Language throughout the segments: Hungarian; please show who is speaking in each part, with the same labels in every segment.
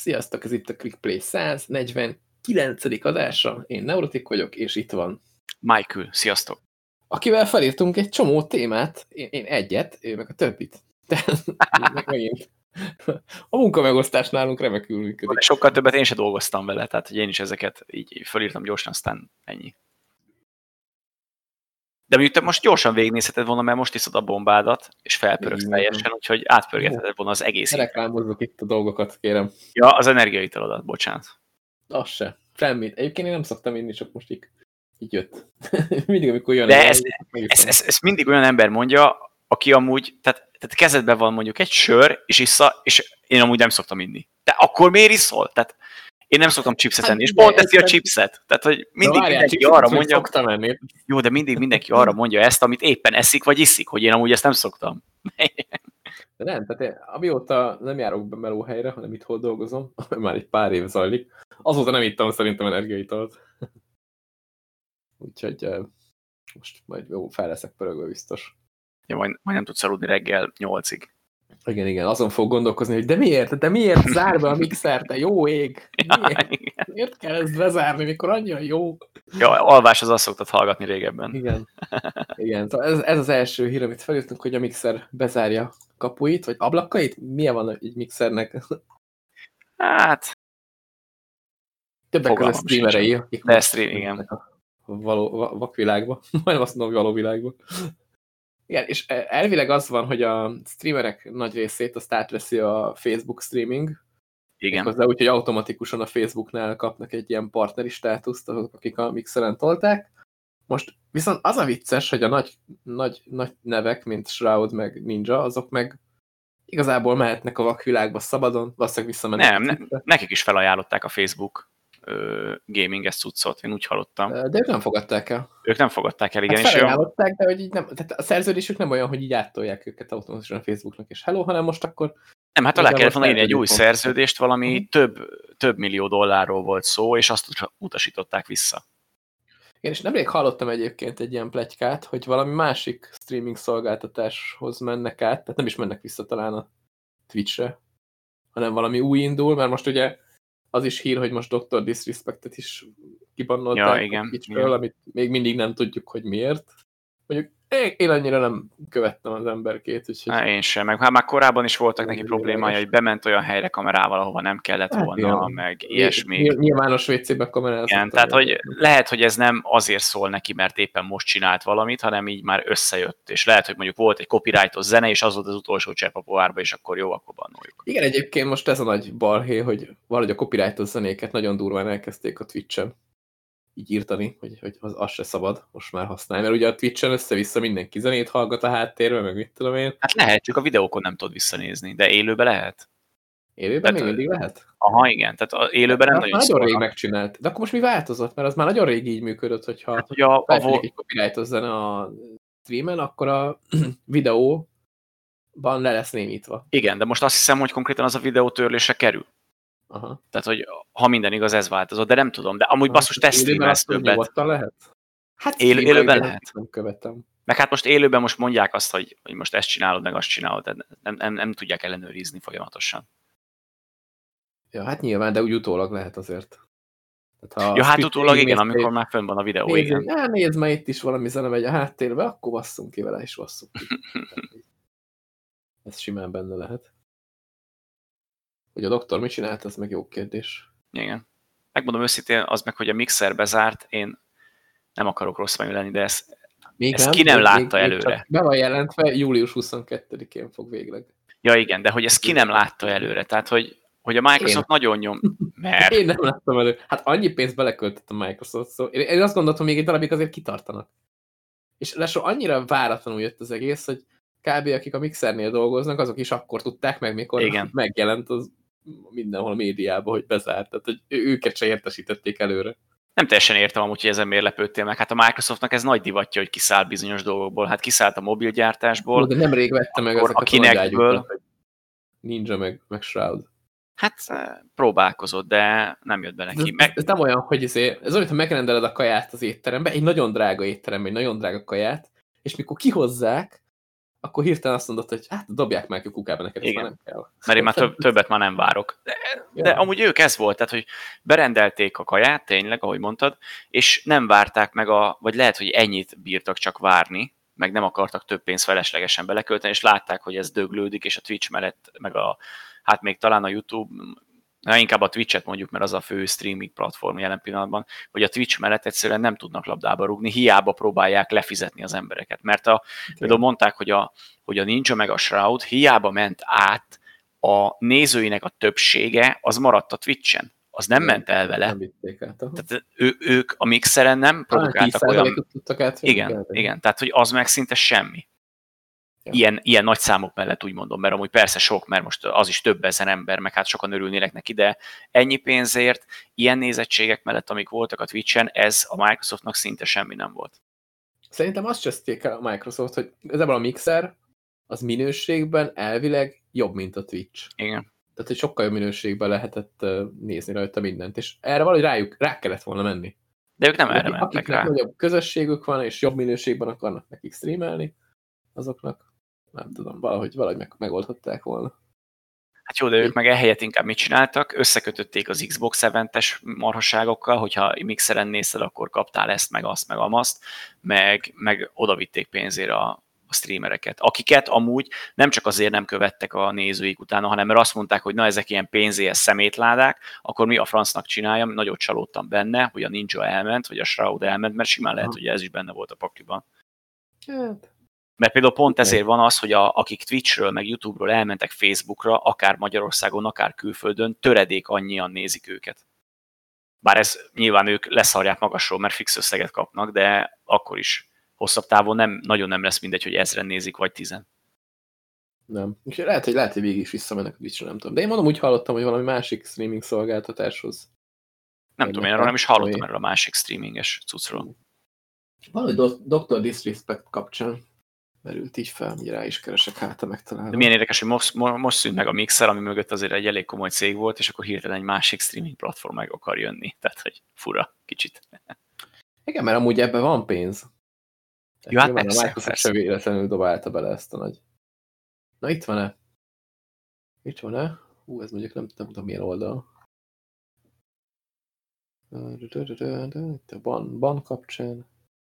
Speaker 1: Sziasztok, ez itt a ClickPlay 149. adása. Én Neurotik vagyok, és itt van
Speaker 2: Michael, sziasztok!
Speaker 1: Akivel felírtunk egy csomó témát, én egyet, ő meg a többit. Tehát megint a munkamegosztás nálunk remekül működik.
Speaker 2: Sokkal többet én sem dolgoztam vele, tehát hogy én is ezeket így felírtam gyorsan, aztán ennyi. De mondjuk te most gyorsan végignézheted volna, mert most iszod a bombádat, és felpörögsz teljesen, úgyhogy átpörgetheted volna az egész.
Speaker 1: Reklámozzuk itt a dolgokat, kérem.
Speaker 2: Ja, az energiaitalodat, bocsánat.
Speaker 1: Az se. Semmit. Egyébként én nem szoktam inni, csak most így jött. Mindig, amikor jön.
Speaker 2: De ezt mindig olyan ember mondja, aki amúgy, tehát kezedben van mondjuk egy sör, és issza, és én amúgy nem szoktam inni. De akkor miért iszol? Tehát én nem szoktam chipset enni, és pont eszi a chipset. Tehát, hogy mindig mindenki arra mondja... Jó, de mindig mindenki arra mondja ezt, amit éppen eszik, vagy iszik, hogy én amúgy ezt nem szoktam.
Speaker 1: De nem, tehát én, amióta nem járok be melóhelyre, hanem itt hol dolgozom, már egy pár év zajlik, azóta nem ittam szerintem energiaitalt. Úgyhogy most majd jó, fel leszek pörögve biztos.
Speaker 2: Ja, majd nem tudsz aludni reggel 8-ig.
Speaker 1: Igen, azon fog gondolkozni, hogy de miért zár be a mixer, te jó ég? Miért kell ezt bezárni, mikor annyira jó?
Speaker 2: Ja, alvás az azt szoktad hallgatni régebben.
Speaker 1: Igen. Szóval ez az első hír, amit felírtunk, hogy a mixer bezárja kapuit, vagy ablakait? Milyen van egy mixernek?
Speaker 2: Hát...
Speaker 1: Többek között streamerei, akik
Speaker 2: igen.
Speaker 1: A vakvilágba, majdnem azt mondom, való világba. Igen, és elvileg az van, hogy a streamerek nagy részét azt átveszi a Facebook streaming.
Speaker 2: Igen.
Speaker 1: Hozzá úgy, hogy automatikusan a Facebooknál kapnak egy ilyen partneri státuszt, azok, akik a mixeren tolták. Most viszont az a vicces, hogy a nagy nevek, mint Shroud meg Ninja, azok meg igazából mehetnek a vakvilágba szabadon, valószínűleg visszamennek.
Speaker 2: Nem, nekik is felajánlották a Facebook gaming-es cuccot, én úgy hallottam.
Speaker 1: De ők nem fogadták el.
Speaker 2: Ők nem fogadták el, igen.
Speaker 1: Hát felajánlották, de hogy így nem, tehát a szerződésük nem olyan, hogy így áttolják őket automatikusan a Facebooknak, és hello, hanem most akkor...
Speaker 2: Nem, hát alá kellett volna írni egy új szerződést, valami több millió dollárról volt szó, és azt utasították vissza.
Speaker 1: Én is nemrég hallottam egyébként egy ilyen pletykát, hogy valami másik streaming szolgáltatáshoz mennek át, tehát nem is mennek vissza talán a Twitch-re, hanem valami új indul, mert most ugye az is hír, hogy most Dr. Disrespectet is kibannolták a Twitch-ről, amit még mindig nem tudjuk, hogy miért. Mondjuk én annyira nem követtem az emberkét. Úgyhogy...
Speaker 2: Én sem, meg már korábban is voltak neki problémája, hogy bement olyan helyre kamerával, ahova nem kellett volna, meg ilyesmi.
Speaker 1: Nyilvános WC-be kamerázott.
Speaker 2: Igen, tehát hogy lehet, hogy ez nem azért szól neki, mert éppen most csinált valamit, hanem így már összejött. És lehet, hogy mondjuk volt egy copyrightos zene, és az volt az utolsó csepp a pohárba, és akkor jó, akkor bannoljuk.
Speaker 1: Igen, egyébként most ez a nagy balhé, hogy valahogy a copyrightos zenéket nagyon durván elkezdték a Twitch-en így írtani, hogy az se szabad most már használni, mert ugye a Twitch-en össze-vissza mindenki zenét hallgat a háttérben, meg mit tudom én.
Speaker 2: Hát lehet, csak a videókon nem tudod visszanézni, de élőben lehet.
Speaker 1: Élőben még mindig lehet?
Speaker 2: Aha, igen, tehát az élőben nem nagyon
Speaker 1: szólnak. Nagyon rég megcsinált. De akkor most mi változott? Mert az már nagyon rég így működött, hogyha hát, egy copyrightos zene a streamen, akkor a videóban le lesz némítva.
Speaker 2: Igen, de most azt hiszem, hogy konkrétan az a videó törlésre kerül.
Speaker 1: Aha.
Speaker 2: Tehát, hogy ha minden igaz, ez változott, de nem tudom. De amúgy basszus, te streamelsz többet.
Speaker 1: Lehet? Hát
Speaker 2: élőben lehet.
Speaker 1: Nem követem.
Speaker 2: Meg hát most élőben most mondják azt, hogy most ezt csinálod, meg azt csinálod. Tehát nem tudják ellenőrizni folyamatosan.
Speaker 1: Ja, hát nyilván, de úgy utólag lehet azért.
Speaker 2: Ja, hát utólag igen, amikor már fönn van a videó, igen.
Speaker 1: Nézd, mert itt is valami zene megy a háttérbe, akkor basszunk ki vele, és basszunk ki. Ez simán benne lehet. Hogy a doktor mit csinált, az meg jó kérdés.
Speaker 2: Igen. Megmondom őszintén, az meg, hogy a mixer bezárt, én nem akarok rossz fejű lenni, de ezt ki nem látta előre.
Speaker 1: Be van jelentve, július 22-én fog végleg.
Speaker 2: Ja igen, de hogy ezt ki nem látta előre. Tehát, hogy a Microsoft nagyon nyom... Mert...
Speaker 1: Én nem láttam elő. Hát annyi pénzt beleköltött a Microsoft, szóval én azt gondoltam, még egy darabig azért kitartanak. És lesó annyira váratlanul jött az egész, hogy kb. Akik a mixernél dolgoznak, azok is akkor tudták meg, mikor megjelent az mindenhol a médiában, hogy bezárt. Tehát, hogy őket se értesítették előre.
Speaker 2: Nem teljesen értem amúgy, hogy ezen miért lepődtél meg. Hát a Microsoftnak ez nagy divatja, hogy kiszáll bizonyos dolgokból. Hát kiszállt a mobilgyártásból.
Speaker 1: De nemrég vette meg ezeket
Speaker 2: a Kinectből.
Speaker 1: Ninja meg Shroud.
Speaker 2: Hát próbálkozott, de nem jött be neki.
Speaker 1: Ez nem olyan, hogy ez olyan, ha megrendeled a kaját az étterembe, egy nagyon drága étterembe, egy nagyon drága kaját, és mikor kihozzák, akkor hirtelen azt mondod, hogy hát dobják meg a kukába neked, ezt már nem kell.
Speaker 2: Mert én már többet már nem várok. De amúgy ők ez volt, tehát hogy berendelték a kaját, tényleg, ahogy mondtad, és nem várták meg vagy lehet, hogy ennyit bírtak csak várni, meg nem akartak több pénzt feleslegesen belekölteni, és látták, hogy ez döglődik, és a Twitch mellett, meg hát még talán a YouTube, inkább a Twitch-et mondjuk, mert az a fő streaming platform jelen pillanatban, hogy a Twitch mellett egyszerűen nem tudnak labdába rúgni, hiába próbálják lefizetni az embereket. Mert például mondták, hogy a Ninja meg a Shroud hiába ment át, a nézőinek a többsége az maradt a Twitch-en. Az nem ment el vele.
Speaker 1: Nem vitték át.
Speaker 2: Tehát ők a mixeren nem produkáltak olyan... Igen, tehát hogy az meg szinte semmi. Ilyen nagy számok mellett úgy mondom, mert amúgy persze sok, mert most az is több ezer ember, meg hát sokan örülnének neki, de ennyi pénzért, ilyen nézettségek mellett, amik voltak a Twitch-en, ez a Microsoftnak szinte semmi nem volt.
Speaker 1: Szerintem azt cseszték el a Microsoft, hogy ebből a mixer az minőségben elvileg jobb, mint a Twitch.
Speaker 2: Igen.
Speaker 1: Tehát, hogy sokkal jobb minőségben lehetett nézni rajta mindent, és erre valahogy rá kellett volna menni.
Speaker 2: De ők nem erre mentek rá.
Speaker 1: Akiknek nagyobb közösségük van, és jobb minőségben akarnak nekik streamelni, azoknak nem tudom, valahogy megoldhatták volna.
Speaker 2: Hát jó, de ők meg ehelyett inkább mit csináltak? Összekötötték az Xbox Event-es marhaságokkal, hogyha mixeren nézted, akkor kaptál ezt, meg azt, meg amazt, meg odavitték pénzért a streamereket, akiket amúgy nem csak azért nem követtek a nézőik utána, hanem mert azt mondták, hogy na ezek ilyen pénzéhez szemétládák, akkor mi a francnak csináljam, nagyot csalódtam benne, hogy a Ninja elment, vagy a Shroud elment, mert simán lehet, hogy ez is benne volt a pakliban.
Speaker 1: Hát.
Speaker 2: Mert például pont ezért van az, hogy akik Twitchről, meg YouTube-ról elmentek Facebookra, akár Magyarországon, akár külföldön, töredék annyian nézik őket. Bár ez nyilván ők leszarják magasról, mert fix összeget kapnak, de akkor is hosszabb távon nagyon nem lesz mindegy, hogy 1000 nézik, vagy 10.
Speaker 1: Nem. És lehet, hogy végig is visszamennek a Twitchre, nem tudom. De én mondom, úgy hallottam, hogy valami másik streaming szolgáltatáshoz.
Speaker 2: Nem tudom, én arról nem is hallottam erről a másik streaminges cuccról.
Speaker 1: Valahogy Dr. Disrespect kapcsán merült így fel, hogy rá is keresek, hát megtalálom.
Speaker 2: De milyen érdekes, hogy most szűnt meg a Mixer, ami mögött azért egy elég komoly cég volt, és akkor hirtelen egy másik streaming platform meg akar jönni. Tehát, hogy fura kicsit.
Speaker 1: Igen, mert amúgy ebben van pénz.
Speaker 2: Jó, hát persze,
Speaker 1: a Microsoft se véletlenül dobálta bele ezt a nagy. Na itt van-e? Itt van-e? Ez mondjuk nem tudom milyen oldal. Itt a ban kapcsán.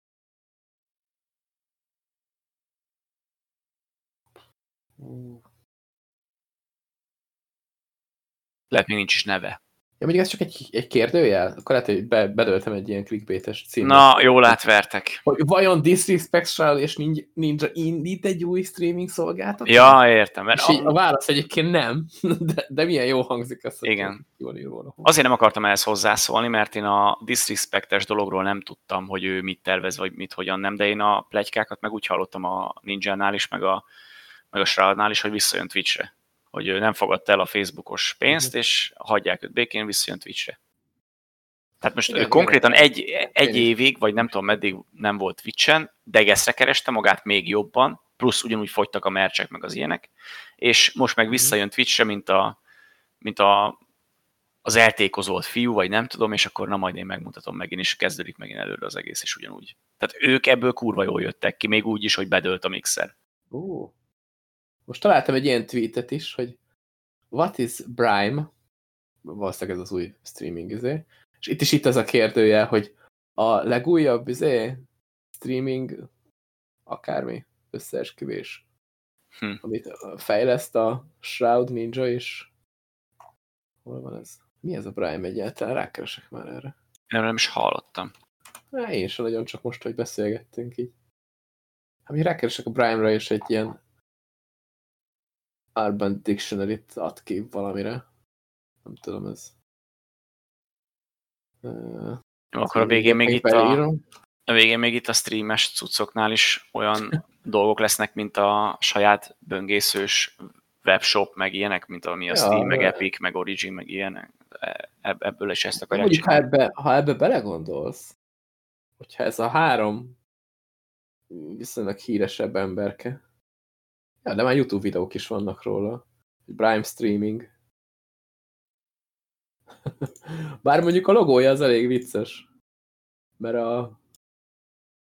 Speaker 2: Lehet, még nincs is neve.
Speaker 1: Ja, mondjuk ez csak egy kérdőjel? Akkor lehet, hogy bedöltem egy ilyen clickbaites címet.
Speaker 2: Na, jól átvertek.
Speaker 1: Hogy vajon Disrespect és Ninja indít egy új streaming szolgáltatást?
Speaker 2: Ja, értem. Mert
Speaker 1: és a válasz egyébként nem, de milyen jó hangzik ez.
Speaker 2: Igen. Azért nem akartam ehhez hozzászólni, mert én a Disrespect-es dologról nem tudtam, hogy ő mit tervez, vagy mit, hogyan nem, de én a pletykákat meg úgy hallottam a Ninja-nál is, meg a Shroudnál is, hogy visszajön Twitchre. Hogy ő nem fogadta el a Facebookos pénzt, és hagyják őt békén, visszajön Twitchre. Tehát most igen, konkrétan egy évig, vagy nem tudom meddig nem volt Twitchen, degeszre kereste magát még jobban, plusz ugyanúgy fogytak a mercsek meg az ilyenek, és most meg visszajön Twitchre, mint az eltékozolt fiú, vagy nem tudom, és akkor na majd én megmutatom megint, és kezdődik megint előre az egész is ugyanúgy. Tehát ők ebből kurva jól jöttek ki, még úgy is, hogy bedőlt a mixer.
Speaker 1: Most találtam egy ilyen tweetet is, hogy what is Brime? Valószínűleg ez az új streaming és itt az a kérdője, hogy a legújabb streaming akármi összeesküvés, amit fejleszt a Shroud Ninja is. Hol van ez? Mi ez a Brime egyáltalán? Rákeresek már erre.
Speaker 2: Nem is hallottam.
Speaker 1: Én sem nagyon, csak most, hogy beszélgettünk így. Hát mi rákeresek a Brime-ra, és egy ilyen Urban Dictionary-t ad ki valamire. Nem tudom, ez.
Speaker 2: Jó, akkor a végén még itt a streames cuccoknál is olyan dolgok lesznek, mint a saját böngészős webshop, meg ilyenek, mint ami a Steam, meg Epic, meg Origin, meg ilyenek. Ebből is ezt akarják csinálni.
Speaker 1: Ha ebbe belegondolsz, hogyha ez a 3 viszonylag híresebb emberke, ja, de már YouTube videók is vannak róla. Brime streaming. Bár mondjuk a logója az elég vicces. Mert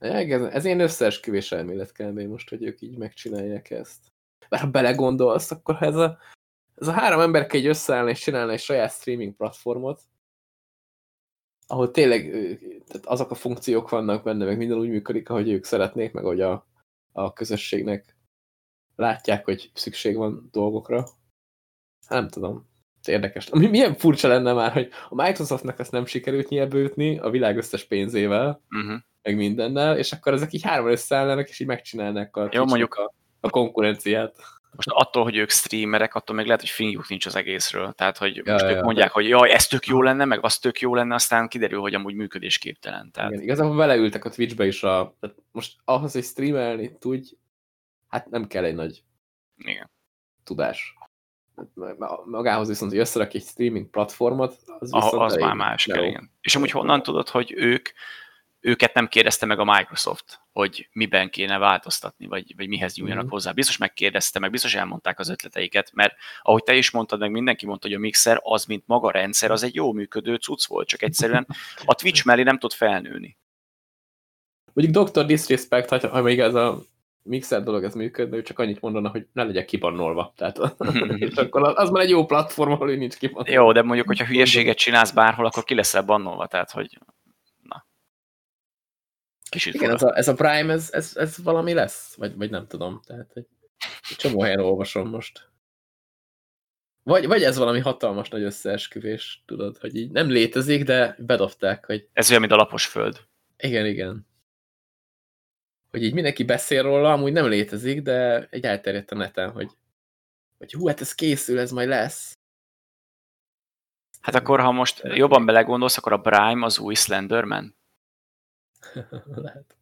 Speaker 1: Ez ilyen összeesküvés elmélet kell még most, hogy ők így megcsinálják ezt. Mert ha belegondolsz, akkor ha ez a 3 ember kell így összeállni és csinálni egy saját streaming platformot, ahol tényleg tehát azok a funkciók vannak benne, meg minden úgy működik, ahogy ők szeretnék, meg ahogy a közösségnek látják, hogy szükség van dolgokra. Hát nem tudom. Érdekes. Milyen furcsa lenne már, hogy a Microsoftnak ezt nem sikerült nyelbőtni a világ összes pénzével, meg mindennel, és akkor ezek így 3 összeállnának, és így megcsinálnak a,
Speaker 2: jó, mondjuk
Speaker 1: a konkurenciát.
Speaker 2: Most attól, hogy ők streamerek, attól meg lehet, hogy fingjuk nincs az egészről. Tehát, hogy most ők mondják,
Speaker 1: de...
Speaker 2: hogy jaj, ez tök jó lenne, meg az tök jó lenne, aztán kiderül, hogy amúgy működésképtelen. Tehát...
Speaker 1: Igen, igazából beleültek a Twitchbe is tehát most ahhoz, hogy streamelni tudj, hát nem kell egy nagy tudás. Magához viszont, hogy összerak egy streaming platformot, az viszont
Speaker 2: az már más kell, igen. És amúgy honnan tudod, hogy őket nem kérdezte meg a Microsoft, hogy miben kéne változtatni, vagy mihez nyúljanak hozzá. Biztos megkérdezte, meg biztos elmondták az ötleteiket, mert ahogy te is mondtad, meg mindenki mondta, hogy a Mixer az, mint maga rendszer, az egy jó működő cucc volt, csak egyszerűen a Twitch mellé nem tud felnőni.
Speaker 1: Mondjuk Dr. Disrespect, ha még ez a Mixer dolog ez működne, ő csak annyit mondana, hogy ne legyek kibannolva. Tehát, és akkor az már egy jó platform, ahol ő nincs kibannolva.
Speaker 2: Jó, de mondjuk, hogyha hülyeséget csinálsz bárhol, akkor ki leszel bannolva, tehát, hogy na.
Speaker 1: Igen, ez a Prime, ez valami lesz? Vagy nem tudom. Tehát, hogy egy csomó helyen olvasom most. Vagy ez valami hatalmas nagy összeesküvés, tudod, hogy így nem létezik, de bedobták, hogy...
Speaker 2: Ez olyan, mint a lapos föld.
Speaker 1: Igen. Hogy így mindenki beszél róla, amúgy nem létezik, de egy elterjedt a neten, hogy hú, hát ez készül, ez majd lesz.
Speaker 2: Hát akkor, ha most jobban belegondolsz, akkor a Prime az új Slenderman?
Speaker 1: Lehet.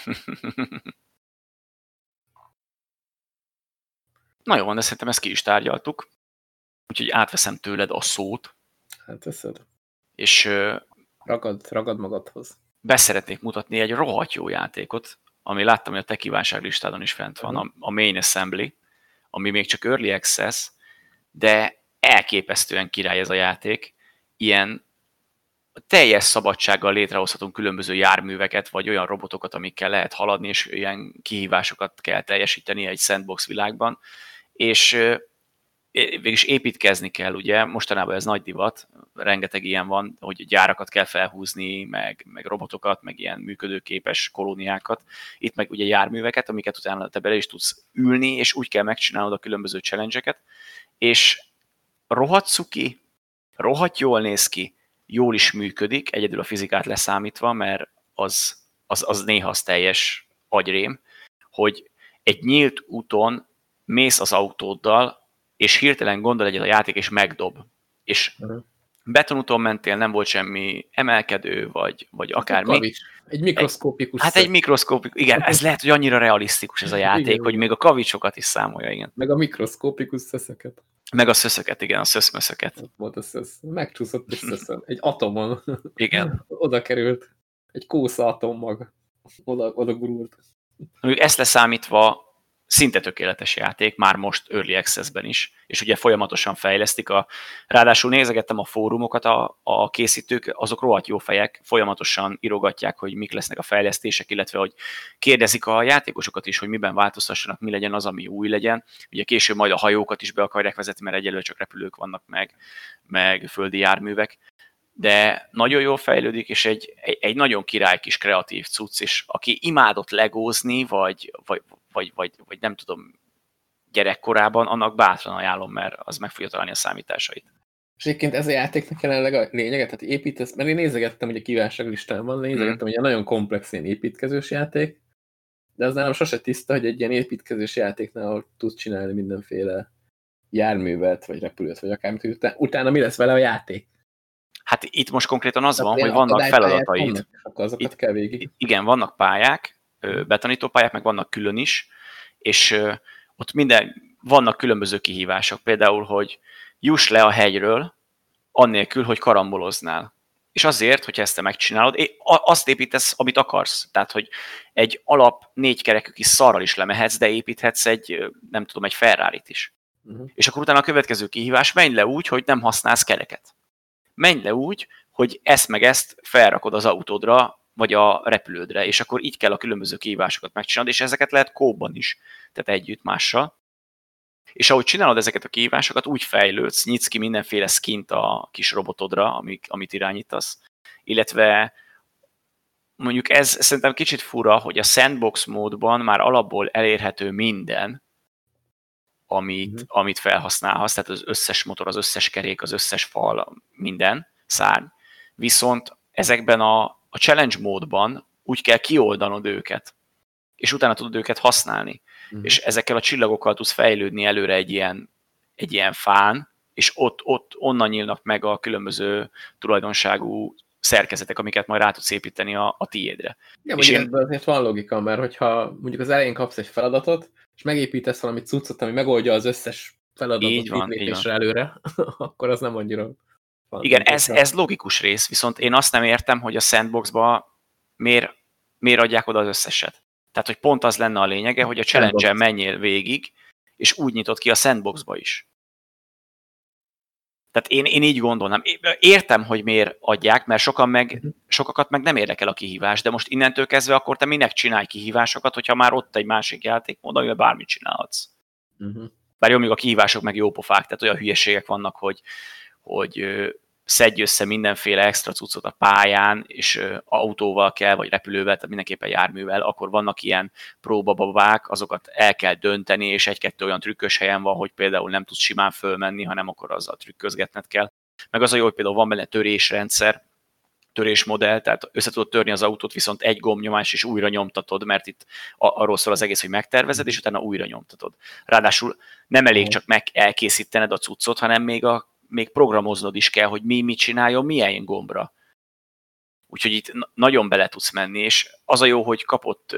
Speaker 2: Na jó, de szerintem ezt ki is tárgyaltuk. Úgyhogy átveszem tőled a szót.
Speaker 1: Hát veszed.
Speaker 2: És
Speaker 1: ragad magadhoz.
Speaker 2: Beszeretnék mutatni egy rohadt jó játékot, ami láttam, hogy a te kívánságlistádon is fent van, a Main Assembly, ami még csak Early Access, de elképesztően király ez a játék. Ilyen teljes szabadsággal létrehozhatunk különböző járműveket, vagy olyan robotokat, amikkel lehet haladni, és ilyen kihívásokat kell teljesíteni egy sandbox világban. És végülis építkezni kell, ugye, mostanában ez nagy divat, rengeteg ilyen van, hogy gyárakat kell felhúzni, meg robotokat, meg ilyen működőképes kolóniákat, itt meg ugye járműveket, amiket utána te bele is tudsz ülni, és úgy kell megcsinálnod a különböző challenge-eket, és rohadt cuki, rohadt jól néz ki, jól is működik, egyedül a fizikát leszámítva, mert az néha az teljes agyrém, hogy egy nyílt úton mész az autóddal, és hirtelen gondol egyet a játék, és megdob. És betonúton mentél, nem volt semmi emelkedő, vagy akármi.
Speaker 1: Egy mikroszkópikus.
Speaker 2: Hát egy mikroszkópikus, igen, ez lehet, hogy annyira realisztikus ez a játék, igen, hogy még a kavicsokat is számolja, igen.
Speaker 1: Meg a mikroszkópikus szöszöket.
Speaker 2: Meg a szöszöket, igen, a szöszmöszöket.
Speaker 1: Volt a szösz. Megcsúszott egy szöszön. Egy atomon.
Speaker 2: Igen.
Speaker 1: Oda került. Egy kósza atommag. Oda gurult.
Speaker 2: Ezt leszámítva szinte tökéletes játék, már most Early Access-ben is, és ugye folyamatosan fejlesztik. Ráadásul nézegettem a fórumokat, a készítők, azok rohadt jó fejek, folyamatosan írogatják, hogy mik lesznek a fejlesztések, illetve hogy kérdezik a játékosokat is, hogy miben változtassanak, mi legyen az, ami új legyen. Ugye később majd a hajókat is be akarják vezetni, mert egyelőre csak repülők vannak meg földi járművek. De nagyon jól fejlődik, és egy nagyon király kis kreatív cucc, és aki imádott legózni, vagy nem tudom, gyerekkorában, annak bátran ajánlom, mert az meg fogja találni a számításait.
Speaker 1: És egyébként ez a játéknak jelenleg a lényeget, tehát építesz, mert én nézegettem, hogy a kívánságlistában, nézegettem, hogy egy nagyon komplex ilyen építkezős játék, de az nálam sose tiszta, hogy egy ilyen építkezős játéknál, ahol tudsz csinálni mindenféle járművet, vagy repülőt, vagy akármit, hogy utána mi lesz vele a játék.
Speaker 2: Hát itt most konkrétan az van, hogy vannak feladataid.
Speaker 1: Akkor azokat kell végig.
Speaker 2: Igen, vannak pályák, betanítópályák, meg vannak külön is, és ott vannak különböző kihívások. Például, hogy juss le a hegyről, annélkül, hogy karamboloznál. És azért, hogyha ezt te megcsinálod, azt építesz, amit akarsz. Tehát, hogy egy alap 4 kerekű kis szarral is lemehetsz, de építhetsz egy Ferrarit is. És akkor utána a következő kihívás, menj le úgy, hogy nem használsz kereket. Menj le úgy, hogy ezt meg ezt felrakod az autódra vagy a repülődre, és akkor így kell a különböző kihívásokat megcsinálni, és ezeket lehet kóban is, tehát együtt mással. És ahogy csinálod ezeket a kihívásokat, úgy fejlődsz, nyitsz ki mindenféle skint a kis robotodra, amit irányítasz, illetve mondjuk ez szerintem kicsit fura, hogy a sandbox módban már alapból elérhető minden, amit felhasználhatsz, tehát az összes motor, az összes kerék, az összes fal, minden szárny. Viszont ezekben a challenge módban úgy kell kioldanod őket, és utána tudod őket használni. És ezekkel a csillagokkal tudsz fejlődni előre egy ilyen fán, és ott onnan nyílnak meg a különböző tulajdonságú szerkezetek, amiket majd rá tudsz építeni a tiédre.
Speaker 1: Ja, és ebben azért van logika, mert hogyha mondjuk az elején kapsz egy feladatot, és megépítesz valami cuccot, ami megoldja az összes feladatot lépésre előre, akkor az nem annyira...
Speaker 2: Igen, ez logikus rész, viszont én azt nem értem, hogy a sandboxba miért adják oda az összeset. Tehát, hogy pont az lenne a lényege, hogy a challenge-en menjél végig, és úgy nyitott ki a sandboxba is. Tehát én így gondolnám. Értem, hogy miért adják, mert sokakat meg nem érdekel a kihívás, de most innentől kezdve akkor te minek csinálj kihívásokat, hogyha már ott egy másik játékmód, amivel bármit csinálhatsz. Bár jó, még a kihívások meg jó pofák, tehát olyan hülyeségek vannak, hogy szedj össze mindenféle extra cuccot a pályán, és autóval kell, vagy repülővel, tehát mindenképpen járművel, akkor vannak ilyen próbababák, azokat el kell dönteni, és egy-kettő olyan trükkös helyen van, hogy például nem tudsz simán fölmenni, hanem akkor azzal trükközgetned kell. Meg az a jó, hogy például van benne törésrendszer, törésmodell, tehát össze tudod törni az autót, viszont egy gombnyomás is újra nyomtatod, mert itt arról szól az egész, hogy megtervezed, és utána újra nyomtatod. Ráadásul nem elég csak elkészítened a cuccot, hanem még programoznod is kell, hogy mit csináljon, milyen gombra. Úgyhogy itt nagyon bele tudsz menni, és az a jó, hogy kapott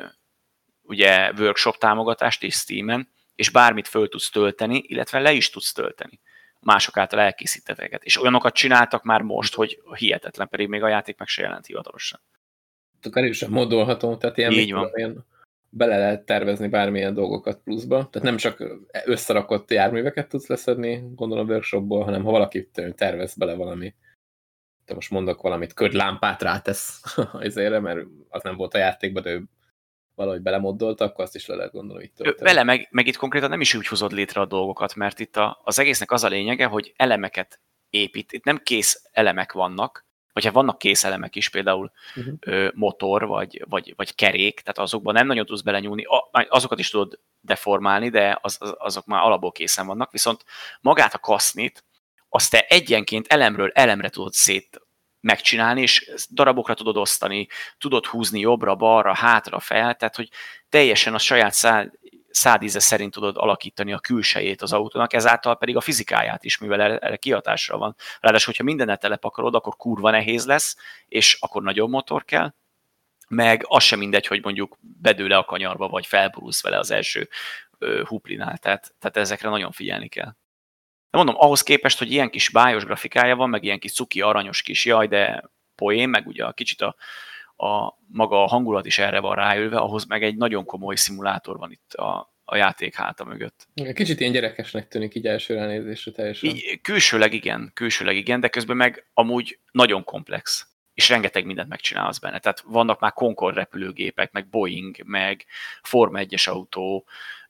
Speaker 2: ugye workshop támogatást és Steamen, és bármit föl tudsz tölteni, illetve le is tudsz tölteni mások által elkészítetteket. És olyanokat csináltak már most, hogy hihetetlen, pedig még a játék meg se jelent hivatalosan.
Speaker 1: Erősen modolható, tehát ilyen bele lehet tervezni bármilyen dolgokat pluszba. Tehát nem csak összerakott járműveket tudsz leszedni, gondolom workshopból, hanem ha valaki tervez bele valami, te most mondok valamit, ködlámpát rátesz azért, mert az nem volt a játékban, de ő valahogy belemoddolta, akkor azt is le lehet gondolni, hogy tölteni.
Speaker 2: Vele meg itt konkrétan nem is úgy hozod létre a dolgokat, mert itt az egésznek az a lényege, hogy elemeket épít. Itt nem kész elemek vannak, vagy ha vannak kész elemek is, például motor, vagy kerék, tehát azokban nem nagyon tudsz belenyúlni, azokat is tudod deformálni, de azok már alapból készen vannak, viszont magát a kasznit, azt te egyenként elemről elemre tudod megcsinálni, és darabokra tudod osztani, tudod húzni jobbra, balra, hátra, fel, tehát hogy teljesen a saját szádíze szerint tudod alakítani a külsejét az autónak, ezáltal pedig a fizikáját is, mivel erre kihatással van. Ráadásul, hogyha mindennel telepakolod, akkor kurva nehéz lesz, és akkor nagyobb motor kell, meg az sem mindegy, hogy mondjuk bedől le a kanyarba, vagy felborulsz vele az első huplinál, tehát ezekre nagyon figyelni kell. De mondom, ahhoz képest, hogy ilyen kis bájos grafikája van, meg ilyen kis cuki, aranyos kis jaj, de poén, meg ugye kicsit a maga a hangulat is erre van ráülve, ahhoz meg egy nagyon komoly szimulátor van itt a játék háta mögött.
Speaker 1: Kicsit ilyen gyerekesnek tűnik így első ránézésre teljesen.
Speaker 2: Külsőleg igen, de közben meg amúgy nagyon komplex, és rengeteg mindent megcsinálsz benne. Tehát vannak már Concorde repülőgépek, meg Boeing, meg Forma 1-es autó,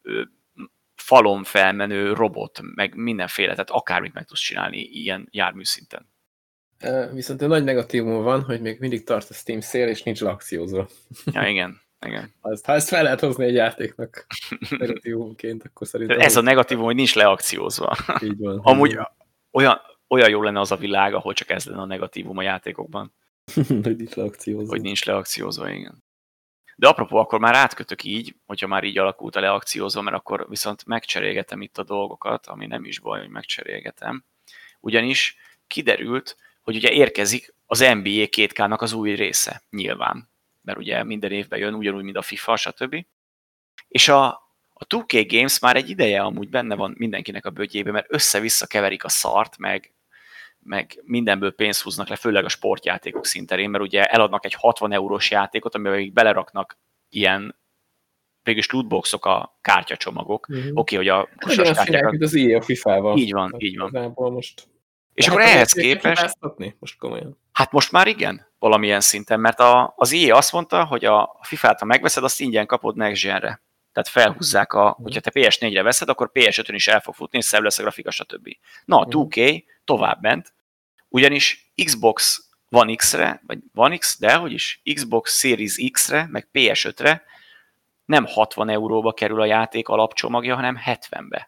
Speaker 2: falon felmenő robot, meg mindenféle, tehát akármit meg tudsz csinálni ilyen járműszinten.
Speaker 1: Viszont egy nagy negatívum van, hogy még mindig tart a Steam szél, és nincs leakciózva.
Speaker 2: Ja, igen.
Speaker 1: Ha ezt fel lehet hozni egy játéknak negatívumként, akkor szerintem...
Speaker 2: Ez a negatívum, hogy nincs leakciózva.
Speaker 1: Így van.
Speaker 2: Amúgy olyan jó lenne az a világ, ahol csak ez lenne a negatívum a játékokban.
Speaker 1: Hogy
Speaker 2: nincs leakciózva, igen. De apropó, akkor már átkötök így, hogyha már így alakult a leakciózva, mert akkor viszont megcserélgetem itt a dolgokat, ami nem is baj, hogy megcserélgetem. Ugyanis kiderült, hogy ugye érkezik az NBA 2K-nak az új része, nyilván. Mert ugye minden évben jön, ugyanúgy, mint a FIFA, stb. És a 2K Games már egy ideje amúgy benne van mindenkinek a bögyében, mert össze-vissza keverik a szart, meg mindenből pénzt húznak le, főleg a sportjátékok szinterén, mert ugye eladnak egy 60 eurós játékot, amivel beleraknak ilyen végülis lootboxok a kártyacsomagok. Oké, hogy a
Speaker 1: kusas kártyákat... az EA a FIFA-val.
Speaker 2: Így van.
Speaker 1: Most
Speaker 2: És akkor ehhez képest...
Speaker 1: Most komolyan.
Speaker 2: Hát most már igen, valamilyen szinten, mert az EA azt mondta, hogy a FIFA-t, ha megveszed, azt ingyen kapod Next Gen-re. Tehát felhúzzák, hogyha te PS4-re veszed, akkor PS5-ön is el fog futni, és szebb lesz a grafika, stb. Na, a 2K tovább ment, ugyanis Xbox One X-re, vagy One X, de hogy is, Xbox Series X-re, meg PS5-re nem 60 euróba kerül a játék alapcsomagja, hanem 70-be.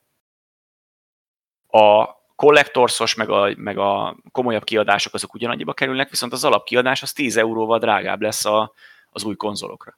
Speaker 2: A kollektorszos, meg a komolyabb kiadások azok ugyanannyiba kerülnek, viszont az alapkiadás az 10 euróval drágább lesz az új konzolokra.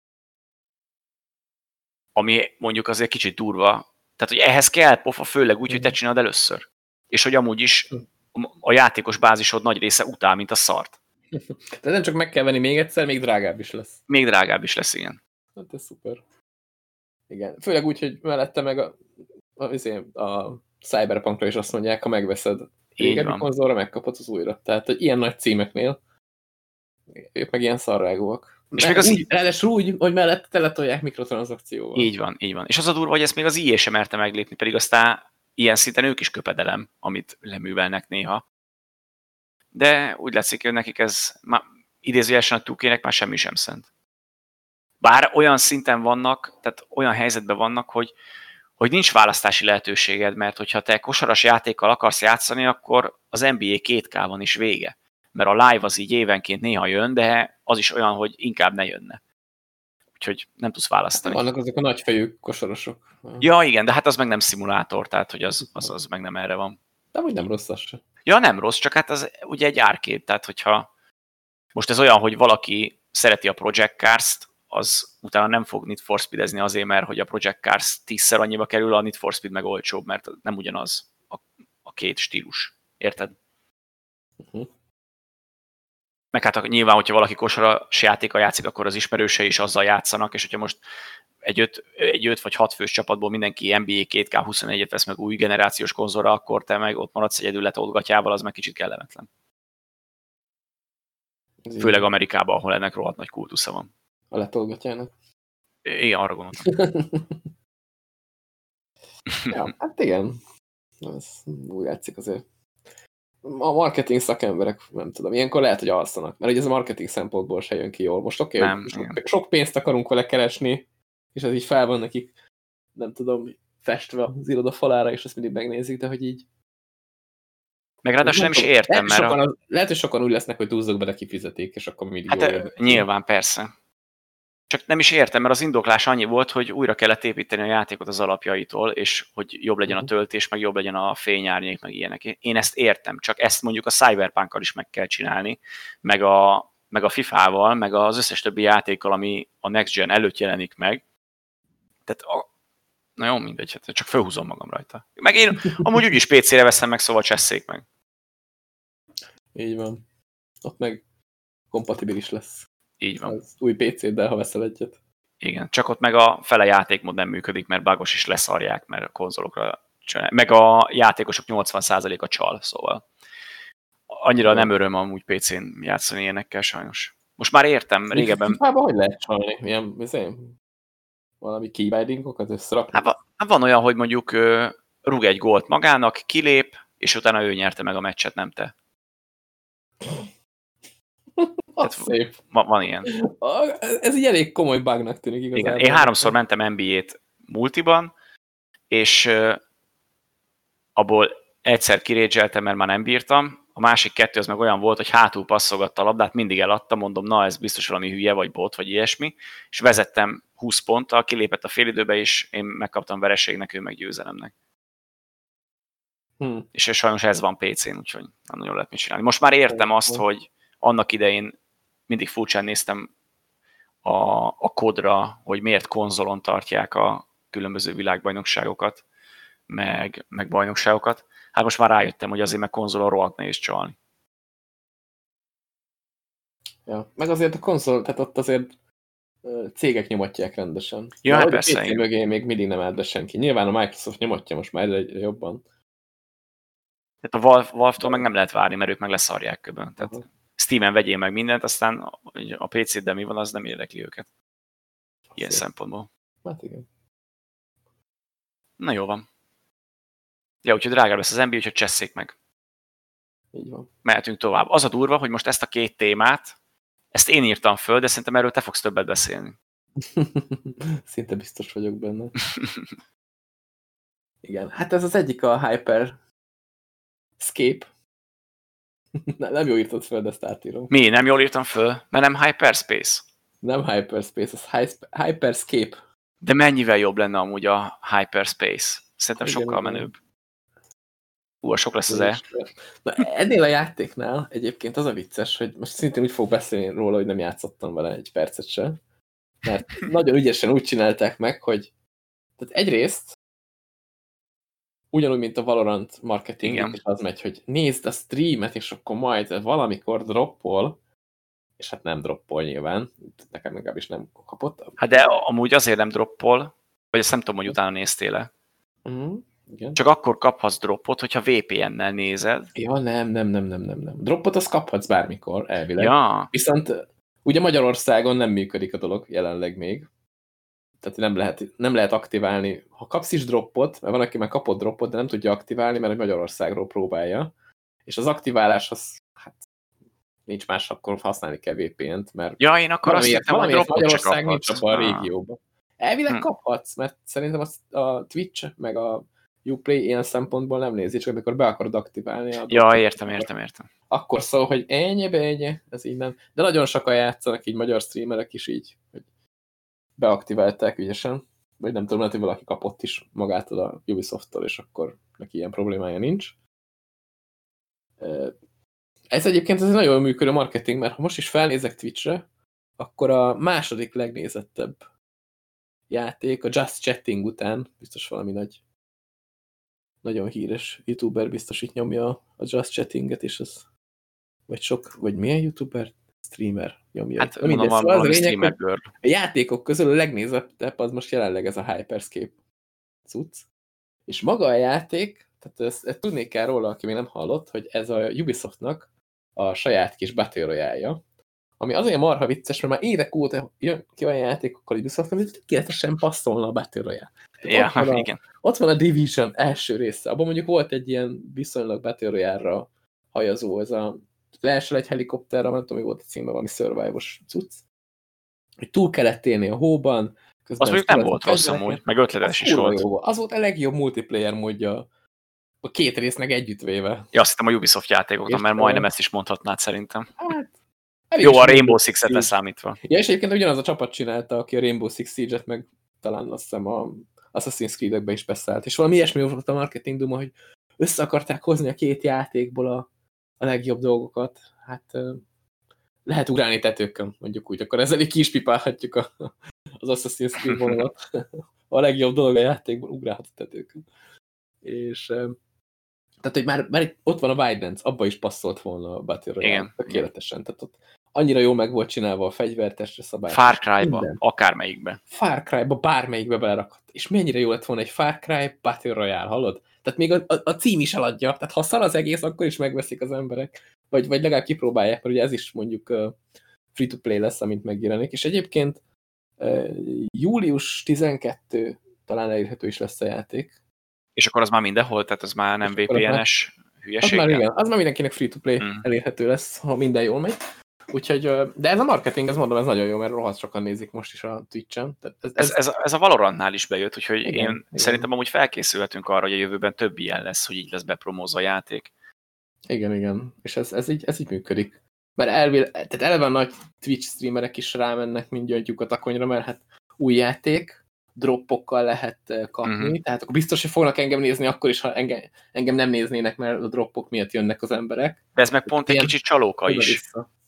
Speaker 2: Ami mondjuk azért kicsit durva. Tehát, hogy ehhez kell pofa, főleg úgy, hogy te csinálod először. És hogy amúgy is a játékos bázisod nagy része utál, mint a szart.
Speaker 1: Tehát nem csak meg kell venni még egyszer, még drágább is lesz.
Speaker 2: Még drágább is lesz, igen.
Speaker 1: Hát ez szuper. Igen. Főleg úgy, hogy mellette meg a Cyberpunkra is azt mondják, ha megveszed régebbi konzolra, megkapod az újra. Tehát, hogy ilyen nagy címeknél ők meg ilyen szarrágúak. És még az ráadásul úgy, hogy mellette teletolják mikrotranszakcióval.
Speaker 2: Így van, így van. És az a durva, hogy ezt még az EA sem merte meglépni, pedig aztán ilyen szinten ők is köpedelem, amit leművelnek néha. De úgy látszik, hogy nekik ez már idézőjelesen a 2K-nek már semmi sem szent. Bár olyan szinten vannak, tehát olyan helyzetben vannak, hogy nincs választási lehetőséged, mert hogyha te kosaras játékkal akarsz játszani, akkor az NBA 2K-ban is vége. Mert a live az így évenként néha jön, de az is olyan, hogy inkább ne jönne. Úgyhogy nem tudsz választani.
Speaker 1: Vannak azok a nagyfejű kosarasok.
Speaker 2: Ja, igen, de hát az meg nem szimulátor, tehát hogy az meg nem erre van.
Speaker 1: De úgy nem rossz az sem.
Speaker 2: Ja, nem rossz, csak hát az ugye egy arcade, tehát hogyha most ez olyan, hogy valaki szereti a Project Cars-t, az utána nem fog Need for Speed-ezni azért, mert hogy a Project Cars 10-szer annyiba kerül, a Need for Speed meg olcsóbb, mert nem ugyanaz a két stílus. Érted? Meg hát nyilván, hogyha valaki kosaras játékkal játszik, akkor az ismerősei is azzal játszanak, és hogyha most egy 5 vagy 6 fős csapatból mindenki NBA 2K21-et vesz meg új generációs konzolra, akkor te meg ott maradsz egyedül letolgatjával, az meg kicsit kellemetlen. Főleg Amerikában, ahol ennek rohadt nagy kultusza van.
Speaker 1: A letolgatjának?
Speaker 2: Igen, arra gondoltam.
Speaker 1: Ja, hát igen. Ez úgy játszik azért. A marketing szakemberek, nem tudom, ilyenkor lehet, hogy alszanak, mert ugye ez a marketing szempontból se jön ki jól. Most oké, sok pénzt akarunk vele keresni, és ez így fel van nekik, nem tudom, festve az iroda falára, és ezt mindig megnézik, de hogy így...
Speaker 2: Meg ráadásul nem is értem, mert...
Speaker 1: Lehet, hogy sokan úgy lesznek, hogy dúzzak bele kifizeték, és akkor mindig
Speaker 2: hát jól nyilván, persze. Csak nem is értem, mert az indoklás annyi volt, hogy újra kellett építeni a játékot az alapjaitól, és hogy jobb legyen a töltés, meg jobb legyen a fényárnyék, meg ilyenek. Én ezt értem, csak ezt mondjuk a Cyberpunkkal is meg kell csinálni, meg a FIFA-val, meg az összes többi játékkal, ami a Next Gen előtt jelenik meg. Tehát na jó, mindegy, csak fölhúzom magam rajta. Meg én amúgy úgyis PC-re veszem meg, szóval csesszék meg.
Speaker 1: Így van. Ott meg kompatibilis lesz.
Speaker 2: Így van.
Speaker 1: Az új PC-del, ha veszel egyet.
Speaker 2: Igen, csak ott meg a fele játékmód nem működik, mert bugos is leszarják, mert a konzolokra csinál. Meg a játékosok 80%-a csal, szóval annyira nem öröm amúgy PC-n játszani ilyenekkel sajnos. Most már értem, régebben...
Speaker 1: Fifában hogy lehet csalni? Valami keybindingokat összerakni?
Speaker 2: Hát van olyan, hogy mondjuk rúg egy gólt magának, kilép, és utána ő nyerte meg a meccset, nem te.
Speaker 1: Szép.
Speaker 2: Van ilyen.
Speaker 1: Ez így elég komoly bugnak tűnik igazából.
Speaker 2: Igen, én 3-szor mentem NBA-t multiban, és abból egyszer kirédzseltem, mert már nem bírtam. A másik 2 az meg olyan volt, hogy hátul passzogatta a labdát, mindig eladtam, mondom, na ez biztos valami hülye, vagy bot, vagy ilyesmi, és vezettem 20 ponttal, kilépett a félidőbe, és én megkaptam vereségnek, ő meg győzelemnek. És sajnos ez van PC-n, úgyhogy nem nagyon lehet mit csinálni. Most már értem azt, hogy annak idején mindig furcsán néztem a kodra, hogy miért konzolon tartják a különböző világbajnokságokat, meg bajnokságokat. Hát most már rájöttem, hogy azért meg konzolon rohadt nehéz csalni.
Speaker 1: Ja, meg azért a konzol, tehát ott azért cégek nyomatják rendesen.
Speaker 2: Ja, hát persze.
Speaker 1: A PC mögé még mindig nem állt be senki. Nyilván a Microsoft nyomatja most már egyre jobban.
Speaker 2: Tehát a Valve-tól meg nem lehet várni, mert ők meg leszarják köbben. Tehát Steam-en vegyél meg mindent, aztán a PC-d, mi van, az nem érdekli őket. Ilyen szempontból.
Speaker 1: Hát igen.
Speaker 2: Na jó van. Ja, úgyhogy drágább lesz az NBA, úgyhogy csesszék meg.
Speaker 1: Így van.
Speaker 2: Mehetünk tovább. Az a durva, hogy most ezt a két témát, ezt én írtam föl, de szerintem erről te fogsz többet beszélni.
Speaker 1: Szinte biztos vagyok benne. Igen, hát ez az egyik a Hyperscape. Nem jól írtad föl, de ezt átírom.
Speaker 2: Mi? Nem jól írtam föl? Mert nem Hyperspace.
Speaker 1: Nem Hyperspace, az Hyperscape.
Speaker 2: De mennyivel jobb lenne amúgy a Hyperspace? Szerintem
Speaker 1: Igen,
Speaker 2: sokkal
Speaker 1: igen.
Speaker 2: menőbb. Sok lesz az E.
Speaker 1: Na, ennél a játéknál egyébként az a vicces, hogy most szintén úgy fog beszélni róla, hogy nem játszottam vele egy percet sem. Mert nagyon ügyesen úgy csinálták meg, hogy tehát egyrészt ugyanúgy, mint a Valorant marketing, és az megy, hogy nézd a streamet, és akkor majd valamikor droppol, és hát nem droppol nyilván, nekem legalábbis nem kapott.
Speaker 2: Hát de amúgy azért nem droppol, vagy ezt nem tudom, hogy utána néztél-e.
Speaker 1: Igen.
Speaker 2: Csak akkor kaphatsz droppot, hogyha VPN-nel nézed.
Speaker 1: Ja, nem. Droppot azt kaphatsz bármikor, elvileg.
Speaker 2: Ja.
Speaker 1: Viszont ugye Magyarországon nem működik a dolog jelenleg még. Tehát nem lehet aktiválni. Ha kapsz is droppot, mert van, aki már kapott droppot, de nem tudja aktiválni, mert Magyarországról próbálja. És az aktiváláshoz hát nincs más, akkor használni kell VPN-t, mert
Speaker 2: ja, én akkor azt hittem, hogy droppot
Speaker 1: Magyarország nincs abban a régióban. Elvileg kaphatsz, mert szerintem a Twitch meg a Uplay ilyen szempontból nem nézi, csak amikor be akarod aktiválni.
Speaker 2: Ja, értem.
Speaker 1: Akkor szól, hogy ennyi, ez így nem. De nagyon sokan játszanak így magyar streamerek is így, hogy beaktiválták ügyesen. Vagy nem tudom, lehet, hogy valaki kapott is magától a Ubisoft-tól, és akkor neki ilyen problémája nincs. Ez egyébként ez egy nagyon működő marketing, mert ha most is felnézek Twitchre, akkor a második legnézettebb játék a Just Chatting után, biztos valami nagyon híres youtuber biztos itt nyomja a Just Chattinget, és az vagy milyen youtuber? Streamer nyomja.
Speaker 2: Hát mondom,
Speaker 1: szóval
Speaker 2: valami streamer girl.
Speaker 1: A játékok közül a legnézettebb az most jelenleg ez a Hyperscape cucc. És maga a játék, tehát ezt tudni kell róla, aki még nem hallott, hogy ez a Ubisoftnak a saját kis Battle Royale-ja, ami azért marha vicces, mert már évek óta jön ki olyan játékokkal Ubisoftnak, hogy tökéletesen passzolna a Battle Royale.
Speaker 2: Ja, igen.
Speaker 1: Ott van a Division első része, abban mondjuk volt egy ilyen viszonylag Battle Royale-ra hajazó, ez a leesel egy helikopterre, nem tudom, mi volt a címben, valami survival-os cucc, hogy túl kellett élni a hóban.
Speaker 2: Az mondjuk nem volt rossz amúgy, meg ötletes is volt.
Speaker 1: Az volt a legjobb multiplayer módja a két résznek együttvéve.
Speaker 2: Ja, azt hittem a Ubisoft játékoknak, mert majdnem ezt is mondhatnád szerintem.
Speaker 1: Hát,
Speaker 2: jó, a Rainbow Six-et leszámítva.
Speaker 1: Ja, és egyébként ugyanaz a csapat csinálta, aki a Rainbow Six Siege-et, meg talán azt hiszem a Assassin's Creed-ekbe is beszállt. És valami ilyesmi volt a marketing duma, hogy össze akarták hozni a két játékból a legjobb dolgokat. Hát lehet ugrálni tetőkön, mondjuk úgy. Akkor ezzel így ki is pipálhatjuk az Assassin's Creed vonalat. A legjobb dolog a játékból ugrálhat a tetőkön. És tehát, hogy már itt ott van a Wildlands, abba is passzolt volna a Battle Royale. Tökéletesen. Tehát ott annyira jól meg volt csinálva a fegyvertestre szabály.
Speaker 2: Far Cry-ba, akármelyikbe.
Speaker 1: Far Cry-ba, bármelyikbe belerakott. És mennyire jó lett volna egy Far Cry Battle Royale, hallod? Tehát még a cím is eladja. Tehát ha szar az egész, akkor is megveszik az emberek. Vagy legalább kipróbálják, mert ugye ez is mondjuk free-to-play lesz, amint megjelenik. És egyébként július 12 talán elérhető is lesz a játék.
Speaker 2: És akkor az már mindenhol? Tehát az már nem VPN-es hülyeség?
Speaker 1: Az már mindenkinek free-to-play elérhető lesz, ha minden jól megy. Úgyhogy, de ez a marketing, ez mondom, ez nagyon jó, mert rohadt sokan nézik most is a Twitch-en.
Speaker 2: Ez a Valorantnál is bejött, úgyhogy igen. Szerintem amúgy felkészülhetünk arra, hogy a jövőben több ilyen lesz, hogy így lesz bepromózva a játék.
Speaker 1: Igen. És ez így működik. Mert tehát eleve nagy Twitch streamerek is rámennek mindjárt a takonyra, mert hát új játék, droppokkal lehet kapni, tehát akkor biztos, hogy fognak engem nézni akkor is, ha engem nem néznének, mert a droppok miatt jönnek az emberek.
Speaker 2: De ez meg pont egy kicsit csalóka is,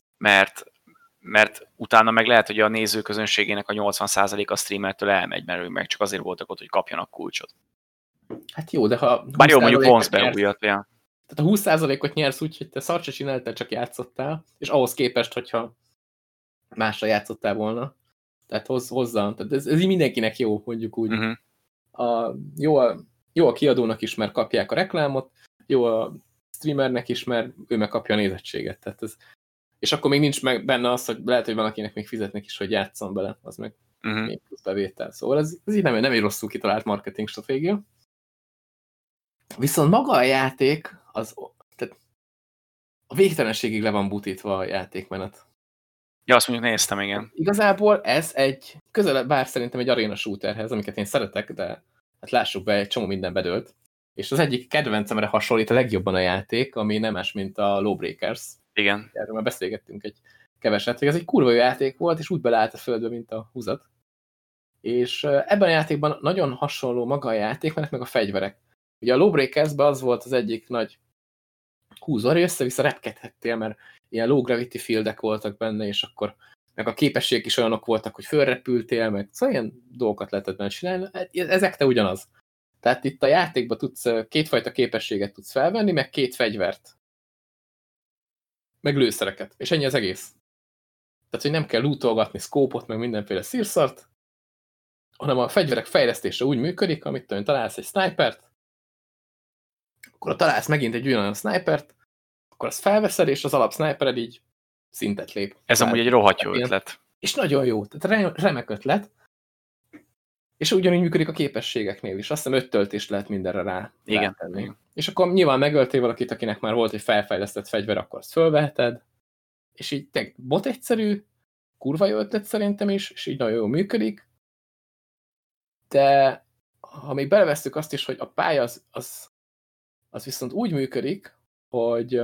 Speaker 2: mert utána meg lehet, hogy a nézőközönségének a 80%-a streamertől elmegy, mert ők meg csak azért voltak ott, hogy kapjanak kulcsot.
Speaker 1: Hát jó, de ha...
Speaker 2: Bár jó, mondjuk vonz be újat, ja.
Speaker 1: Tehát a 20%-ot nyersz úgy, hogy te szart se csináltál, csak játszottál, és ahhoz képest, hogyha másra játszottál volna. Tehát hozzá. Tehát ez így mindenkinek jó, mondjuk úgy. Jó a kiadónak is, mert kapják a reklámot, jó a streamernek is, mert ő megkapja a nézettséget. Tehát és akkor még nincs meg benne az, hogy lehet, hogy valakinek még fizetnek is, hogy játszon bele, az meg még plusz bevétel. Szóval ez így nem egy rosszul kitalált marketing stratégia. Viszont maga a játék, tehát a végtelenségig le van butítva a játékmenet.
Speaker 2: Ja, azt mondjuk néztem, igen.
Speaker 1: Igazából ez egy közelebb, bár szerintem egy arena shooterhez, amiket én szeretek, de hát lássuk be, egy csomó minden bedőlt. És az egyik kedvencemre hasonlít a legjobban a játék, ami nem más, mint a Lawbreakers.
Speaker 2: Igen.
Speaker 1: Erről már beszélgettünk egy keveset, hogy ez egy kurva jó játék volt, és úgy beleállt a földbe, mint a húzat. És ebben a játékban nagyon hasonló maga a játék, meg a fegyverek. Ugye a Lawbreakers-ben az volt az egyik nagy húzó, hogy össze-vissza repkedhettél, mert ilyen low gravity fieldek voltak benne, és akkor meg a képességek is olyanok voltak, hogy fölrepültél, meg szóval ilyen dolgokat lehetett benne csinálni. Ezek te ugyanaz. Tehát itt a játékban tudsz kétfajta képességet tudsz felvenni, meg két fegyvert. Meg lőszereket. És ennyi az egész. Tehát, hogy nem kell lootolgatni szkópot, meg mindenféle szírszart, hanem a fegyverek fejlesztése úgy működik, amit találsz egy snipert, akkor találsz megint egy olyan snipert, akkor azt felveszed, és az alap snipered így szintet lép.
Speaker 2: Ez amúgy egy rohadt jó ötlet.
Speaker 1: És nagyon jó, tehát remek ötlet. És ugyanúgy működik a képességeknél is. Azt hiszem 5 töltést lehet mindenre rá.
Speaker 2: Igen.
Speaker 1: És akkor nyilván megöltél valakit, akinek már volt egy felfejlesztett fegyver, akkor azt fölveheted. És így bot egyszerű, kurva jó ötlet szerintem is, és így nagyon jól működik. De ha még belevesztük azt is, hogy a pálya az viszont úgy működik, hogy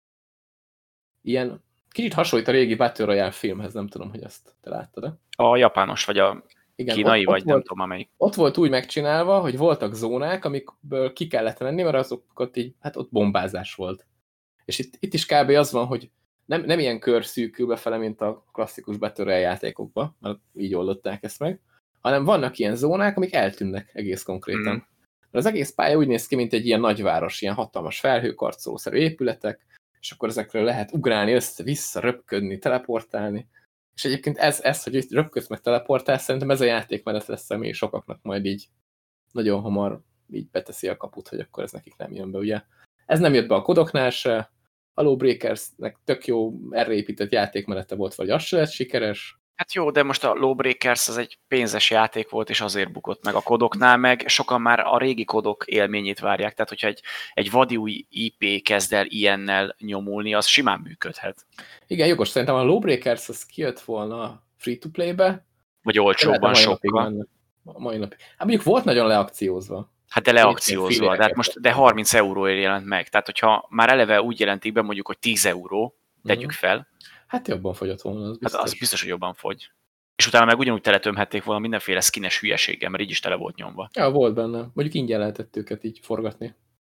Speaker 1: ilyen kicsit hasonlít a régi Battle Royale filmhez, nem tudom, hogy ezt te láttad-e.
Speaker 2: A japános, vagy a
Speaker 1: igen,
Speaker 2: kínai, vagy nem
Speaker 1: volt,
Speaker 2: tudom, amelyik.
Speaker 1: Ott volt úgy megcsinálva, hogy voltak zónák, amikből ki kellett menni, mert azokat így, hát ott bombázás volt. És itt is kb. Az van, hogy nem ilyen kör szűkül befele, mint a klasszikus Battle Royale játékokban, mert így oldották ezt meg, hanem vannak ilyen zónák, amik eltűnnek egész konkrétan. Mert az egész pálya úgy néz ki, mint egy ilyen nagyváros, ilyen hatalmas felhőkarcolószerű épületek, és akkor ezekről lehet ugrálni, össze-vissza, röpködni, teleportálni. És egyébként ez hogy röpködsz meg teleportálsz, szerintem ez a játékmenet lesz, ami sokaknak majd így nagyon hamar így beteszi a kaput, hogy akkor ez nekik nem jön be, ugye. Ez nem jött be a kodoknál se, a Lawbreakersnek tök jó erre épített játékmenete volt, vagy az se lett sikeres.
Speaker 2: Hát jó, de most a Lawbreakers az egy pénzes játék volt, és azért bukott meg a kodoknál, meg sokan már a régi kodok élményét várják, tehát hogyha egy vadi új IP kezd el ilyennel nyomulni, az simán működhet.
Speaker 1: Igen, jogos, szerintem a Lawbreakers az kijött volna free-to-play-be.
Speaker 2: Vagy olcsóbban sokkal.
Speaker 1: Mai napig. Hát mondjuk volt nagyon leakciózva.
Speaker 2: Hát de leakciózva, de 30 euróért jelent meg. Tehát hogyha már eleve úgy jelentik be mondjuk, hogy 10 euró, tegyük fel. Hát
Speaker 1: jobban fogyott volna, az biztos.
Speaker 2: Hát az biztos, hogy jobban fogy. És utána meg ugyanúgy teletömhették volna mindenféle skines hülyeséggel, mert így is tele volt nyomva.
Speaker 1: Ja, volt benne. Mondjuk ingyen lehetett őket így forgatni.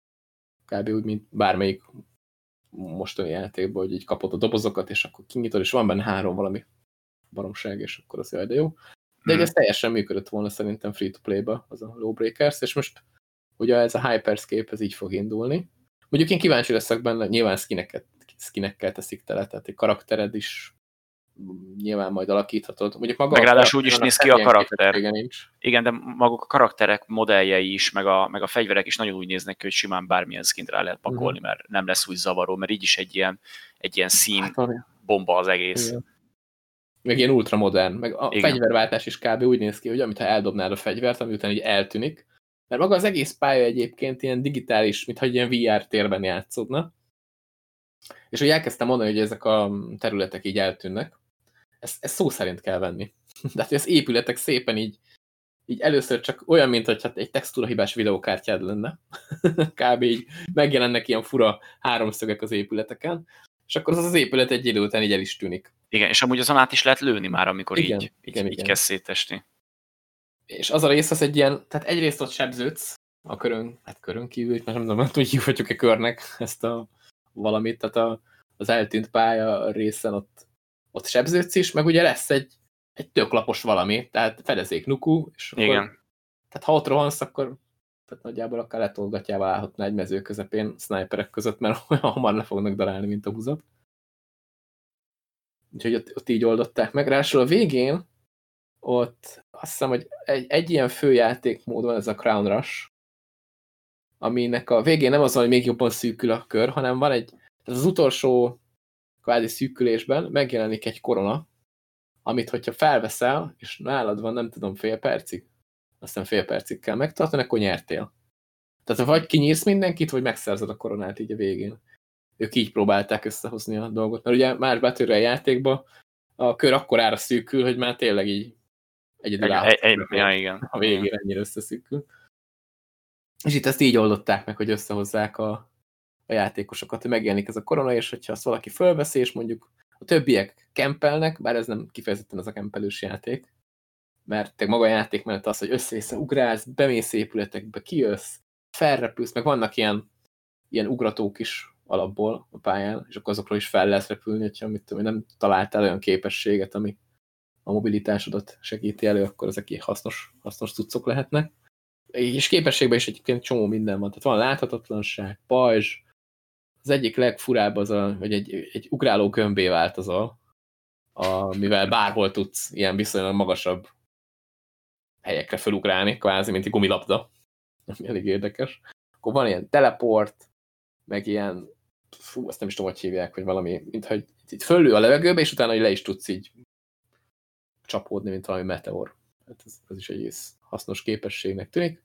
Speaker 1: Kb. Úgy, mint bármelyik mostani játékban, hogy így kapod a dobozokat, és akkor kinyitod, és van benne 3 valami baromság, és akkor az jaj, de jó. De ez teljesen működött volna szerintem free-to-play-ba, az a Lawbreakers, és most ugye ez a Hyperscape, ez így fog indulni. Mondjuk én kíváncsi leszek benne, nyilván skinekkel teszik tele, tehát egy karaktered is nyilván majd alakíthatod. Mondjuk maga
Speaker 2: meg ráadásul úgy is néz ki a karakter.
Speaker 1: Nincs.
Speaker 2: Igen, de maguk a karakterek modelljei is, meg a fegyverek is nagyon úgy néznek ki, hogy simán bármilyen skint rá lehet pakolni, mert nem lesz úgy zavaró, mert így is egy ilyen szín bomba az egész.
Speaker 1: Igen. Meg ilyen ultramodern, meg a fegyverváltás is kb. Úgy néz ki, hogy amintha eldobnád a fegyvert, ami után így eltűnik. Mert maga az egész pálya egyébként ilyen digitális, mintha egy ilyen VR térben játszódna. És hogy elkezdtem mondani, hogy ezek a területek így eltűnnek, ezt szó szerint kell venni. Tehát, hogy az épületek szépen így először csak olyan, mint hogy egy textúrahibás videókártyád lenne. Kb. Így megjelennek ilyen fura háromszögek az épületeken, és akkor az épület egy idő után így el is tűnik.
Speaker 2: Igen, és amúgy azon át is lehet lőni már, amikor így kezd szétesni.
Speaker 1: És az a rész az egy ilyen, tehát egyrészt ott sebződsz a körön kívül, mert nem tudom, hogy hívhatjuk-e körnek ezt a valamit, tehát az eltűnt pálya részen ott sebződsz is, meg ugye lesz egy tök lapos valami, tehát fedezék nuku, és akkor, tehát ha ott rohansz, akkor tehát nagyjából akár letolgatjával állhatna egy mező közepén sniperek között, mert olyan hamar le fognak darálni, mint a húzat. Úgyhogy ott így oldották meg. Ráadásul a végén ott azt hiszem, hogy egy ilyen főjátékmód van, ez a Crown Rush, aminek a végén nem az van, hogy még jobban szűkül a kör, hanem van az utolsó kvázi szűkülésben megjelenik egy korona, amit hogyha felveszel, és nálad van, nem tudom, fél percig, aztán fél percig kell megtartani, akkor nyertél. Tehát vagy kinyírsz mindenkit, vagy megszerzed a koronát így a végén. ők így próbálták összehozni a dolgot. Mert ugye más Battle Royale játékban a kör akkorára szűkül, hogy már tényleg így egyedül állhat.
Speaker 2: Ja, igen.
Speaker 1: A végére ennyire összeszűkül. És itt ezt így oldották meg, hogy összehozzák a játékosokat, hogy megjelenik ez a korona, és hogyha azt valaki fölveszi, és mondjuk a többiek kempelnek, bár ez nem kifejezetten az a kempelős játék, mert maga a játék mellett az, hogy össze-vissza ugrálsz, bemész épületekbe, kijössz, felrepülsz, meg vannak ilyen ugratók is alapból a pályán, és akkor azokról is fel lehet repülni, hogyha mit tudom, nem találtál olyan képességet, ami a mobilitásodat segíti elő, akkor ezek ilyen hasznos cuccok lehetnek. És képességben is egyébként csomó minden van. Tehát van láthatatlanság, pajzs, az egyik legfurább az, hogy egy ugráló gömbé változol, mivel bárhol tudsz ilyen viszonylag magasabb helyekre felugrálni, kvázi, mint egy gumilabda. Ami elég érdekes. Akkor van ilyen teleport, meg ilyen, azt nem is tudom, hogy hívják, hogy valami, mintha itt föllő a levegőbe, és utána le is tudsz így csapódni, mint valami meteor. Hát ez is egy hasznos képességnek tűnik.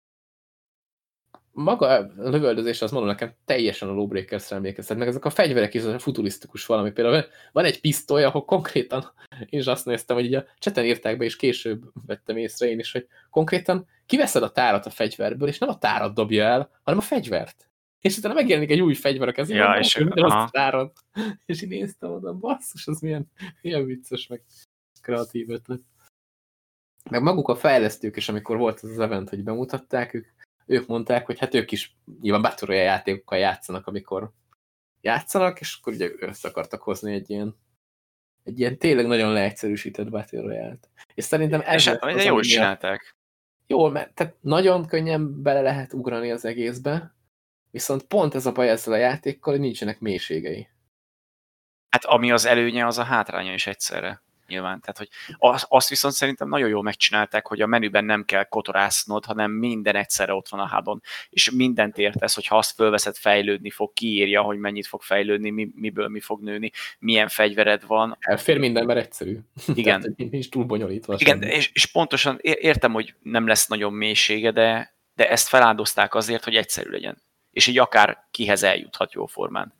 Speaker 1: Maga a lövöldözés, azt mondom nekem, teljesen a Lawbreakers-re emlékeztet, meg ezek a fegyverek is futurisztikus valami. Például van egy pisztoly, ahol konkrétan, én is azt néztem, hogy így a cseten írták be, és később vettem észre én is, hogy konkrétan kiveszed a tárat a fegyverből, és nem a tárat dobja el, hanem a fegyvert. És utána megjelenik egy új fegyver a kezében,
Speaker 2: ja, és
Speaker 1: a tárat. És én néztem oda, basszus, az milyen vicces, meg kreatív ötlet. Meg maguk a fejlesztők is, amikor volt az event, hogy bemutatták, ők mondták, hogy hát ők is nyilván Battle Royale játékokkal játszanak, amikor játszanak, és akkor ugye össze akartak hozni egy ilyen tényleg nagyon leegyszerűsített Battle Royale-t. És szerintem ez
Speaker 2: az, jól is csinálták.
Speaker 1: Jól, mert tehát nagyon könnyen bele lehet ugrani az egészbe, viszont pont ez a baj ezzel a játékkal, hogy nincsenek mélységei.
Speaker 2: Hát ami az előnye, az a hátránya is egyszerre. Nyilván. Tehát, hogy azt viszont szerintem nagyon jól megcsinálták, hogy a menüben nem kell kotorásznod, hanem minden egyszerre ott van a hubon. És mindent értesz, hogyha azt fölveszed, fejlődni fog, kiírja, hogy mennyit fog fejlődni, miből mi fog nőni, milyen fegyvered van.
Speaker 1: Elfér minden, mert egyszerű.
Speaker 2: Igen.
Speaker 1: Tehát, nincs túl bonyolítva.
Speaker 2: Igen, és pontosan értem, hogy nem lesz nagyon mélysége, de ezt feláldozták azért, hogy egyszerű legyen. És így akár kihez eljuthat jó formán.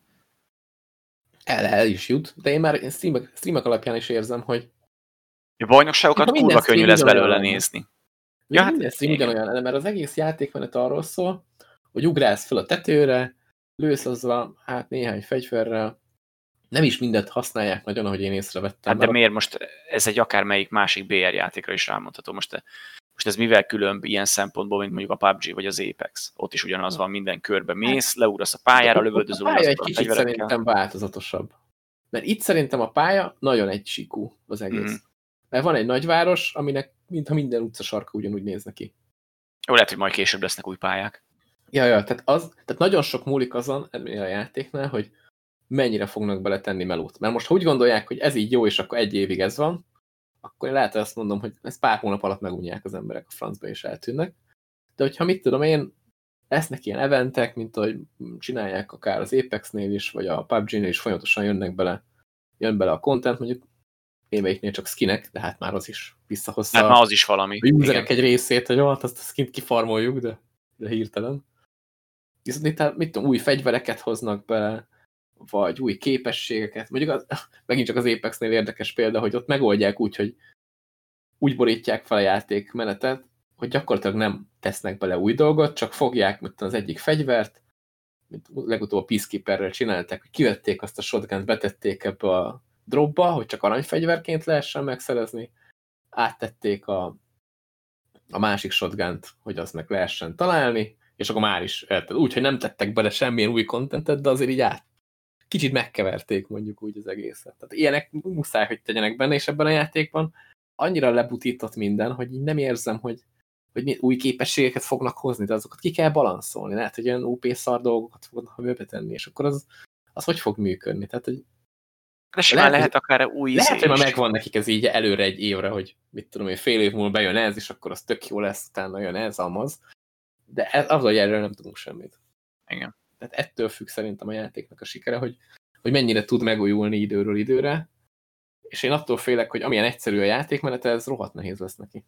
Speaker 1: El is jut, de én már streamek alapján is érzem, hogy
Speaker 2: a bajnokságokat kurva könnyű lesz belőle nézni.
Speaker 1: Ja, minden stream ugyanolyan, mert az egész játékmenet arról szól, hogy ugrálsz fel a tetőre, lősz azzal, hát néhány fegyverrel, nem is mindent használják nagyon, ahogy én észrevettem.
Speaker 2: Hát de miért most ez egy akármelyik másik BR játékra is rámondható. Most ez mivel különb ilyen szempontból, mint mondjuk a PUBG vagy az Apex? Ott is ugyanaz van, minden körbe mész, leugrasz a pályára, lövöldözöl.
Speaker 1: A pálya egy kicsit szerintem változatosabb. Mert itt szerintem a pálya nagyon egysíkú az egész. Mert van egy nagyváros, aminek mintha minden utca sarka ugyanúgy néz neki.
Speaker 2: Jó, lehet, hogy majd később lesznek új pályák.
Speaker 1: Ja, tehát nagyon sok múlik azon ennél a játéknál, hogy mennyire fognak beletenni melót. Mert most ha úgy gondolják, hogy ez így jó, és akkor egy évig ez van, akkor én lehet, hogy azt mondom, hogy ezt pár hónap alatt megunják az emberek a francba, és eltűnnek. De hogyha mit tudom én, lesznek ilyen eventek, mint ahogy csinálják akár az Apexnél is, vagy a PUBG-nél is folyamatosan jön bele a content, mondjuk némelyiknél csak skinek, de hát már az is visszahozza.
Speaker 2: Hát már az is valami.
Speaker 1: A userek egy részét, hogy azt a skint kifarmoljuk, de hirtelen. Viszont itt, mit tudom, új fegyvereket hoznak be, vagy új képességeket. Mondjuk megint csak az Apexnél érdekes példa, hogy ott megoldják úgy, hogy úgy borítják fel a játékmenetet, hogy gyakorlatilag nem tesznek bele új dolgot, csak fogják az egyik fegyvert, mint legutóbb a Peacekeeperrel csinálták, hogy kivették azt a shotgunt, betették ebbe a dropba, hogy csak aranyfegyverként lehessen megszerezni, áttették a másik shotgunt, hogy azt meg lehessen találni, és akkor már is úgy, hogy nem tettek bele semmilyen új contentet, de azért így kicsit megkeverték mondjuk úgy az egészet. Tehát ilyenek muszáj, hogy tegyenek benne, és ebben a játékban annyira lebutított minden, hogy így nem érzem, hogy új képességeket fognak hozni, de azokat ki kell balanszolni. Lehet, hogy olyan OP szar dolgokat fognak betenni, és akkor az hogy fog működni? Tehát, hogy
Speaker 2: de simán lehet akár új
Speaker 1: lehet, hogy már megvan nekik ez így előre egy évre, hogy mit tudom én, fél év múlva bejön ez, és akkor az tök jó lesz, utána jön ez, amaz. De az, hogy erről nem tudunk semmit.
Speaker 2: Igen.
Speaker 1: Tehát ettől függ szerintem a játéknak a sikere, hogy mennyire tud megújulni időről időre, és én attól félek, hogy amilyen egyszerű a játékmenete, ez rohadt nehéz lesz neki.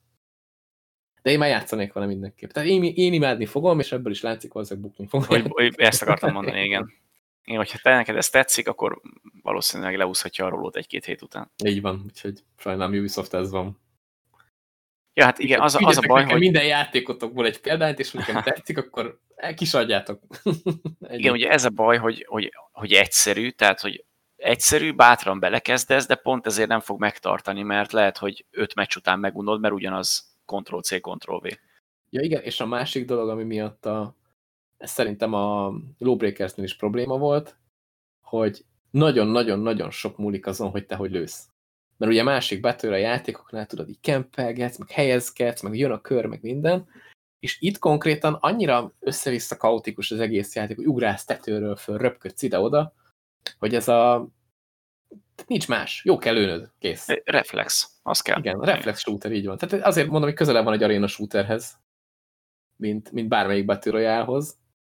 Speaker 1: De én már játszanék vele mindenképp. Tehát én imádni fogom, és ebből is látszik, valószínűleg bukni fogom.
Speaker 2: Ezt akartam mondani, igen. Igen, hogyha te neked ez tetszik, akkor valószínűleg leúszhatja a rólót 1-2 hét után.
Speaker 1: Így van, úgyhogy sajnálom, Ubisoft ez van.
Speaker 2: Ja, hát igen, az a baj, hogy...
Speaker 1: minden játékotokból egy példányt, és nekem tetszik, akkor kis adjátok.
Speaker 2: Igen, ugye ez a baj, hogy egyszerű, tehát, hogy egyszerű, bátran belekezdesz, de pont ezért nem fog megtartani, mert lehet, hogy 5 meccs után megunod, mert ugyanaz Ctrl-C, Ctrl-V.
Speaker 1: Ja igen, és a másik dolog, ami miatt ez szerintem a Lawbreakersnél is probléma volt, hogy nagyon-nagyon-nagyon sok múlik azon, hogy te hogy lősz. Mert ugye másik Battle játékoknál tudod, így kempelgetsz, meg helyezkedsz, meg jön a kör, meg minden, és itt konkrétan annyira össze-vissza kaotikus az egész játék, hogy ugrálsz tetőről föl, röpködsz ide-oda, hogy ez nincs más. Jó kell lőnöd, kész.
Speaker 2: Reflex, az kell.
Speaker 1: Igen, reflex shooter, így van. Tehát azért mondom, hogy közelebb van egy arena shooterhez, mint bármelyik Battle Royale-hoz.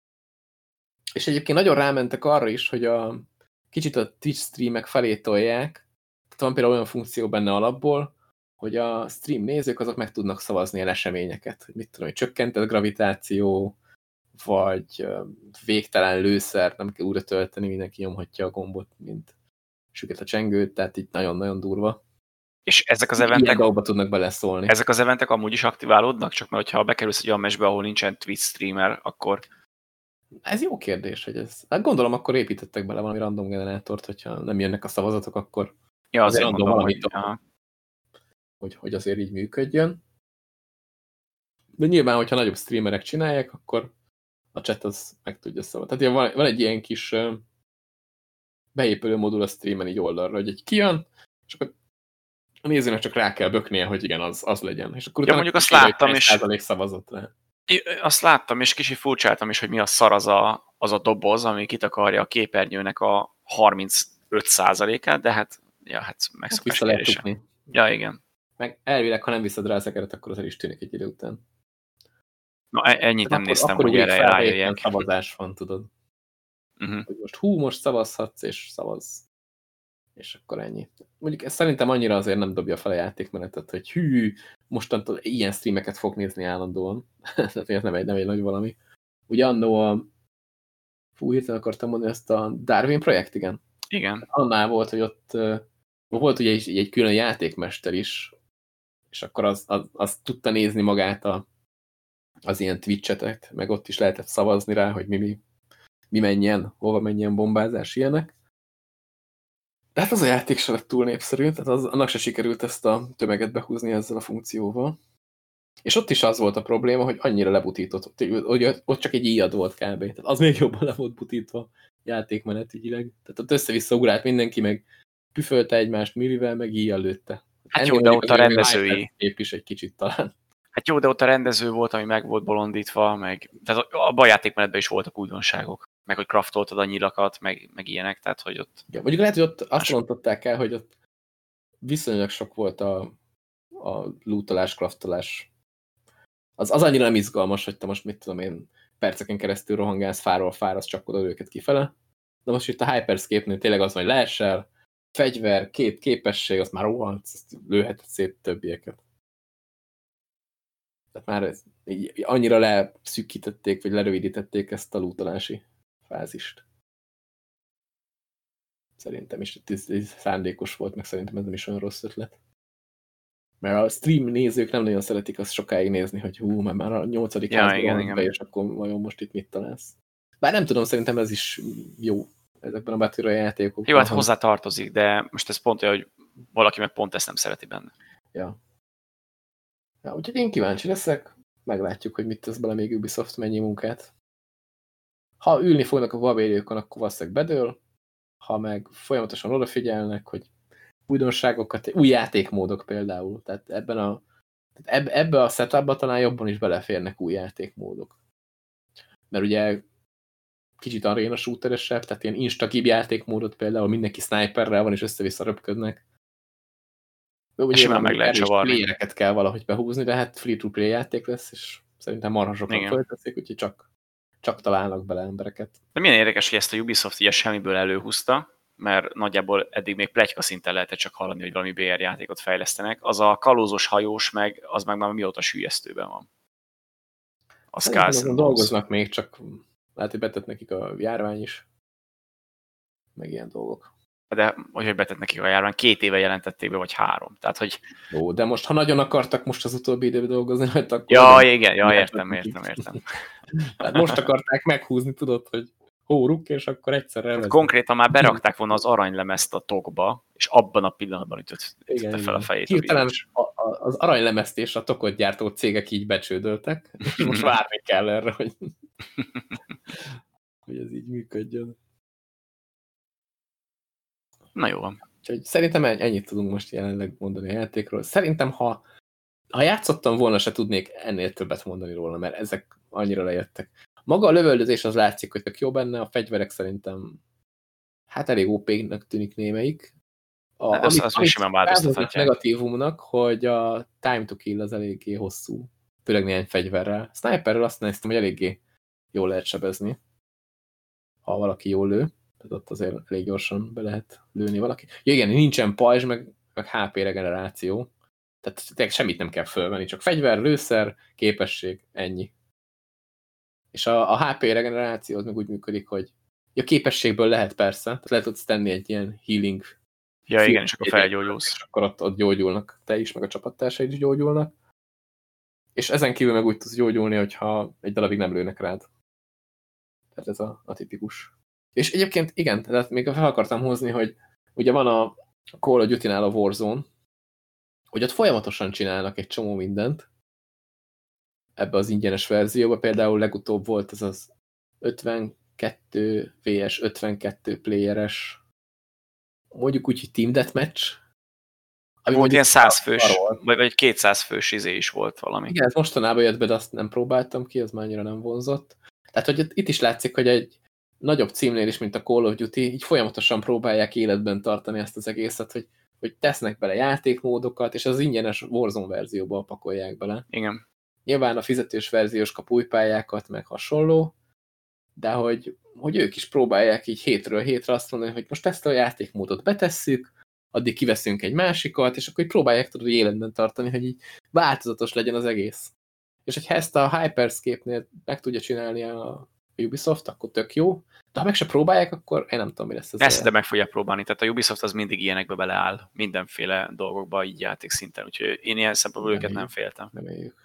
Speaker 1: És egyébként nagyon rámentek arra is, hogy kicsit a Twitch streamek felé tolják. Tehát van például olyan funkció benne alapból, hogy a stream nézők azok meg tudnak szavazni el eseményeket. Hogy mit tudom, hogy csökkentett gravitáció, vagy végtelen lőszer, nem kell újra tölteni, mindenki nyomhatja a gombot, mint süket a csengőt, tehát így nagyon-nagyon durva.
Speaker 2: És ezek az eventek...
Speaker 1: Ilyen tudnak beleszólni.
Speaker 2: Ezek az eventek amúgy is aktiválódnak, csak mert ha bekerülsz egy olyan meccsbe, ahol nincsen Twitch streamer, akkor...
Speaker 1: Ez jó kérdés, hogy ez... Hát gondolom, akkor építettek bele valami random generátort, hogyha nem jönnek a szavazatok, akkor
Speaker 2: ja, azért mondom,
Speaker 1: valamit, hogy azért így működjön. De nyilván, hogyha nagyobb streamerek csinálják, akkor a chat az meg tudja szavazni. Tehát van egy ilyen kis beépülő modul a streamen így oldalra, hogy egy kijön, és akkor a nézőnek csak rá kell böknie, hogy igen, az legyen. És akkor
Speaker 2: ja, mondjuk azt láttam, és
Speaker 1: szavazott rá.
Speaker 2: Azt láttam, és kicsit furcsáltam is, hogy mi a szar az a doboz, ami kitakarja a képernyőnek a 35%-át, de hát megszokás kérdése. Ja, igen.
Speaker 1: Meg elvileg, ha nem viszed rá a szekeret, akkor az el is tűnik egy idő után.
Speaker 2: Na, ennyit nem néztem, hogy erre rájöjjek.
Speaker 1: Szavazás van, tudod. Hogy most szavazhatsz, és szavazz. És akkor ennyi. Mondjuk ez szerintem annyira azért nem dobja fel a játékmenetet, hogy mostantól ilyen streameket fog nézni állandóan. Tehát ez nem egy nagy valami. Ugye annó hirtelen akartam mondani ezt a Darwin projekt, igen?
Speaker 2: Igen.
Speaker 1: Annál volt, hogy ott volt ugye egy külön játékmester is, és akkor az tudta nézni magát az ilyen Twitch-etet, meg ott is lehetett szavazni rá, hogy mi menjen, hova menjen bombázás, ilyenek. De hát az a játék se lett túl népszerű, tehát annak se sikerült ezt a tömeget behúzni ezzel a funkcióval. És ott is az volt a probléma, hogy annyira lebutított, hogy ott csak egy íjad volt kb. Tehát az még jobban le volt butítva játékmenetileg. Tehát ott össze-vissza ugrált mindenki, meg püfölte egymást millivel, meg íjjal lőtte.
Speaker 2: Hát jó, de ott a rendezői.
Speaker 1: Épp is egy kicsit talán.
Speaker 2: Hát jó, de ott a rendező volt, ami meg volt bolondítva, tehát abban a játékmenetben is voltak újdonságok. Meg hogy craftoltad a nyilakat, meg ilyenek, tehát hogy ott...
Speaker 1: Ja, mondjuk lehet, hogy ott azt mondották el, hogy ott viszonylag sok volt a lootolás, craftolás. Az annyira nem izgalmas, hogy te most mit tudom én, perceken keresztül rohangálsz fáról fára, az csapkodod őket kifele. De most itt a Hyperscape-nél tényleg az, hogy leesel, fegyver, képesség, az már rohansz, lőheted szét többieket. Tehát már annyira leszűkítették, vagy lerövidítették ezt a lootolási fázist. Szerintem is ez szándékos volt, meg szerintem ez nem is olyan rossz ötlet. Mert a stream nézők nem nagyon szeretik azt sokáig nézni, hogy mert már a 8. házban be, és akkor vajon most itt mit találsz. Bár nem tudom, szerintem ez is jó ezekben a Battle Royale játékokban.
Speaker 2: Jó, hát hozzá tartozik, de most ez pont olyan, hogy valaki meg pont ezt nem szereti benne.
Speaker 1: Ja, úgyhogy én kíváncsi leszek, meglátjuk, hogy mit tesz bele még Ubisoft, mennyi munkát. Ha ülni fognak a babérjókon, akkor valószínűleg bedől, ha meg folyamatosan odafigyelnek, hogy újdonságokat, új játékmódok például, tehát ebbe a setupba talán jobban is beleférnek új játékmódok. Mert ugye kicsit aréna shooteresebb, tehát ilyen instagib játékmódot például mindenki sniperrel van és össze-vissza röpködnek.
Speaker 2: És simán meg lehet csavarni.
Speaker 1: Playereket kell valahogy behúzni, de hát free-to-play játék lesz, és szerintem marha sokan fölteszik, úgyhogy csak találnak bele embereket.
Speaker 2: De milyen érdekes, hogy ezt a Ubisoft ilyen semmiből előhúzta, mert nagyjából eddig még pletyka szinten lehetett csak hallani, hogy valami BR játékot fejlesztenek. Az a kalózos hajós az meg már mióta süllyesztőben van.
Speaker 1: Azon dolgoznak még, csak lehet, hogy betett nekik a járvány is. meg ilyen dolgok.
Speaker 2: De hogy betett nekik a járvány, 2 éve jelentették be, vagy 3. Tehát, hogy...
Speaker 1: Jó, de most, ha nagyon akartak most az utóbbi időben dolgozni, hát akkor...
Speaker 2: Ja, igen, ja, értem.
Speaker 1: Tehát most akarták meghúzni, tudod, hogy hóruk, és akkor egyszerre elvezettek.
Speaker 2: Konkrétan már berakták volna az aranylemezt a tokba, és abban a pillanatban ütötte fel a fejét.
Speaker 1: Hirtelen az aranylemezt és a tokot gyártó cégek így becsődöltek, és most várni kell erre, hogy ez így működjön.
Speaker 2: Na jó van.
Speaker 1: Úgyhogy szerintem ennyit tudunk most jelenleg mondani a játékról. Szerintem, ha játszottam volna, se tudnék ennél többet mondani róla, mert ezek annyira lejöttek. Maga a lövöldözés az látszik, hogy tök jó benne, a fegyverek szerintem hát elég OP-nek tűnik némelyik.
Speaker 2: Azt még simán változtathatják.
Speaker 1: Negatívumnak, hogy a time to kill az eléggé hosszú, főleg néhány fegyverrel. Sniperrel azt néztem, hogy eléggé jól lehet sebezni, ha valaki jól lő. Tehát ott azért elég gyorsan be lehet lőni valaki. Ja, igen, nincsen pajzs, meg HP regeneráció. Tehát semmit nem kell fölvenni, csak fegyver, lőszer, képesség, ennyi. És a HP regeneráció az meg úgy működik, hogy a képességből lehet persze, tehát lehet ott tenni egy ilyen healing.
Speaker 2: Ja, igen, és akkor felgyógyulsz.
Speaker 1: És akkor ott gyógyulnak te is, meg a csapattársaid is gyógyulnak. És ezen kívül meg úgy tudsz gyógyulni, hogyha egy darabig nem lőnek rád. Tehát ez a tipikus. És egyébként igen, tehát még fel akartam hozni, hogy ugye van a Call of Duty-nál a Warzone, hogy ott folyamatosan csinálnak egy csomó mindent ebbe az ingyenes verzióba. Például legutóbb volt ez az 52 vs 52 playeres, mondjuk úgy, hogy Team Deathmatch.
Speaker 2: Ami volt ilyen 100 fős, vagy 200 fős izé is volt valami.
Speaker 1: Igen, ez mostanában jött be, de azt nem próbáltam ki, az már annyira nem vonzott. Tehát, hogy itt is látszik, hogy egy nagyobb címnél is, mint a Call of Duty, így folyamatosan próbálják életben tartani ezt az egészet, hogy tesznek bele játékmódokat, és az ingyenes Warzone verzióba pakolják bele.
Speaker 2: Igen.
Speaker 1: Nyilván a fizetős verziós kap új pályákat, meg hasonló, de hogy ők is próbálják így hétről hétre azt mondani, hogy most ezt a játékmódot betesszük, addig kiveszünk egy másikat, és akkor így próbálják tudod életben tartani, hogy így változatos legyen az egész. És hogyha ezt a Hyperscape-nél meg tudja csinálni a Ubisoft, akkor tök jó, de ha meg se próbálják, akkor én nem tudom, mi lesz ez.
Speaker 2: Ezt de meg fogja próbálni, tehát a Ubisoft az mindig ilyenekbe beleáll, mindenféle dolgokba, így játékszinten, úgyhogy én ilyen szempontból őket nem féltem.
Speaker 1: Reméljük.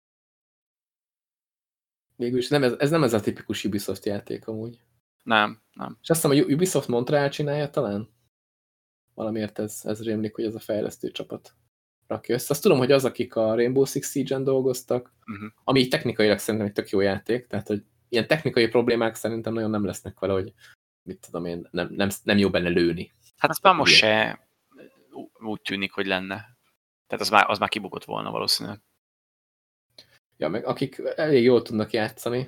Speaker 1: Végülis ez nem ez a tipikus Ubisoft játék amúgy.
Speaker 2: Nem.
Speaker 1: És azt hiszem, a Ubisoft Montreal csinálja talán? Valamiért ez rémlik, hogy ez a fejlesztő csapat rakja össze. Azt tudom, hogy az, akik a Rainbow Six Siege-en dolgoztak, ami technikailag szerintem egy tök jó játék, tehát hogy ilyen technikai problémák szerintem nagyon nem lesznek vele, hogy mit tudom én, nem jó benne lőni.
Speaker 2: Hát az már most se úgy tűnik, hogy lenne. Tehát az már kibukott volna valószínűleg.
Speaker 1: Ja, meg akik elég jól tudnak játszani,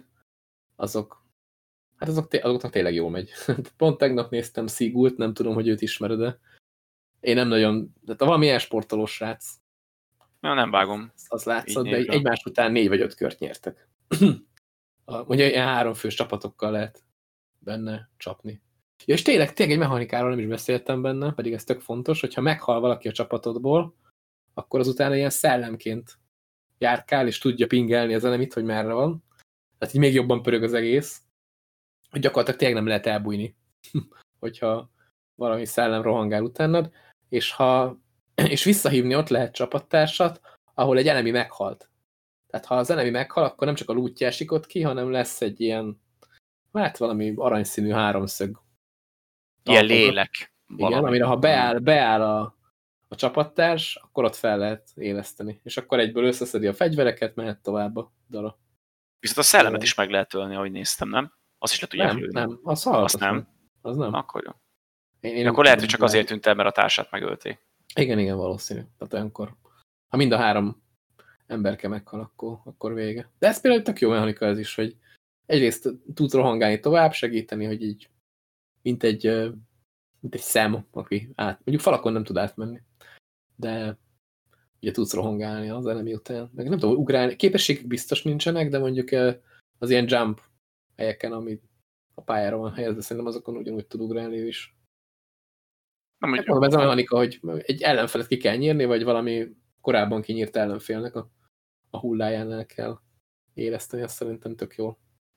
Speaker 1: azoknak tényleg jól megy. Pont tegnap néztem Sigult, nem tudom, hogy őt ismered, de én nem nagyon, de valami e-sportolós srác.
Speaker 2: Ja, nem vágom.
Speaker 1: Az látszott, de egymás után 4 vagy 5 kört nyertek. Mondja, ilyen 3 fős csapatokkal lehet benne csapni. Ja, és tényleg egy mechanikáról nem is beszéltem benne, pedig ez tök fontos, hogyha meghal valaki a csapatodból, akkor azután ilyen szellemként járkál, és tudja pingelni az enemit, hogy merre van. Tehát így még jobban pörög az egész. Hogy gyakorlatilag tényleg nem lehet elbújni, hogyha valami szellem rohangál utánad, és visszahívni ott lehet csapattársat, ahol egy enemi meghalt. Tehát ha az enemi meghal, akkor nem csak a lootja esik ott ki, hanem lesz egy ilyen, hát valami aranyszínű háromszög.
Speaker 2: Ilyen lélek.
Speaker 1: Igen, amire ha beáll a csapattárs, akkor ott fel lehet éleszteni. És akkor egyből összeszedi a fegyvereket, mehet tovább a dara.
Speaker 2: Viszont a szellemet is meg lehet ölni, ahogy néztem, nem? Azt is le tudják lőni.
Speaker 1: Nem, azt nem. Az nem.
Speaker 2: Akkor jó. Akkor lehet, hogy csak azért tűnt el, mert a társát megölték.
Speaker 1: Igen, valószínű. Tehát olyankor, ha mind a 3 emberke meghal, akkor vége. De ez például tök jó mechanika ez is, hogy egyrészt tudsz rohangálni tovább, segíteni, hogy így mint egy szem, aki mondjuk falakon nem tud átmenni, de ugye tudsz rohangálni az enemi után. Meg nem tudom, ugrálni. Képességek biztos nincsenek, de mondjuk az ilyen jump helyeken, ami a pályára van helyezve, szerintem azokon ugyanúgy tud ugrálni ő is. Ez a mechanika, hogy egy ellenfelet ki kell nyírni, vagy valami korábban kinyírt ellenfélnek a hullájánál kell éleszteni, azt szerintem tök jó.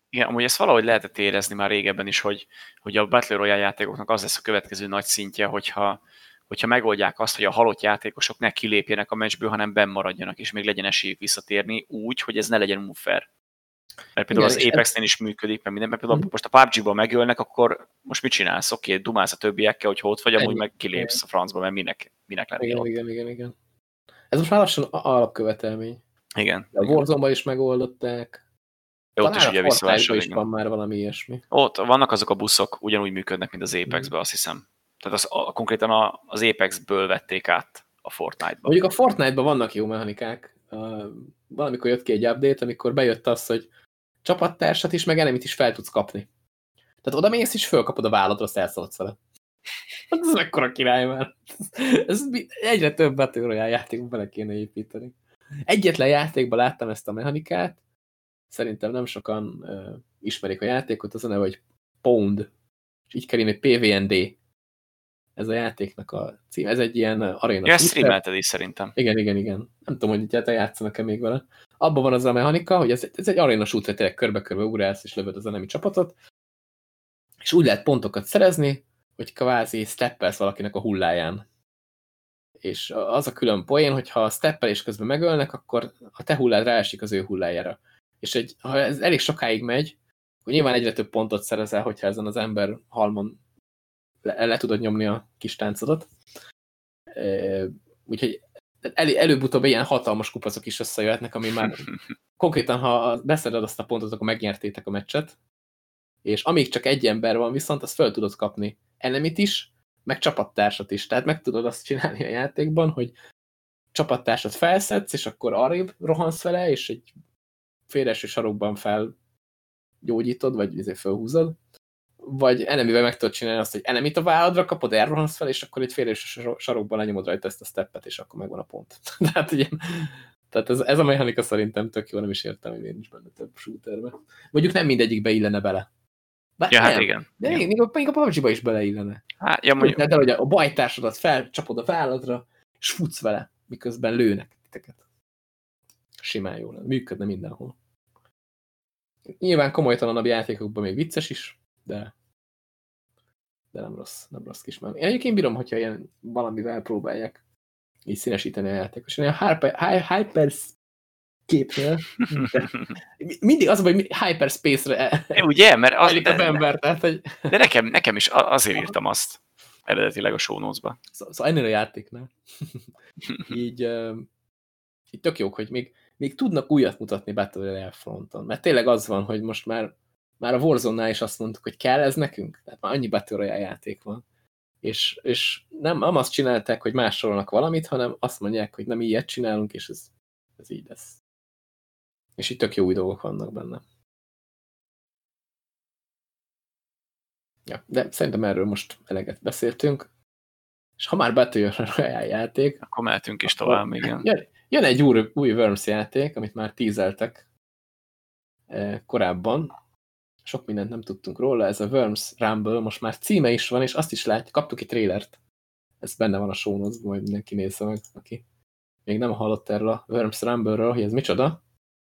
Speaker 2: Igen, amúgy ezt valahogy lehetett érezni már régebben is, hogy a Battle Royale játékoknak az lesz a következő nagy szintje, hogyha megoldják azt, hogy a halott játékosok ne kilépjenek a meccsből, hanem benn maradjanak, és még legyen esélyük visszatérni úgy, hogy ez ne legyen unfair. Mert például
Speaker 1: Igen,
Speaker 2: az Apex-nél is működik, mert minden, mert például most a PUBG-ban megölnek, akkor most mit csinálsz? Oké, dumálsz a többiekkel, hogy ott vagy, amúgy meg kilépsz a francba, mert minek lennél ott.
Speaker 1: Igen. Ez most már lassan alapkövetelmény.
Speaker 2: Igen.
Speaker 1: A Warzone-ban is megoldották.
Speaker 2: Ott is ugye
Speaker 1: Fortnite-ban is van már valami ilyesmi.
Speaker 2: Ott vannak azok a buszok, ugyanúgy működnek, mint az Apex-ben, azt hiszem. Tehát konkrétan az Apex-ből vették át a Fortnite-ba.
Speaker 1: Mondjuk a Fortnite-ban vannak jó mechanikák. Valamikor jött ki egy update, amikor bejött az, hogy csapattársat is, meg enemit is fel tudsz kapni. Tehát oda mész és fölkapod a válladra, azt elszaladsz vele. Ez mekkora király már. Ez egyre több Battle Royale játékban bele kéne építeni. Egyetlen játékban láttam ezt a mechanikát, szerintem nem sokan ismerik a játékot, az a neve, hogy Pwned. És így kell írni, PVND. Ez a játéknak a cím. Ez egy ilyen aréna.
Speaker 2: Ja, ezt streamelted is szerintem.
Speaker 1: Igen. Nem tudom, hogy egyáltalán játszanak-e még vele. Abban van az a mechanika, hogy ez egy aréna shooter, tényleg körbe-körbe ugrálsz és lövöd az enemi csapatot, és úgy lehet pontokat szerezni, hogy kvázi steppelsz valakinek a hulláján. És az a külön poén, hogyha a steppelés közben megölnek, akkor a te hullád ráesik az ő hullájára. És ha ez elég sokáig megy, akkor nyilván egyre több pontot szerezel, hogyha ezen az ember halmon le tudod nyomni a kis táncodat. Úgyhogy előbb-utóbb ilyen hatalmas kupacok is összejöhetnek, ami már konkrétan, ha beszeded azt a pontot, akkor megnyertétek a meccset, és amíg csak egy ember van viszont, azt fel tudod kapni enemit is, meg csapattársat is. Tehát meg tudod azt csinálni a játékban, hogy csapattársat felszedsz, és akkor arrébb rohansz vele, és egy féleső sarokban felgyógyítod, vagy felhúzod, vagy enemivel meg tudod csinálni azt, hogy enemit a válladra kapod, elrohansz fel, és akkor egy féleső sarokban lenyomod rajta ezt a steppet, és akkor megvan a pont. Tehát ez a mechanika szerintem tök jó, nem is értem, hogy nincs benne több shooterbe. Mondjuk nem mindegyikbe illene bele. Bár
Speaker 2: ja,
Speaker 1: nem,
Speaker 2: hát igen.
Speaker 1: De még a PUBG-ba is beleillene.
Speaker 2: Hát, ja, mondjuk...
Speaker 1: De hogy a bajtársadat felcsapod a válladra, és futsz vele, miközben lőnek titeket. Simán jó lenne. Működne mindenhol. Nyilván komolytalanabb játékokban még vicces is, de nem rossz kis már. Én egyébként bírom, hogyha ilyen valamivel próbálják így színesíteni a játékos. Én a Hyperscape-nél mindig az, hogy Hyperspace-re
Speaker 2: ugye, mert az,
Speaker 1: az ember, tehát, hogy...
Speaker 2: De nekem is azért írtam azt eredetileg a show notes-ba.
Speaker 1: Szóval ennél a játéknál így tök jók, hogy még tudnak újat mutatni Battle Royale fronton. Mert tényleg az van, hogy most már a Warzone-nál is azt mondtuk, hogy kell ez nekünk? Tehát már annyi Battle Royale játék van. És nem azt csinálták, hogy másolnak valamit, hanem azt mondják, hogy nem ilyet csinálunk, és ez így lesz. És itt tök jó új dolgok vannak benne. Ja, de szerintem erről most eleget beszéltünk. És ha már Battle Royale játék...
Speaker 2: Akkor mehetünk is tovább, igen.
Speaker 1: Jön egy új Worms játék, amit már tízeltek korábban. Sok mindent nem tudtunk róla. Ez a Worms Rumble, most már címe is van, és azt is látjuk, kaptuk egy trélert. Ez benne van a show notes-ban, majd mindenki nézze meg, aki még nem hallott erről a Worms Rumble-ről, hogy ez micsoda.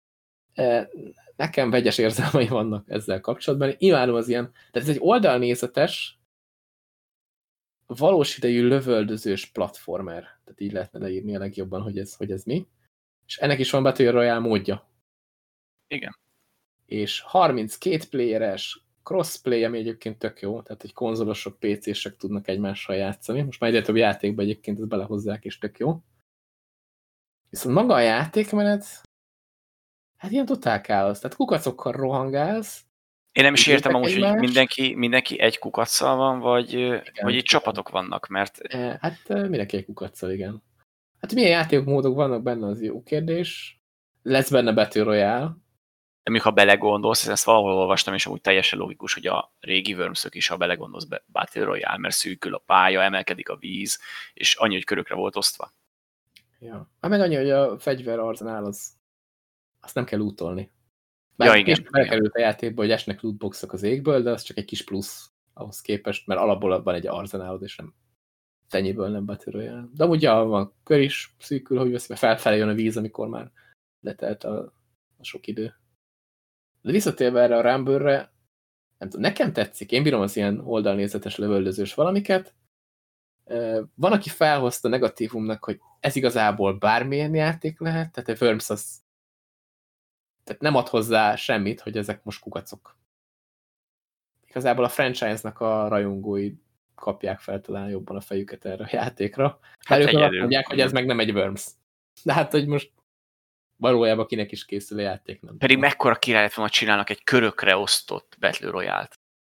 Speaker 1: Nekem vegyes érzelmei vannak ezzel kapcsolatban. Imádom az ilyen, tehát ez egy oldalnézetes, valós idejű lövöldözős platformer. Tehát így lehetne leírni a legjobban, hogy ez mi. És ennek is van Battle Royale módja.
Speaker 2: Igen.
Speaker 1: És 32 playeres crossplay, ami egyébként tök jó, tehát hogy konzolosok, PC-sek tudnak egymással játszani. Most már egyre több játékban egyébként ezt belehozzák, és tök jó. Viszont maga a játékmenet, hát ilyen totál káosz. Tehát kukacokkal rohangálsz.
Speaker 2: Én nem is értem amúgy, hogy mindenki egy kukacsal van, vagy itt csapatok vannak, mert...
Speaker 1: Hát mindenki egy kukacsal, igen. Hát milyen játékmódok vannak benne, az jó kérdés. Lesz benne Battle Royale.
Speaker 2: De még ha belegondolsz, ezt valahol olvastam, és amúgy teljesen logikus, hogy a régi Wormsök is, ha belegondolsz Battle Royale, mert szűkül a pálya, emelkedik a víz, és annyi, hogy körökre volt osztva.
Speaker 1: Ja. Hát meg annyi, hogy a fegyver arzenál, azt nem kell lootolni.
Speaker 2: Ja, igen.
Speaker 1: Belekerült a játékba, hogy esnek lootboxok az égből, de az csak egy kis plusz ahhoz képest, mert alapból van egy arzenálod, és nem tenyéből nem Battle Royale. De amúgy van kör is szűkül, hogy veszi, mert felfelé jön a víz, amikor már letelt a sok idő. De visszatérve erre a Rumble-re, nem tudom, nekem tetszik, én bírom az ilyen oldalnézetes lövöldözős valamiket. Van, aki felhozta negatívumnak, hogy ez igazából bármilyen játék lehet, tehát a Worms az tehát nem ad hozzá semmit, hogy ezek most kukacok. Igazából a franchise-nak a rajongói kapják fel talán jobban a fejüket erre a játékra. Hát ők azt mondják, hogy ez meg nem egy Worms. De hát, hogy most valójában kinek is készül a játék, nem
Speaker 2: Pedig
Speaker 1: tudom.
Speaker 2: mekkora király lett volna, csinálnak egy körökre osztott Battle Royale-t.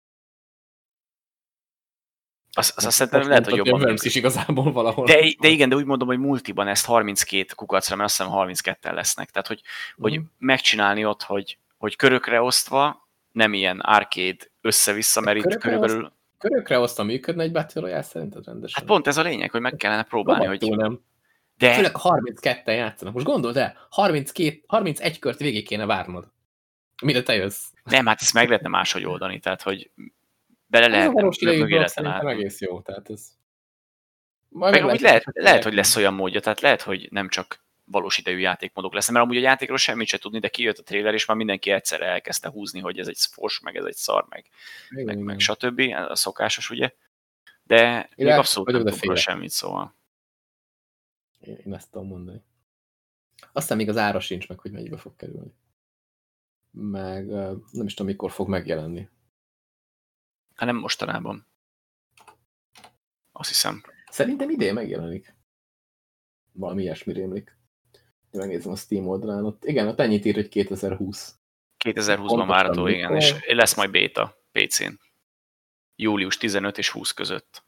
Speaker 2: Azt szerintem lehet, hogy jobban
Speaker 1: Worms is igazából valahol.
Speaker 2: De igen, de úgy mondom, hogy multiban ezt 32 kukacra, mert azt hiszem 32-en lesznek. Tehát, hogy megcsinálni ott, hogy körökre osztva, nem ilyen arcade össze-vissza, mert itt körülbelül...
Speaker 1: Körökre osztva működne egy Battle Royale szerinted rendesen?
Speaker 2: Hát pont ez a lényeg, hogy meg kellene próbálni, hogy...
Speaker 1: Nem. De... Főleg 32-en játszanak. Most gondold el, 31 kört végig kéne várnod. Mire te jössz?
Speaker 2: Nem, hát ezt meg lehetne máshogy oldani, tehát, hogy bele lehetne, mögé lehetne látni.
Speaker 1: Egész jó, tehát ez...
Speaker 2: Meg amúgy lehet, hogy lesz olyan módja, tehát lehet, hogy nem csak valós idejű játékmódok lesz, mert amúgy a játékról semmit se tudni, de kijött a trailer, és már mindenki egyszerre elkezdte húzni, hogy ez egy fos, meg ez egy szar, meg stb. Ez a szokásos, ugye? De még abszolút nem tudok semmit, szóval.
Speaker 1: Én ezt tudom mondani. Aztán még az ára sincs meg, hogy mennyibe fog kerülni. Meg nem is tudom, mikor fog megjelenni.
Speaker 2: Hát nem mostanában. Azt hiszem.
Speaker 1: Szerintem idén megjelenik. Valami ilyesmi rémlik. Megnézem a Steam oldalán. Ott, igen, ott ennyit ír, hogy 2020.
Speaker 2: 2020-ban várható, igen. És lesz majd béta PC-n. Július 15 és 20 között.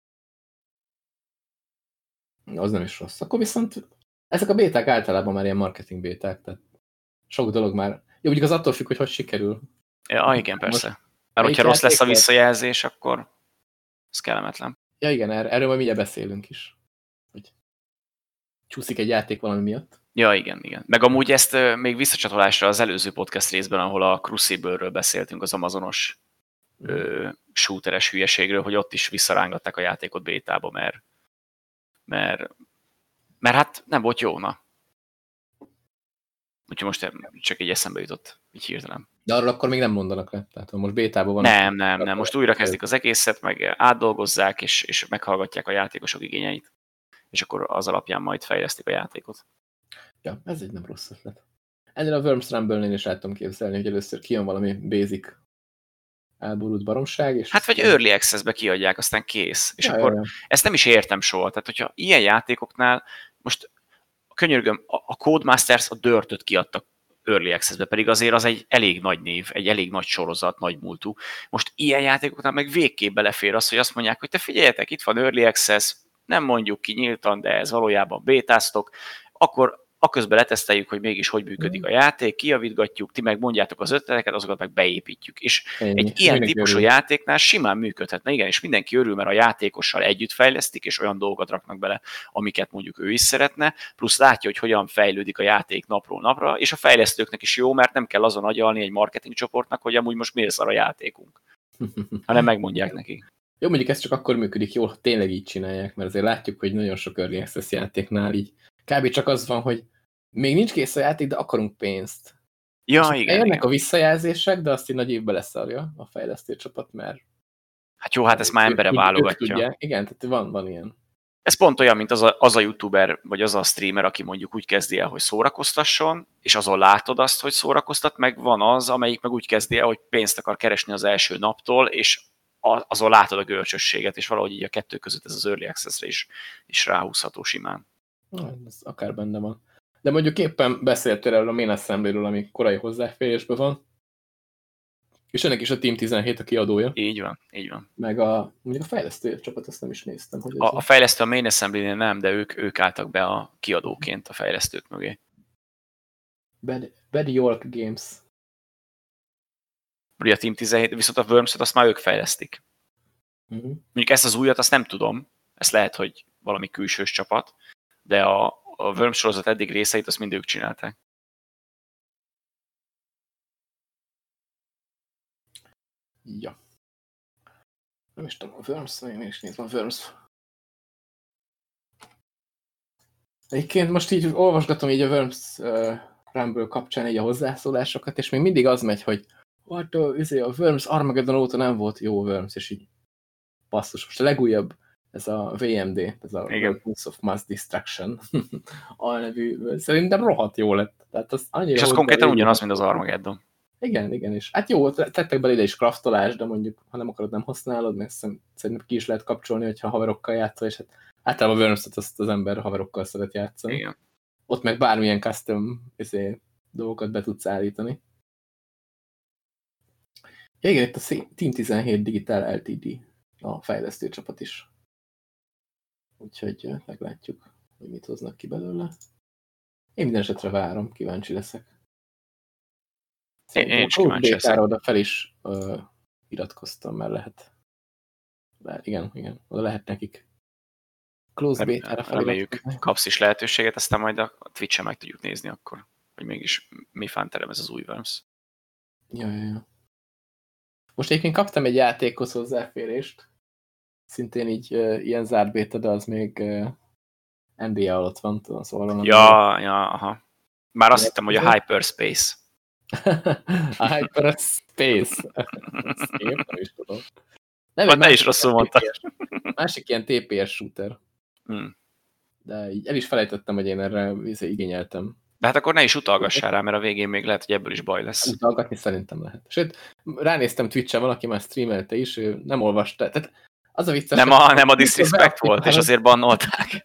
Speaker 1: Az nem is rossz. Akkor viszont ezek a béták általában már ilyen marketing béták, tehát sok dolog már... Jó, mondjuk az attól függ, hogy sikerül.
Speaker 2: Ja, igen, persze. Mert hogyha rossz lesz a visszajelzés, akkor ez kellemetlen.
Speaker 1: Ja, igen, erről majd mindjárt beszélünk is. Hogy csúszik egy játék valami miatt.
Speaker 2: Ja, igen. Meg amúgy ezt még visszacsatolásra az előző podcast részben, ahol a Crucible-ről beszéltünk, az amazonos shooteres hülyeségről, hogy ott is visszarángatták a játékot bétába, mert hát nem volt jó, na. Úgyhogy most csak egy eszembe jutott, így hirtelen.
Speaker 1: De arról akkor még nem mondanak le? Tehát most bétában van...
Speaker 2: Nem. Most újra kezdik az egészet, meg átdolgozzák, és meghallgatják a játékosok igényeit. És akkor az alapján majd fejlesztik a játékot.
Speaker 1: Ja, ez egy nem rossz ötlet. Ennél a Worms Rumble-nél is el tudom képzelni, hogy először kijön valami basic elborult baromság. És
Speaker 2: hát vagy Early Access-be kiadják, aztán kész. És akkor ezt nem is értem soha. Tehát, hogyha ilyen játékoknál, most könyörgöm, a Codemasters a Dirt-öt kiadtak Early Access-be, pedig azért az egy elég nagy név, egy elég nagy sorozat, nagy múltú. Most ilyen játékoknál meg végképp belefér az, hogy azt mondják, hogy te figyeljetek, itt van Early Access, nem mondjuk ki nyíltan, de ez valójában bétáztok, akkor aközben leteszteljük, hogy mégis hogy működik a játék, kijavítgatjuk, ti meg mondjátok az ötleteket, azokat meg beépítjük. És egy ilyen típusú játéknál simán működhetne, igen, és mindenki örül, mert a játékossal együtt fejlesztik, és olyan dolgokat raknak bele, amiket mondjuk ő is szeretne, plusz látja, hogy hogyan fejlődik a játék napról napra, és a fejlesztőknek is jó, mert nem kell azon agyalni egy marketing csoportnak, hogy amúgy most miért szar a játékunk, hanem megmondják neki.
Speaker 1: Jó, mondjuk ez csak akkor működik jól, ha tényleg így csinálják, mert azért látjuk, hogy nagyon sok Early Access játéknál így kb. Csak az van, hogy még nincs kész a játék, de akarunk pénzt.
Speaker 2: Ja, igen.
Speaker 1: Jönnek a visszajelzések, de azt így nagy évbe leszarja a fejlesztő csapat, mert...
Speaker 2: Hát jó, hát ezt már embere válogatja.
Speaker 1: Igen, tehát van ilyen.
Speaker 2: Ez pont olyan, mint az a youtuber, vagy az a streamer, aki mondjuk úgy kezdi el, hogy szórakoztasson, és azon látod azt, hogy szórakoztat, meg van az, amelyik meg úgy kezdi el, hogy pénzt akar keresni az első naptól, és azon látod a görcsösséget, és valahogy így a kettő között ez az Early Access-re is ráhúzható simán.
Speaker 1: Ez akár benne van. De mondjuk éppen beszéltél erről a main assembly-ről, ami korai hozzáférésben van, és ennek is a Team 17 a kiadója.
Speaker 2: Így van.
Speaker 1: Meg mondjuk a fejlesztő csapat, azt nem is néztem. Hogy
Speaker 2: a fejlesztő a main assembly-nél nem, de ők álltak be a kiadóként a fejlesztők mögé.
Speaker 1: Bad York Games.
Speaker 2: Ugye a Team 17, viszont a Worms-et azt már ők fejlesztik. Mondjuk ezt az újat, azt nem tudom, ezt lehet, hogy valami külsős csapat, de a Worms sorozat eddig részeit azt mind ők csinálták.
Speaker 1: Ja. Nem is tudom, a Worms, én is nézem a Worms. Egyébként most így olvasgatom így a Worms Rumble kapcsán így a hozzászólásokat, és még mindig az megy, hogy what a Worms Armageddon óta nem volt jó Worms, és így basszus. Most a legújabb, ez a VMD, ez a Weapons of Mass Destruction alnevű, szerintem rohadt jó lett. Tehát az annyira
Speaker 2: és az konkrétan ugyanaz, mint az Armageddon.
Speaker 1: Igen, és hát jó, tettek bele ide is kraftolás, de mondjuk, ha nem akarod, nem használod, mert szerintem ki is lehet kapcsolni, hogyha haverokkal játszol, és hát általában a Worms-et azt az ember haverokkal szeret játszani.
Speaker 2: Igen.
Speaker 1: Ott meg bármilyen custom dolgokat be tudsz állítani. Ja, igen, itt a Team 17 Digital Ltd. A fejlesztőcsapat is. Úgyhogy meglátjuk, hogy mit hoznak ki belőle. Én minden esetre várom, kíváncsi leszek.
Speaker 2: Én is kíváncsi leszek.
Speaker 1: Oda fel is iratkoztam, mert lehet. Igen, oda lehet nekik. Close beta-ra
Speaker 2: reméljük, kapsz is lehetőséget, aztán majd a Twitch-en meg tudjuk nézni akkor, hogy mégis mi fánterem ez az új Worms.
Speaker 1: Ja. Most egyébként kaptam egy játékhoz hozzáférést, szintén így ilyen zárt béta, de az még NDA alatt van, tudom, szóval...
Speaker 2: Aha. Már azt hittem, hogy a Hyperspace.
Speaker 1: A Hyperspace. Szép, nem is tudom.
Speaker 2: Ne is rosszul mondtad.
Speaker 1: Másik ilyen TPS shooter. De így el is felejtettem, hogy én erre igényeltem.
Speaker 2: De hát akkor ne is utalgassál rá, mert a végén még lehet, hogy ebből is baj lesz.
Speaker 1: Utalgatni szerintem lehet. Sőt, ránéztem Twitch-en, valaki már streamelte is, ő nem olvasta. Tehát az a vicces,
Speaker 2: nem a disrespect volt, és azért bannolták.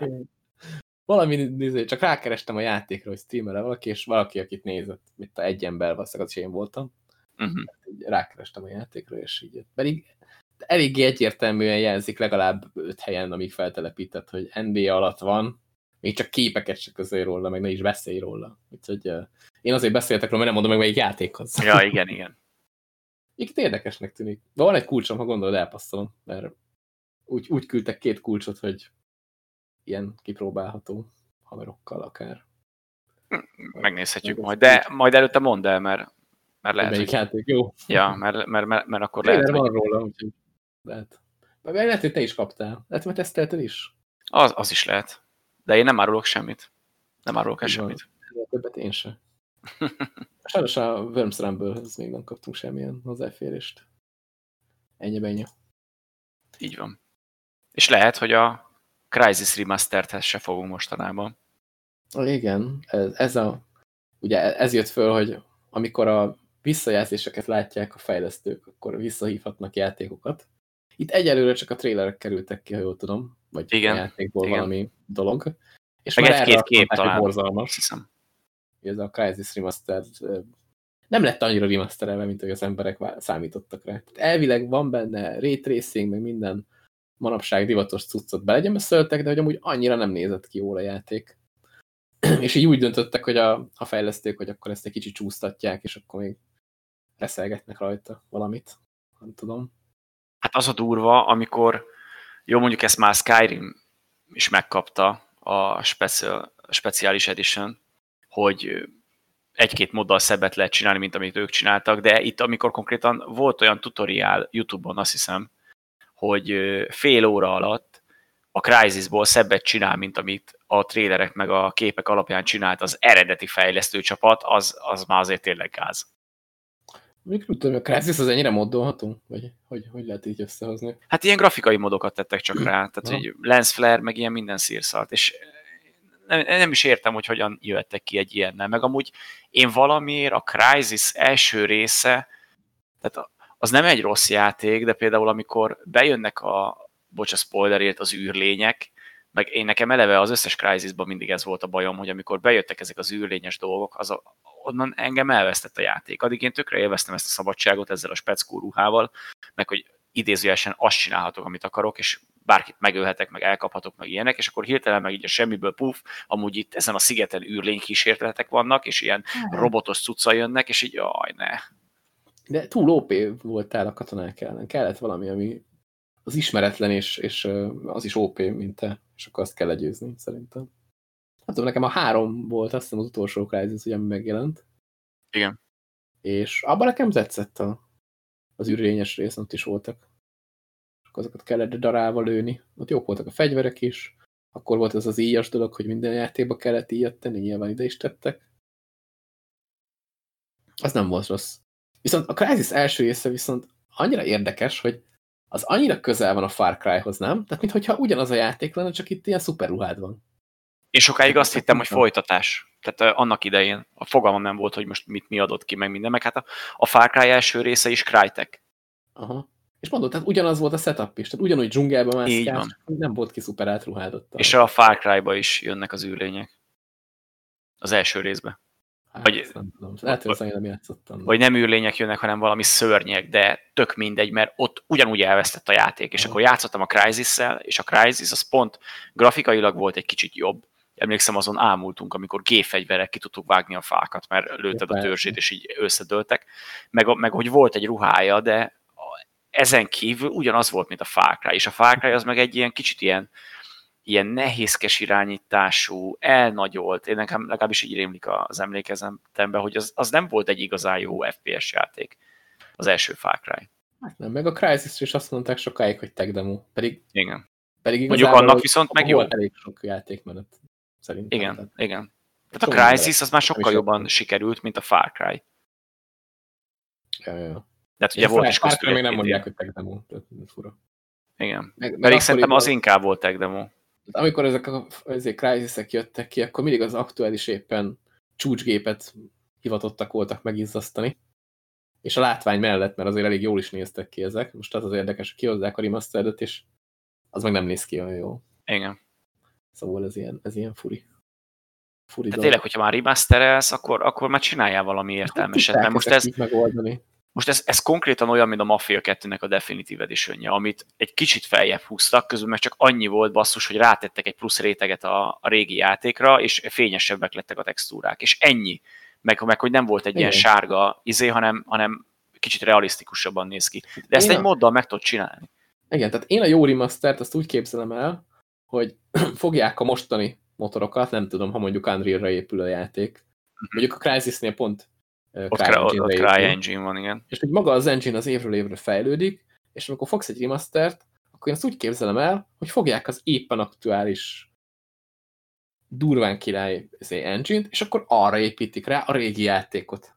Speaker 1: Valami, csak rákerestem a játékra, hogy streamel-e valaki, és valaki, akit nézett, mint egy ember, valószínűleg az én voltam. Rákerestem a játékra, és így. Pedig eléggé egyértelműen jelzik legalább 5 helyen, amíg feltelepített, hogy NBA alatt van, még csak képeket se közölj róla, meg ne is beszélj róla. Úgyhogy én azért beszéltek róla, mert nem mondom meg melyik játékhoz.
Speaker 2: Ja, igen.
Speaker 1: Itt érdekesnek tűnik. De van egy kulcsom, ha gondolod, elpasszolom, mert úgy küldtek 2 kulcsot, hogy ilyen kipróbálható haverokkal akár.
Speaker 2: Megnézhetjük majd, de majd előtte mondd el, mert lehet,
Speaker 1: melyik játék, jó?
Speaker 2: Ja, mert akkor lehet,
Speaker 1: hogy... van róla, úgyhogy lehet. Lehet, hogy te is kaptál. Lehet, mert tesztelted is.
Speaker 2: Az is lehet. De én nem árulok semmit. Nem árulok el semmit.
Speaker 1: Többet én sem. Sajnos a Worms Rumble-hez még nem kaptunk semmilyen hozzáférést. Ennyi.
Speaker 2: Így van. És lehet, hogy a Crysis Remasteredhez se fogunk mostanában.
Speaker 1: Igen, ugye ez jött föl, hogy amikor a visszajelzéseket látják a fejlesztők, akkor visszahívhatnak játékokat. Itt egyelőre csak a trailerek kerültek ki, ha jól tudom, vagy
Speaker 2: igen,
Speaker 1: a játékból valami dolog. És
Speaker 2: meg egy-két kép talán.
Speaker 1: Borzalmas. Hiszem. Ez a Crysis Remastered nem lett annyira remasterelve, mint hogy az emberek számítottak rá. Tehát elvileg van benne ray tracing, meg minden manapság divatos cuccot belegyömöszöltek, de hogy amúgy annyira nem nézett ki jól a játék. És így úgy döntöttek, hogy a fejlesztők, hogy akkor ezt egy kicsit csúsztatják, és akkor még reszelgetnek rajta valamit. Nem tudom.
Speaker 2: Hát az a durva, amikor jó, mondjuk ezt már Skyrim is megkapta a speciális edition, hogy egy-két moddal szebbet lehet csinálni, mint amit ők csináltak, de itt amikor konkrétan volt olyan tutoriál YouTube-on, azt hiszem, hogy fél óra alatt a Crysisból szebbet csinál, mint amit a trélerek meg a képek alapján csinált az eredeti fejlesztő csapat, az már azért tényleg gáz.
Speaker 1: Még nem tudom, a Crysis az ennyire moddolható? Vagy hogy lehet így összehozni?
Speaker 2: Hát ilyen grafikai modokat tettek csak rá, tehát hogy lens flare, meg ilyen minden szírszart, és nem is értem, hogy hogyan jöttek ki egy ilyennel, meg amúgy én valamiért a Crysis első része, tehát az nem egy rossz játék, de például amikor bejönnek bocs a spoilerért, az űrlények, meg én nekem eleve az összes Crysisban mindig ez volt a bajom, hogy amikor bejöttek ezek az űrlényes dolgok, onnan engem elvesztett a játék. Addig én tökre élveztem ezt a szabadságot ezzel a speckó ruhával, meg hogy idézőjelesen azt csinálhatok, amit akarok, és bárkit megölhetek, meg elkaphatok, meg ilyenek, és akkor hirtelen meg így a semmiből puf, amúgy itt ezen a szigeten űrlénykísérletek vannak, és ilyen robotos cucca jönnek, és így jaj, ne.
Speaker 1: De túl OP voltál a katonák ellen. Kellett valami, ami az ismeretlen, és az is OP, mint te, és akkor azt kell legyőzni, szerintem. Hát tudom, nekem a 3 volt, azt hiszem az utolsó Crysis, ugye, ami megjelent.
Speaker 2: Igen.
Speaker 1: És abban nekem tetszett az űrlényes rész, ott is voltak. És azokat kellett darálva lőni. Ott jók voltak a fegyverek is. Akkor volt ez az íjas dolog, hogy minden játékba kellett íjat tenni, nyilván ide is tettek. Az nem volt rossz. Viszont a Crysis első része viszont annyira érdekes, hogy az annyira közel van a Far Cryhoz, nem? Tehát mintha ugyanaz a játék lenne, csak itt ilyen szuperruhád van.
Speaker 2: Én sokáig azt hittem, hogy folytatás. Tehát annak idején a fogalmam nem volt, hogy most mi adott ki, meg minden, meg hát a Far Cry első része is Crytek.
Speaker 1: Aha. És mondod, tehát ugyanaz volt a setup is, tehát ugyanúgy dzsungelbe mászkálsz,
Speaker 2: csak
Speaker 1: nem volt ki szuper átruhádottal.
Speaker 2: És a Far Cry-ba is jönnek az űrlények. Az első részbe.
Speaker 1: Hát, nem tudom. Lehet, hogy nem játszottam.
Speaker 2: Vagy nem űrlények jönnek, hanem valami szörnyek, de tök mindegy, mert ott ugyanúgy elvesztett a játék. És akkor játszottam a Crysis-szel, és a Crysis az pont grafikailag volt egy kicsit jobb. Emlékszem, azon ámultunk, amikor G-fegyverrel ki tudtuk vágni a fákat, mert lőtted a törzsét, és így összedőltek. Meg hogy volt egy ruhája, de ezen kívül ugyanaz volt, mint a Far Cry. És a Far Cry az meg egy ilyen kicsit ilyen nehézkes irányítású, elnagyolt, én nekem legalábbis így rémlik az emlékezetemben, hogy az nem volt egy igazán jó FPS játék, az első Far Cry.
Speaker 1: Hát nem, meg a Crysis is azt mondták sokáig, hogy tech demo, pedig
Speaker 2: Igen.
Speaker 1: Mondjuk
Speaker 2: annak viszont meg jó.
Speaker 1: Volt elég sok játékmenet, szerintem.
Speaker 2: Igen. Tehát a Crysis az már sokkal jobban sikerült, mint a Far Cry.
Speaker 1: Ja.
Speaker 2: De ugye volt is
Speaker 1: köztük. Még nem mondják, hogy tech demo, tehát fura.
Speaker 2: Igen. Pedig szerintem az inkább volt tech demo.
Speaker 1: Amikor ezek a Crysis-ek jöttek ki, akkor mindig az aktuális éppen csúcsgépet hivatottak voltak megizzasztani. És a látvány mellett, mert azért elég jól is néztek ki ezek. Most az érdekes, hogy kihozzák a remasteredet, és az meg nem néz ki olyan jól.
Speaker 2: Igen.
Speaker 1: Szóval ez ilyen furi
Speaker 2: Tehát tényleg, hogyha már remasterelsz, akkor már csináljál valami értelmeset. Mert most ez konkrétan olyan, mint a Mafia 2-nek a Definitive Edition-je, amit egy kicsit feljebb húztak, közben meg csak annyi volt basszus, hogy rátettek egy plusz réteget a régi játékra, és fényesebbek lettek a textúrák. És ennyi. Meg hogy nem volt egy ilyen sárga hanem kicsit realisztikusabban néz ki. De ezt egy moddal meg tudod csinálni.
Speaker 1: Igen, tehát én a jó remastert azt úgy képzelem el, hogy fogják a mostani motorokat, nem tudom, ha mondjuk Unreal-ra épül a játék. Mondjuk a Crysis-nél pont
Speaker 2: ott CryEngine van, igen.
Speaker 1: És hogy maga az engine az évről évre fejlődik, és amikor fogsz egy remastert, akkor én azt úgy képzelem el, hogy fogják az éppen aktuális durván király engine-t, és akkor arra építik rá a régi játékot.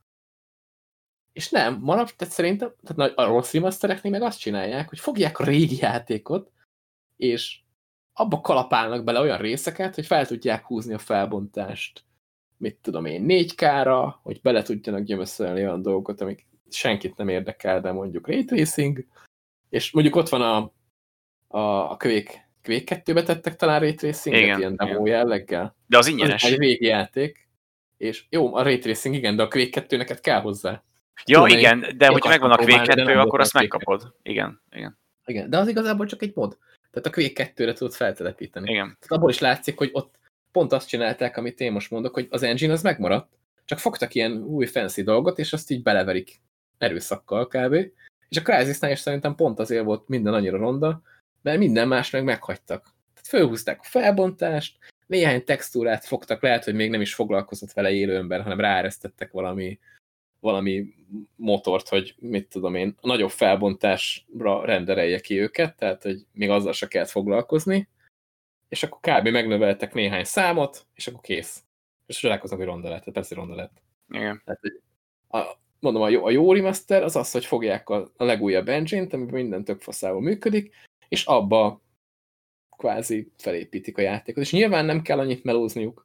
Speaker 1: És nem, tehát szerintem tehát a rossz remastereknél meg azt csinálják, hogy fogják a régi játékot, és abba kalapálnak bele olyan részeket, hogy fel tudják húzni a felbontást, mit tudom én, 4K-ra, hogy bele tudjanak gyömöszölni olyan dolgokat, amik senkit nem érdekel, de mondjuk Ray Tracing, és mondjuk ott van a Quake 2-be tettek talán Ray Tracing-et, ilyen demo jelleggel.
Speaker 2: De az ingyenes.
Speaker 1: Az egy régi játék, és jó, a Ray Tracing igen, de a Quake 2 neked kell hozzá.
Speaker 2: Ja, tudom, igen, de hogyha megvan a Quake 2, akkor azt megkapod. Igen.
Speaker 1: De az igazából csak egy mod. Tehát a Quake 2-re tudod feltelepíteni.
Speaker 2: Igen.
Speaker 1: Tehát abból is látszik, hogy ott pont azt csinálták, amit én most mondok, hogy az engine az megmaradt, csak fogtak ilyen új fancy dolgot, és azt így beleverik erőszakkal kb. És a Crysisnál is szerintem pont azért volt minden annyira ronda, mert minden más meg meghagytak. Tehát fölhúzták a felbontást, néhány textúrát fogtak, lehet, hogy még nem is foglalkozott vele élő ember, hanem ráeresztettek valami motort, hogy mit tudom én, a nagyobb felbontásra renderelje ki őket, tehát hogy még azzal se kellett foglalkozni, és akkor kb. Megnöveltek néhány számot, és akkor kész. És találkoznak, hogy ronda lett, tehát persze ronda lett.
Speaker 2: Igen.
Speaker 1: Tehát, mondom, a jó remaster az, hogy fogják a legújabb engine-t, amiben minden tök faszával működik, és abba kvázi felépítik a játékot. És nyilván nem kell annyit melózniuk,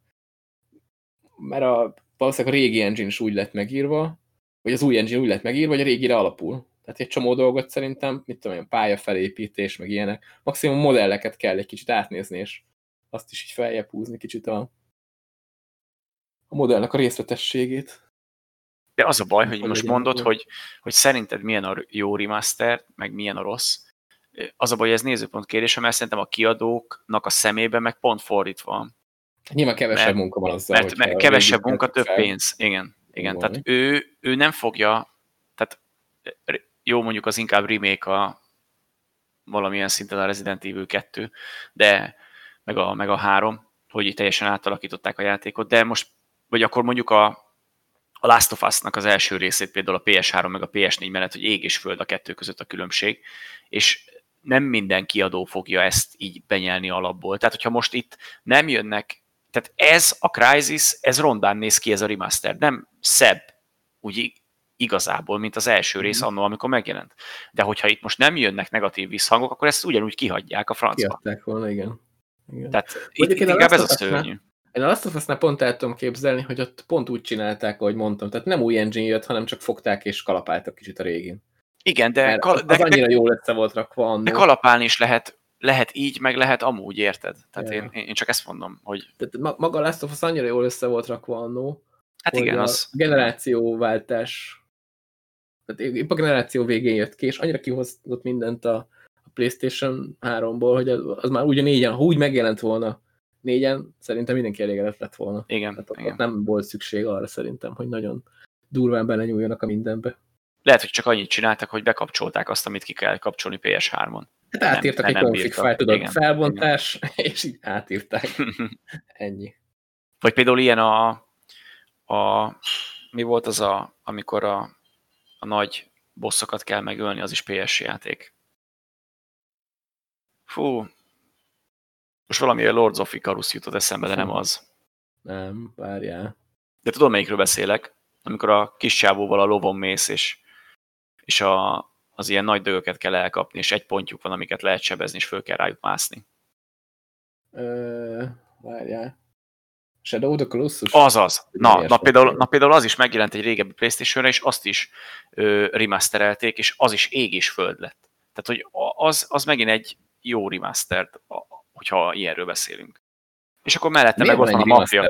Speaker 1: mert valószínűleg a régi engine is úgy lett megírva, vagy az új engine úgy lett megírva, hogy a régire alapul. Tehát egy csomó dolgot szerintem, mit tudom én, pályafelépítés, meg ilyenek. Maximum modelleket kell egy kicsit átnézni, és azt is így feljebb húzni kicsit a modellnek a részletességét.
Speaker 2: De az a baj, hogy most mondod, hogy szerinted milyen a jó remaster, meg milyen a rossz. Az a baj, hogy ez nézőpont kérdése, mert szerintem a kiadóknak a szemében meg pont fordítva.
Speaker 1: Nyilván kevesebb munka van azzal,
Speaker 2: mert kevesebb munka, több pénz. Igen. Tehát ő nem fogja, tehát jó, mondjuk az inkább remake valamilyen szinten a Resident Evil 2, de meg a 3, hogy teljesen átalakították a játékot, de most, vagy akkor mondjuk a Last of Us-nak az első részét például a PS3 meg a PS4 mellett, hogy ég és föld a kettő között a különbség, és nem minden kiadó fogja ezt így benyelni alapból. Tehát, hogyha most itt nem jönnek, tehát ez a Crysis, ez rondán néz ki, ez a remaster, nem szebb, úgy igazából, mint az első rész annól, amikor megjelent. De hogyha itt most nem jönnek negatív visszhangok, akkor ezt ugyanúgy kihagyják a francba.
Speaker 1: Kiadták volna, igen.
Speaker 2: Tehát itt inkább ez a szörnyű.
Speaker 1: Én a Last of Us-nál pont el tudom képzelni, hogy ott pont úgy csinálták, ahogy mondtam. Tehát nem új engine jött, hanem csak fogták és kalapáltak kicsit a régin.
Speaker 2: Igen, de
Speaker 1: az annyira jól össze volt rakva annól.
Speaker 2: De kalapálni is lehet így, meg lehet amúgy, érted? Tehát én csak ezt mondom, hogy...
Speaker 1: Tehát maga a Last of Us annyira jól össze volt rakva annó,
Speaker 2: hát
Speaker 1: hogy
Speaker 2: igen,
Speaker 1: a generációváltás, tehát épp a generáció végén jött ki, és annyira kihozott mindent a PlayStation 3-ból, hogy az már úgy a 4-en, ha úgy megjelent volna 4-en, szerintem mindenki elégedett lett volna.
Speaker 2: Igen,
Speaker 1: tehát
Speaker 2: igen.
Speaker 1: Ott nem volt szükség arra szerintem, hogy nagyon durván belenyúljanak a mindenbe.
Speaker 2: Lehet, hogy csak annyit csináltak, hogy bekapcsolták azt, amit ki kell kapcsolni PS3-on.
Speaker 1: Hát átírtak egy config file, tudod, felbontás, és így átírták. Ennyi.
Speaker 2: Vagy például ilyen mi volt az amikor a nagy bosszokat kell megölni, az is PS játék. Fú. Most valami a Lords of Icarus jutott eszembe, de nem az.
Speaker 1: Nem, várjál.
Speaker 2: De tudom, melyikről beszélek. Amikor a kis csávóval a lovon mész, és az ilyen nagy dögöket kell elkapni, és egy pontjuk van, amiket lehet sebezni, és föl kell rájuk mászni.
Speaker 1: Várjál. Shadow of the Colossus?
Speaker 2: Azaz. Na, például az is megjelent egy régebbi PlayStation-re, és azt is remasterelték, és az is ég és föld lett. Tehát, hogy az megint egy jó remaster, hogyha ilyenről beszélünk. És akkor mellette meg ott van a Mafia.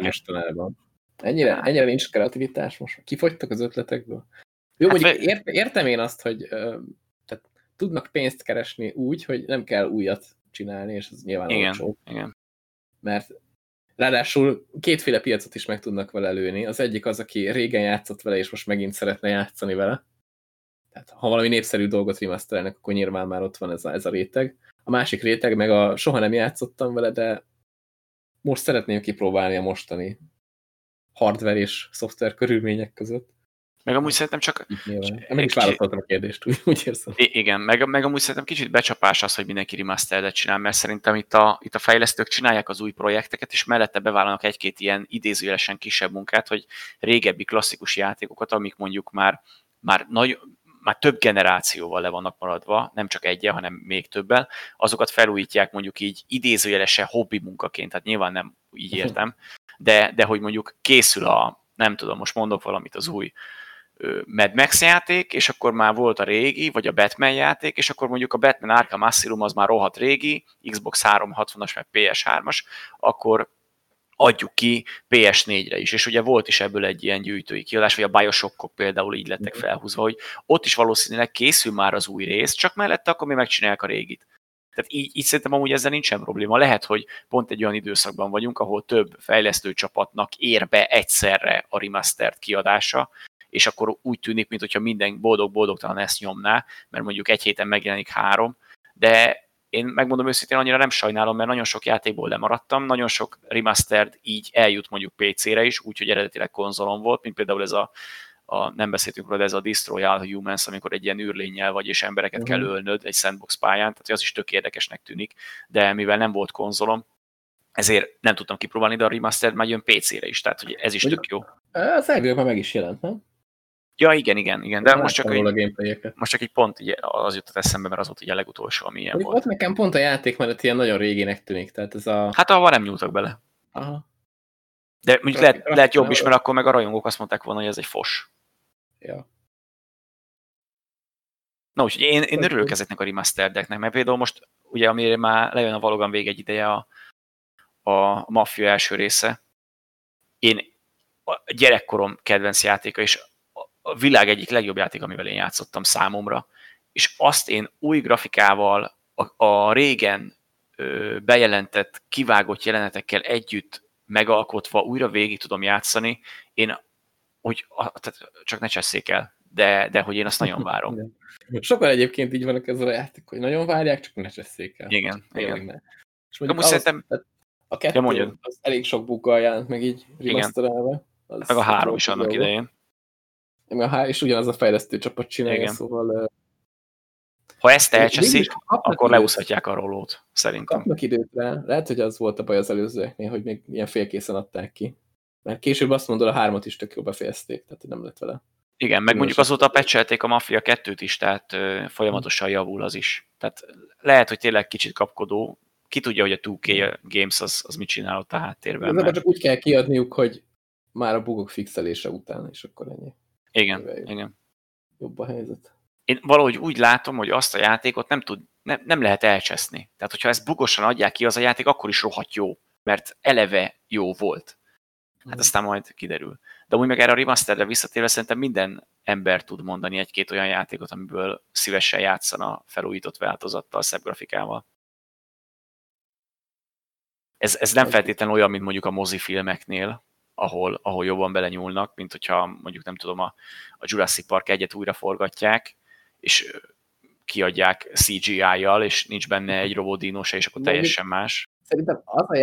Speaker 1: Ennyire nincs kreativitás most. Kifogytak az ötletekből. Jó, hát mondjuk értem én azt, hogy tehát tudnak pénzt keresni úgy, hogy nem kell újat csinálni, és ez nyilván olcsó.
Speaker 2: Igen.
Speaker 1: Mert ráadásul kétféle piacot is meg tudnak vele lőni. Az egyik az, aki régen játszott vele, és most megint szeretne játszani vele. Tehát ha valami népszerű dolgot remasterelnek, akkor nyilván már ott van ez a réteg. A másik réteg meg soha nem játszottam vele, de most szeretném kipróbálni a mostani hardware és szoftver körülmények között.
Speaker 2: Meg amúgy szerintem csak...
Speaker 1: Meg is válaszoltam a kérdést, úgy érzem.
Speaker 2: Igen, meg amúgy szerintem kicsit becsapás az, hogy mindenki remasteredet csinál, mert szerintem itt a fejlesztők csinálják az új projekteket, és mellette bevállalnak egy-két ilyen idézőjelesen kisebb munkát, hogy régebbi klasszikus játékokat, amik mondjuk már több generációval le vannak maradva, nem csak egyen, hanem még többen, azokat felújítják mondjuk így idézőjelesen hobbi munkaként, tehát nyilván nem így értem, de hogy mondjuk készül nem tudom, most mondok valamit, az új Mad Max játék, és akkor már volt a régi, vagy a Batman játék, és akkor mondjuk a Batman Arkham Asylum az már rohadt régi, Xbox 360-as, meg PS3-as, akkor adjuk ki PS4-re is, és ugye volt is ebből egy ilyen gyűjtői kiadás, vagy a Bioshockok például így lettek felhúzva, hogy ott is valószínűleg készül már az új rész, csak mellette akkor mi megcsinálják a régit. Tehát így szerintem amúgy ezzel nincsen probléma. Lehet, hogy pont egy olyan időszakban vagyunk, ahol több fejlesztő csapatnak ér be egyszerre a remastert kiadása, és akkor úgy tűnik, mintha minden boldog-boldogtalan ezt nyomná, mert mondjuk egy héten megjelenik 3, de én megmondom őszintén, annyira nem sajnálom, mert nagyon sok játékból lemaradtam, nagyon sok remastered így eljut mondjuk PC-re is, úgyhogy eredetileg konzolon volt, mint például ez nem beszéltünk róla, de ez a Destroy All Humans, amikor egy ilyen űrlénnyel vagy, és embereket kell ölnöd egy sandbox pályán, tehát az is tök érdekesnek tűnik, de mivel nem volt konzolom, ezért nem tudtam kipróbálni, de a remastered már jön PC-re is, tehát hogy ez is tök jó.
Speaker 1: Az elvileg meg is jelent, nem?
Speaker 2: Ja, igen, de most csak így pont így az jutott eszembe, mert az volt ugye a legutolsó, ami ilyen volt.
Speaker 1: Ott nekem pont a játék mellett ilyen nagyon régének tűnik, tehát ez a...
Speaker 2: Hát ahol nem nyúltak bele.
Speaker 1: Aha.
Speaker 2: De mondjuk lehet jobb is, mert akkor meg a rajongók azt mondták volna, hogy ez egy fos.
Speaker 1: Ja.
Speaker 2: Na úgyhogy én örülök ezeknek a remasteredeknek, mert például most, ugye amire már lejön a Valorant vég egy ideje a Mafia első része, a gyerekkorom kedvenc játéka, és a világ egyik legjobb játék, amivel én játszottam számomra, és azt én új grafikával, a régen bejelentett, kivágott jelenetekkel együtt megalkotva újra végig tudom játszani, tehát csak ne csesszék el, de hogy én azt nagyon várom.
Speaker 1: Sokan egyébként így vannak ezzel a játék, hogy nagyon várják, csak ne csesszék el.
Speaker 2: Igen.
Speaker 1: És mondjuk
Speaker 2: szerintem...
Speaker 1: a 2 az elég sok buggal jelent meg így remasterelve.
Speaker 2: Meg a 3 is annak idején.
Speaker 1: És ugyanaz a fejlesztő csapat csinálja, szóval...
Speaker 2: Ha ezt elcseszik, akkor leúszhatják a rolót, szerintem.
Speaker 1: Kapnak időt rá. Lehet, hogy az volt a baj az előzőeknél, hogy még ilyen félkészen adták ki. Mert később azt mondod, a 3-at is tök jól befejezték, tehát nem lett vele
Speaker 2: Igen, meg mondjuk azóta patchelték a Mafia 2-t is, tehát folyamatosan javul az is. Tehát lehet, hogy tényleg kicsit kapkodó. Ki tudja, hogy a 2K Games az mit csinál ott a háttérben.
Speaker 1: Igazából csak úgy kell kiadniuk, hogy már a bugok fixelése után, és akkor ennyi.
Speaker 2: Igen.
Speaker 1: Jobb a helyzet.
Speaker 2: Én valahogy úgy látom, hogy azt a játékot nem lehet elcseszni. Tehát, hogyha ezt bugosan adják ki, az a játék akkor is rohadt jó, mert eleve jó volt. Hát aztán majd kiderül. De úgy meg erre a remasterre visszatérve szerintem minden ember tud mondani egy-két olyan játékot, amiből szívesen játszana felújított változattal, szebb grafikával. Ez nem feltétlenül olyan, mint mondjuk a mozifilmeknél, ahol jobban belenyúlnak, mint hogyha mondjuk nem tudom, a Jurassic Park 1-et újra forgatják, és kiadják CGI-jal, és nincs benne egy robotdínó se, és akkor teljesen más.
Speaker 1: Szerintem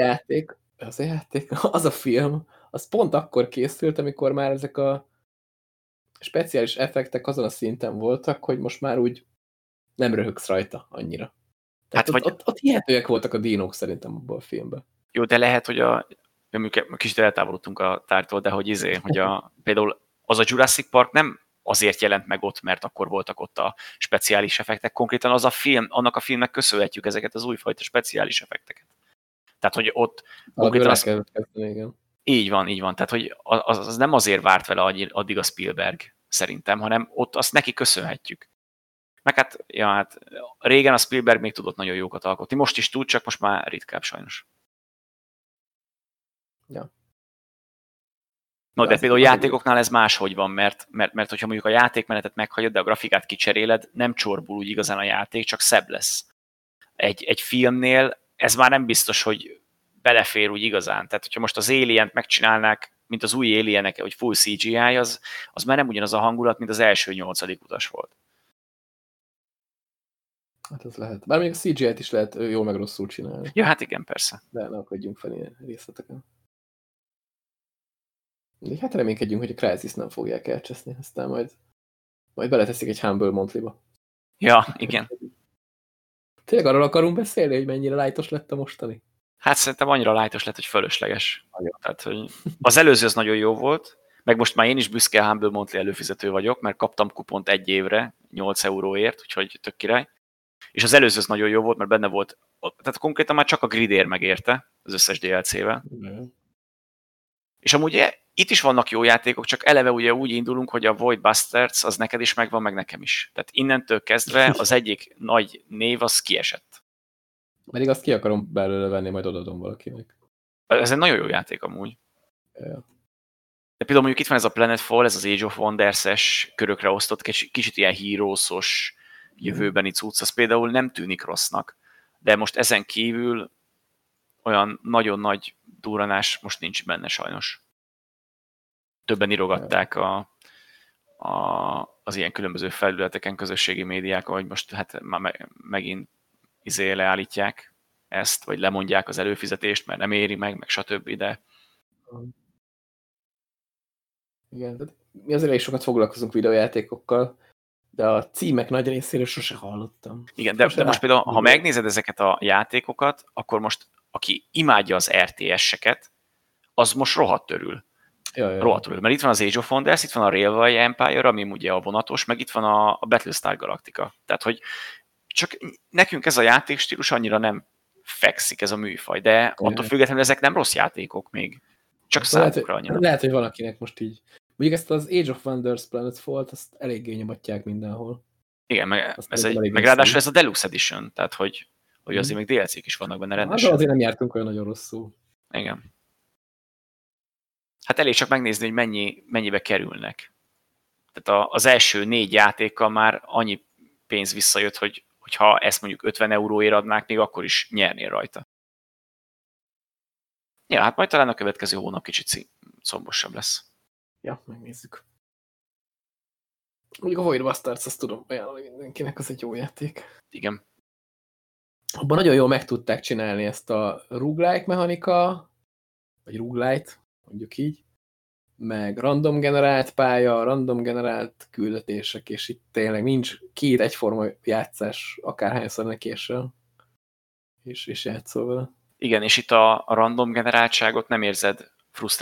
Speaker 1: az a film, az pont akkor készült, amikor már ezek a speciális effektek azon a szinten voltak, hogy most már úgy nem röhögsz rajta annyira. Tehát hát ott hihetőek voltak a dínók szerintem abban a filmben.
Speaker 2: Jó, de lehet, hogy kicsit eltávolodtunk a tárgytól, de hogy például az a Jurassic Park nem azért jelent meg ott, mert akkor voltak ott a speciális effektek. Konkrétan annak a filmnek köszönhetjük ezeket az újfajta speciális effekteket. Tehát, hogy ott
Speaker 1: konkrétan
Speaker 2: igen. Így van. Tehát, hogy az nem azért várt vele addig a Spielberg, szerintem, hanem ott azt neki köszönhetjük. Meg hát régen a Spielberg még tudott nagyon jókat alkotni. Most is tud, csak most már ritkább sajnos.
Speaker 1: Ja.
Speaker 2: No, de például játékoknál ez máshogy van, mert hogyha mondjuk a játékmenetet meghagyod, de a grafikát kicseréled, nem csorbul úgy igazán a játék, csak szebb lesz. Egy filmnél ez már nem biztos, hogy belefér úgy igazán. Tehát, hogyha most az Alien-t megcsinálnák, mint az új Alienek, hogy full CGI, az már nem ugyanaz a hangulat, mint az első 8. utas volt.
Speaker 1: Hát ez lehet. Bár még a CGI-t is lehet jól meg rosszul csinálni.
Speaker 2: Ja, hát igen, persze.
Speaker 1: De ne akadjunk fel ilyen részleteken. Hát reménykedjünk, hogy a Crysis nem fogják elcseszni, aztán majd beleteszik egy Humble Monthly-ba.
Speaker 2: Ja, igen.
Speaker 1: Tényleg arról akarunk beszélni, hogy mennyire lightos lett a mostani?
Speaker 2: Hát szerintem annyira lightos lett, hogy fölösleges. Tehát, hogy az előző az nagyon jó volt, meg most már én is büszke a Humble Monthly előfizető vagyok, mert kaptam kupont 1 évre, 8 euróért, úgyhogy tök király. És az előző az nagyon jó volt, mert benne volt, tehát konkrétan már csak a gridér megérte az összes DLC-vel. És amúgy itt is vannak jó játékok, csak eleve ugye úgy indulunk, hogy a Void Bastards az neked is megvan, meg nekem is. Tehát innentől kezdve az egyik nagy név az kiesett.
Speaker 1: Pedig azt ki akarom belőle venni, majd odaadom valakinek.
Speaker 2: Ez egy nagyon jó játék amúgy.
Speaker 1: Ja.
Speaker 2: De például mondjuk itt van ez a Planetfall, ez az Age of Wonders-es körökre osztott, kicsit ilyen hírószos jövőbeni cucc, az például nem tűnik rossznak. De most ezen kívül olyan nagyon nagy durranás most nincs benne sajnos. Többen írogatták az ilyen különböző felületeken, közösségi médiákon, hogy most hát már megint leállítják ezt, vagy lemondják az előfizetést, mert nem éri meg stb. De...
Speaker 1: Igen, mi azért elég sokat foglalkozunk videójátékokkal, de a címek nagy részéről sose hallottam.
Speaker 2: Igen, de most például, ha megnézed ezeket a játékokat, akkor most aki imádja az RTS-eket, az most rohadt örül. Rohadt örül. Mert itt van az Age of Wonders, itt van a Railway Empire, ami ugye a vonatos, meg itt van a Battlestar Galactica. Tehát, hogy csak nekünk ez a játékstílus annyira nem fekszik, ez a műfaj, de attól függetlenül ezek nem rossz játékok még. Csak számukra annyira.
Speaker 1: Lehet, hogy valakinek most így. Mondjuk ezt az Age of Wonders Planetfall-t, azt eléggé nyomatják mindenhol.
Speaker 2: Igen, meg ráadásul ez a Deluxe Edition, tehát hogy azért még DLC-k is vannak benne rendesen.
Speaker 1: De azért nem jártunk olyan nagyon rosszul.
Speaker 2: Igen. Hát elég csak megnézni, hogy mennyibe kerülnek. Tehát az első 4 játékkal már annyi pénz visszajött, hogy ha ezt mondjuk 50 euróért adnák, még akkor is nyernél rajta. Ja, hát majd talán a következő hónap kicsit szombosabb lesz.
Speaker 1: Ja, megnézzük. Mondjuk a Void Bastards, azt tudom ajánlani mindenkinek, az egy jó játék.
Speaker 2: Igen.
Speaker 1: Abban nagyon jól meg tudták csinálni ezt a roguelike mechanika, vagy roguelite, mondjuk így, meg random generált pálya, random generált küldetések, és itt tényleg nincs 2 egyforma játszás, akárhányszor nekésel, és játszol vele.
Speaker 2: Igen, és itt a random generáltságot nem érzed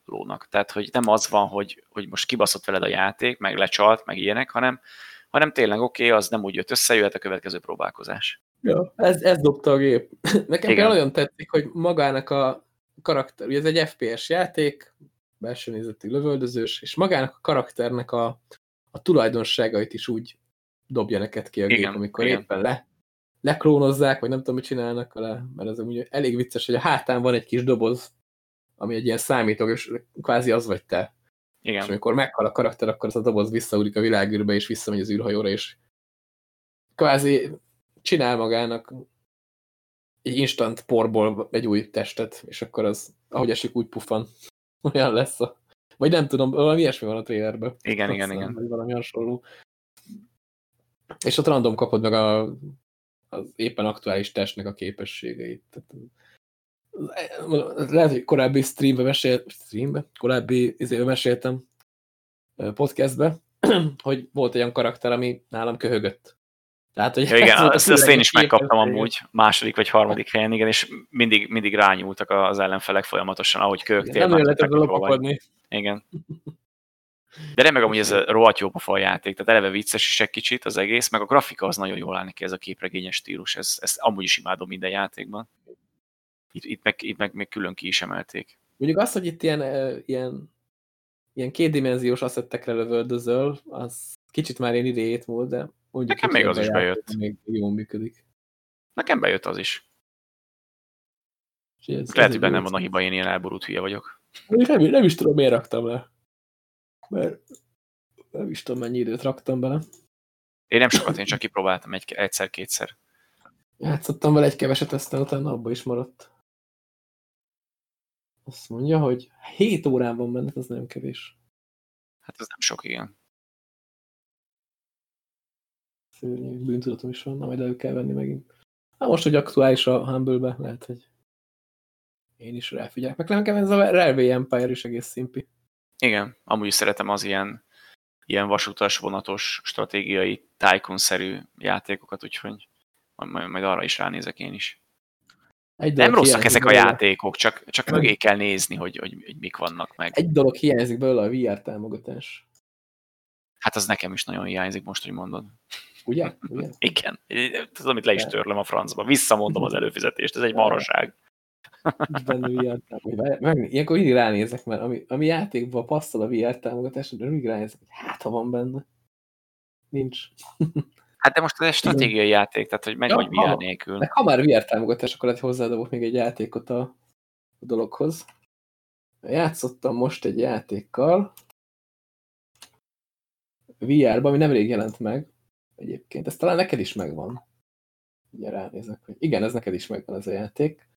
Speaker 2: lónak. Tehát, hogy nem az van, hogy most kibaszott veled a játék, meg lecsalt, meg ilyenek, hanem tényleg oké, az nem úgy jött össze, jöhet a következő próbálkozás.
Speaker 1: Ja, ez dobta a gép. Nekem
Speaker 2: Igen.
Speaker 1: például olyan tetszik, hogy magának a karakter, ugye ez egy FPS játék, belső nézetű lövöldözős, és magának a karakternek a tulajdonságait is úgy dobja neked ki a gép, amikor éppen leklónozzák, vagy nem tudom, mit csinálnak vele, mert az ugye elég vicces, hogy a hátán van egy kis doboz, ami egy ilyen számítógép, és kvázi az vagy te.
Speaker 2: Igen.
Speaker 1: És amikor meghal a karakter, akkor az a doboz visszaúrik a világűrbe, és visszamegy az űrhajóra, és kvázi csinál magának egy instant porból egy új testet, és akkor az, ahogy esik, úgy puffan. Olyan lesz a... Vagy nem tudom, valami ilyesmi van a trailerben.
Speaker 2: Igen.
Speaker 1: Vagy valami hasonló. És ott random kapod meg az éppen aktuális testnek a képességeit. Tehát, lehet, hogy korábbi korábbi meséltem podcastbe, hogy volt egy olyan karakter, ami nálam köhögött. Tehát, hogy
Speaker 2: ja, igen, ezt én is megkaptam amúgy második vagy harmadik helyen, igen, és mindig rányúltak az ellenfelek folyamatosan, ahogy köhögtél.
Speaker 1: Nem lehet ebből lopakodni.
Speaker 2: Igen. De remek amúgy ez a rohadt jó pofa a játék, tehát eleve vicces is egy kicsit az egész, meg a grafika az nagyon jól áll neki, ez a képregényes stílus, ezt amúgy is imádom minden játékban. Itt meg még külön ki is emelték.
Speaker 1: Mondjuk az, hogy itt ilyen kétdimenziós asszettekre lövöldözöl, az kicsit már ilyen idejét múlt, de mondjuk
Speaker 2: nekem még az is bejött.
Speaker 1: Még jól működik.
Speaker 2: Nekem bejött az is. Lehet, hogy bennem van a hiba, én ilyen elborult hülye vagyok.
Speaker 1: Nem is tudom, miért raktam le. Mert nem is tudom, mennyi időt raktam bele.
Speaker 2: Én nem sokat, én csak kipróbáltam egyszer-kétszer.
Speaker 1: Játszottam vele egy keveset, aztán utána abba is maradt. Azt mondja, hogy 7 órán van benne, az nem kevés.
Speaker 2: Hát ez nem sok, igen.
Speaker 1: Szörnyű bűntudatom is van, majd elő kell venni megint. Hát most, hogy aktuális a Humble-be, lehet, hogy én is ráfigyelek. Meg nekem ez a Railway Empire is egész szimpi.
Speaker 2: Igen, amúgy is szeretem az ilyen vasutas, vonatos, stratégiai, tycoon-szerű játékokat, úgyhogy majd arra is ránézek én is. Nem rosszak ezek a játékok, csak mögé kell nézni, hogy mik vannak meg.
Speaker 1: Egy dolog hiányzik belőle, a VR támogatás.
Speaker 2: Hát az nekem is nagyon hiányzik most, hogy mondod.
Speaker 1: Ugye?
Speaker 2: Igen. Tudom, amit le is törlöm a francba. Visszamondom az előfizetést, ez egy maraság.
Speaker 1: Benne VR támogatás. Ilyenkor mindig ránézek, mert ami játékban passzol a VR támogatás, de mindig ránézek, hogy hát, ha van benne. Nincs.
Speaker 2: Hát de most ez egy stratégiai játék, tehát hogy vagy VR nélkül.
Speaker 1: Ha már VR támogatás, akkor lehet hozzádobok még egy játékot a dologhoz. Játszottam most egy játékkal VR-ban, ami nemrég jelent meg egyébként. Ez talán neked is megvan. Ugye ránézek, hogy igen, ez neked is megvan ez a játék.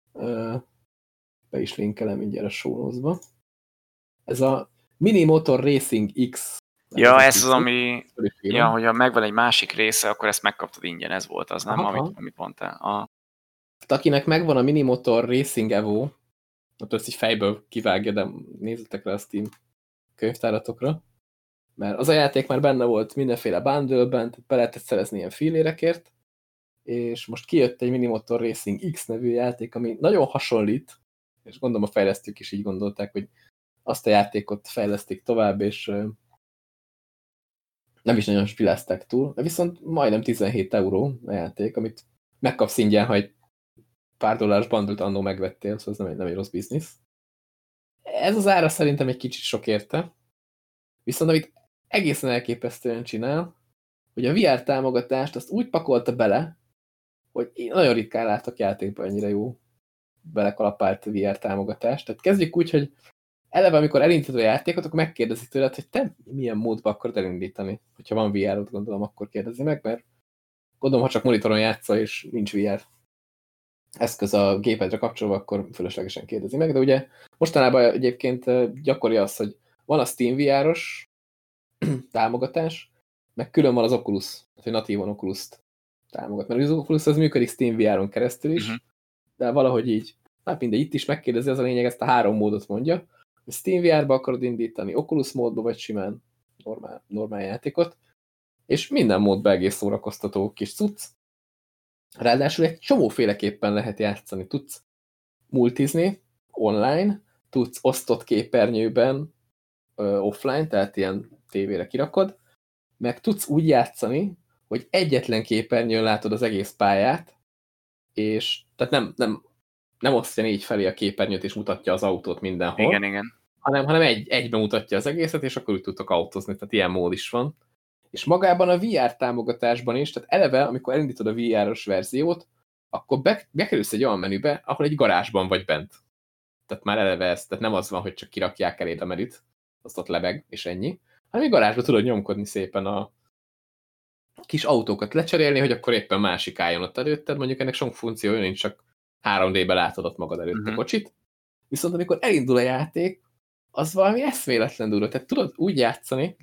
Speaker 1: Be is linkelem mindjárt a show notes-ba. Ez a Mini Motor Racing X.
Speaker 2: Ja, ez az, ami... Ja, hogyha megvan egy másik része, akkor ezt megkaptad ingyen, ez volt az, nem? Amit mondtál.
Speaker 1: Tehát akinek megvan a Mini Motor Racing Evo, ott ezt így fejből kivágja, de nézzetek le a Steam könyvtáratokra, mert az a játék már benne volt mindenféle bundle-ben, tehát be lehetett szerezni ilyen fillérekért, és most kijött egy Mini Motor Racing X nevű játék, ami nagyon hasonlít, és gondolom a fejlesztők is így gondolták, hogy azt a játékot fejlesztik tovább, és nem is nagyon spilázták túl, de viszont majdnem 17 euró a játék, amit megkapsz ingyen, ha egy pár dolláros bundle-t annó megvettél, szóval ez nem egy rossz biznisz. Ez az ára szerintem egy kicsit sok érte, viszont amit egészen elképesztően csinál, hogy a VR támogatást azt úgy pakolta bele, hogy én nagyon ritkán látok játékban ennyire jó belekalapált VR támogatást. Tehát kezdjük úgy, hogy eleve, amikor elindítod a játékot, akkor megkérdezik tőled, hogy te milyen módba akarod elindítani. Hogyha van VR-od, gondolom, akkor kérdezi meg, mert gondolom, ha csak monitoron játszol, és nincs VR eszköz a gépedre kapcsolva, akkor fölöslegesen kérdezi meg. De ugye mostanában egyébként gyakori az, hogy van a Steam VR-os támogatás, meg külön van az Oculus, hogy natívan Oculus-t támogat. Mert az Oculus az működik Steam VR-on keresztül is, de valahogy így, hát mindegy, itt is megkérdezi, az a lényeg, ezt a 3 módot mondja. Steam VR-ba akarod indítani, Oculus módba, vagy simán normál játékot, és minden módban egész szórakoztató kis cucc. Ráadásul egy csomóféleképpen lehet játszani, tudsz multizni online, tudsz osztott képernyőben offline, tehát ilyen tévére kirakod, meg tudsz úgy játszani, hogy egyetlen képernyőn látod az egész pályát, és tehát nem osztja így felé a képernyőt, és mutatja az autót mindenhol,
Speaker 2: Igen.
Speaker 1: hanem egyben mutatja az egészet, és akkor úgy tudtok autózni, tehát ilyen mód is van. És magában a VR támogatásban is, tehát eleve, amikor elindítod a VR-os verziót, akkor bekerülsz egy olyan menübe, ahol egy garázsban vagy bent. Tehát már eleve ez, tehát nem az van, hogy csak kirakják eléd a menüt, azt ott lebeg, és ennyi, hanem egy garázsba tudod nyomkodni szépen a kis autókat lecserélni, hogy akkor éppen másik álljon ott előtted, mondjuk ennek sok funkciója nincs, csak 3D-be látod ott magad előtt a kocsit. Viszont amikor elindul a játék, az valami eszméletlen durva. Tehát tudod úgy játszani,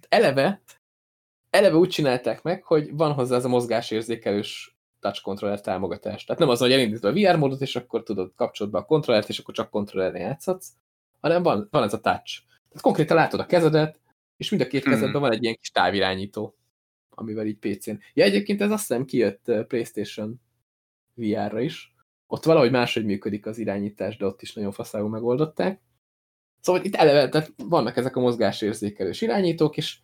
Speaker 1: eleve úgy csinálták meg, hogy van hozzá ez a mozgásérzékelős touch controller támogatás. Tehát nem az, hogy elindítod a VR módot, és akkor tudod, kapcsolod be a kontrollert, és akkor csak kontrollerre játszhatsz, hanem van ez a touch. Tehát konkrétan látod a kezedet, és mind a két kezedben van egy ilyen kis távirányító, amivel így PC-n. Ja, egyébként ez azt hiszem kijött PlayStation VR-ra is. Ott valahogy máshogy működik az irányítás, de ott is nagyon faszául megoldották. Szóval itt eleve, tehát vannak ezek a mozgásérzékelős irányítók, és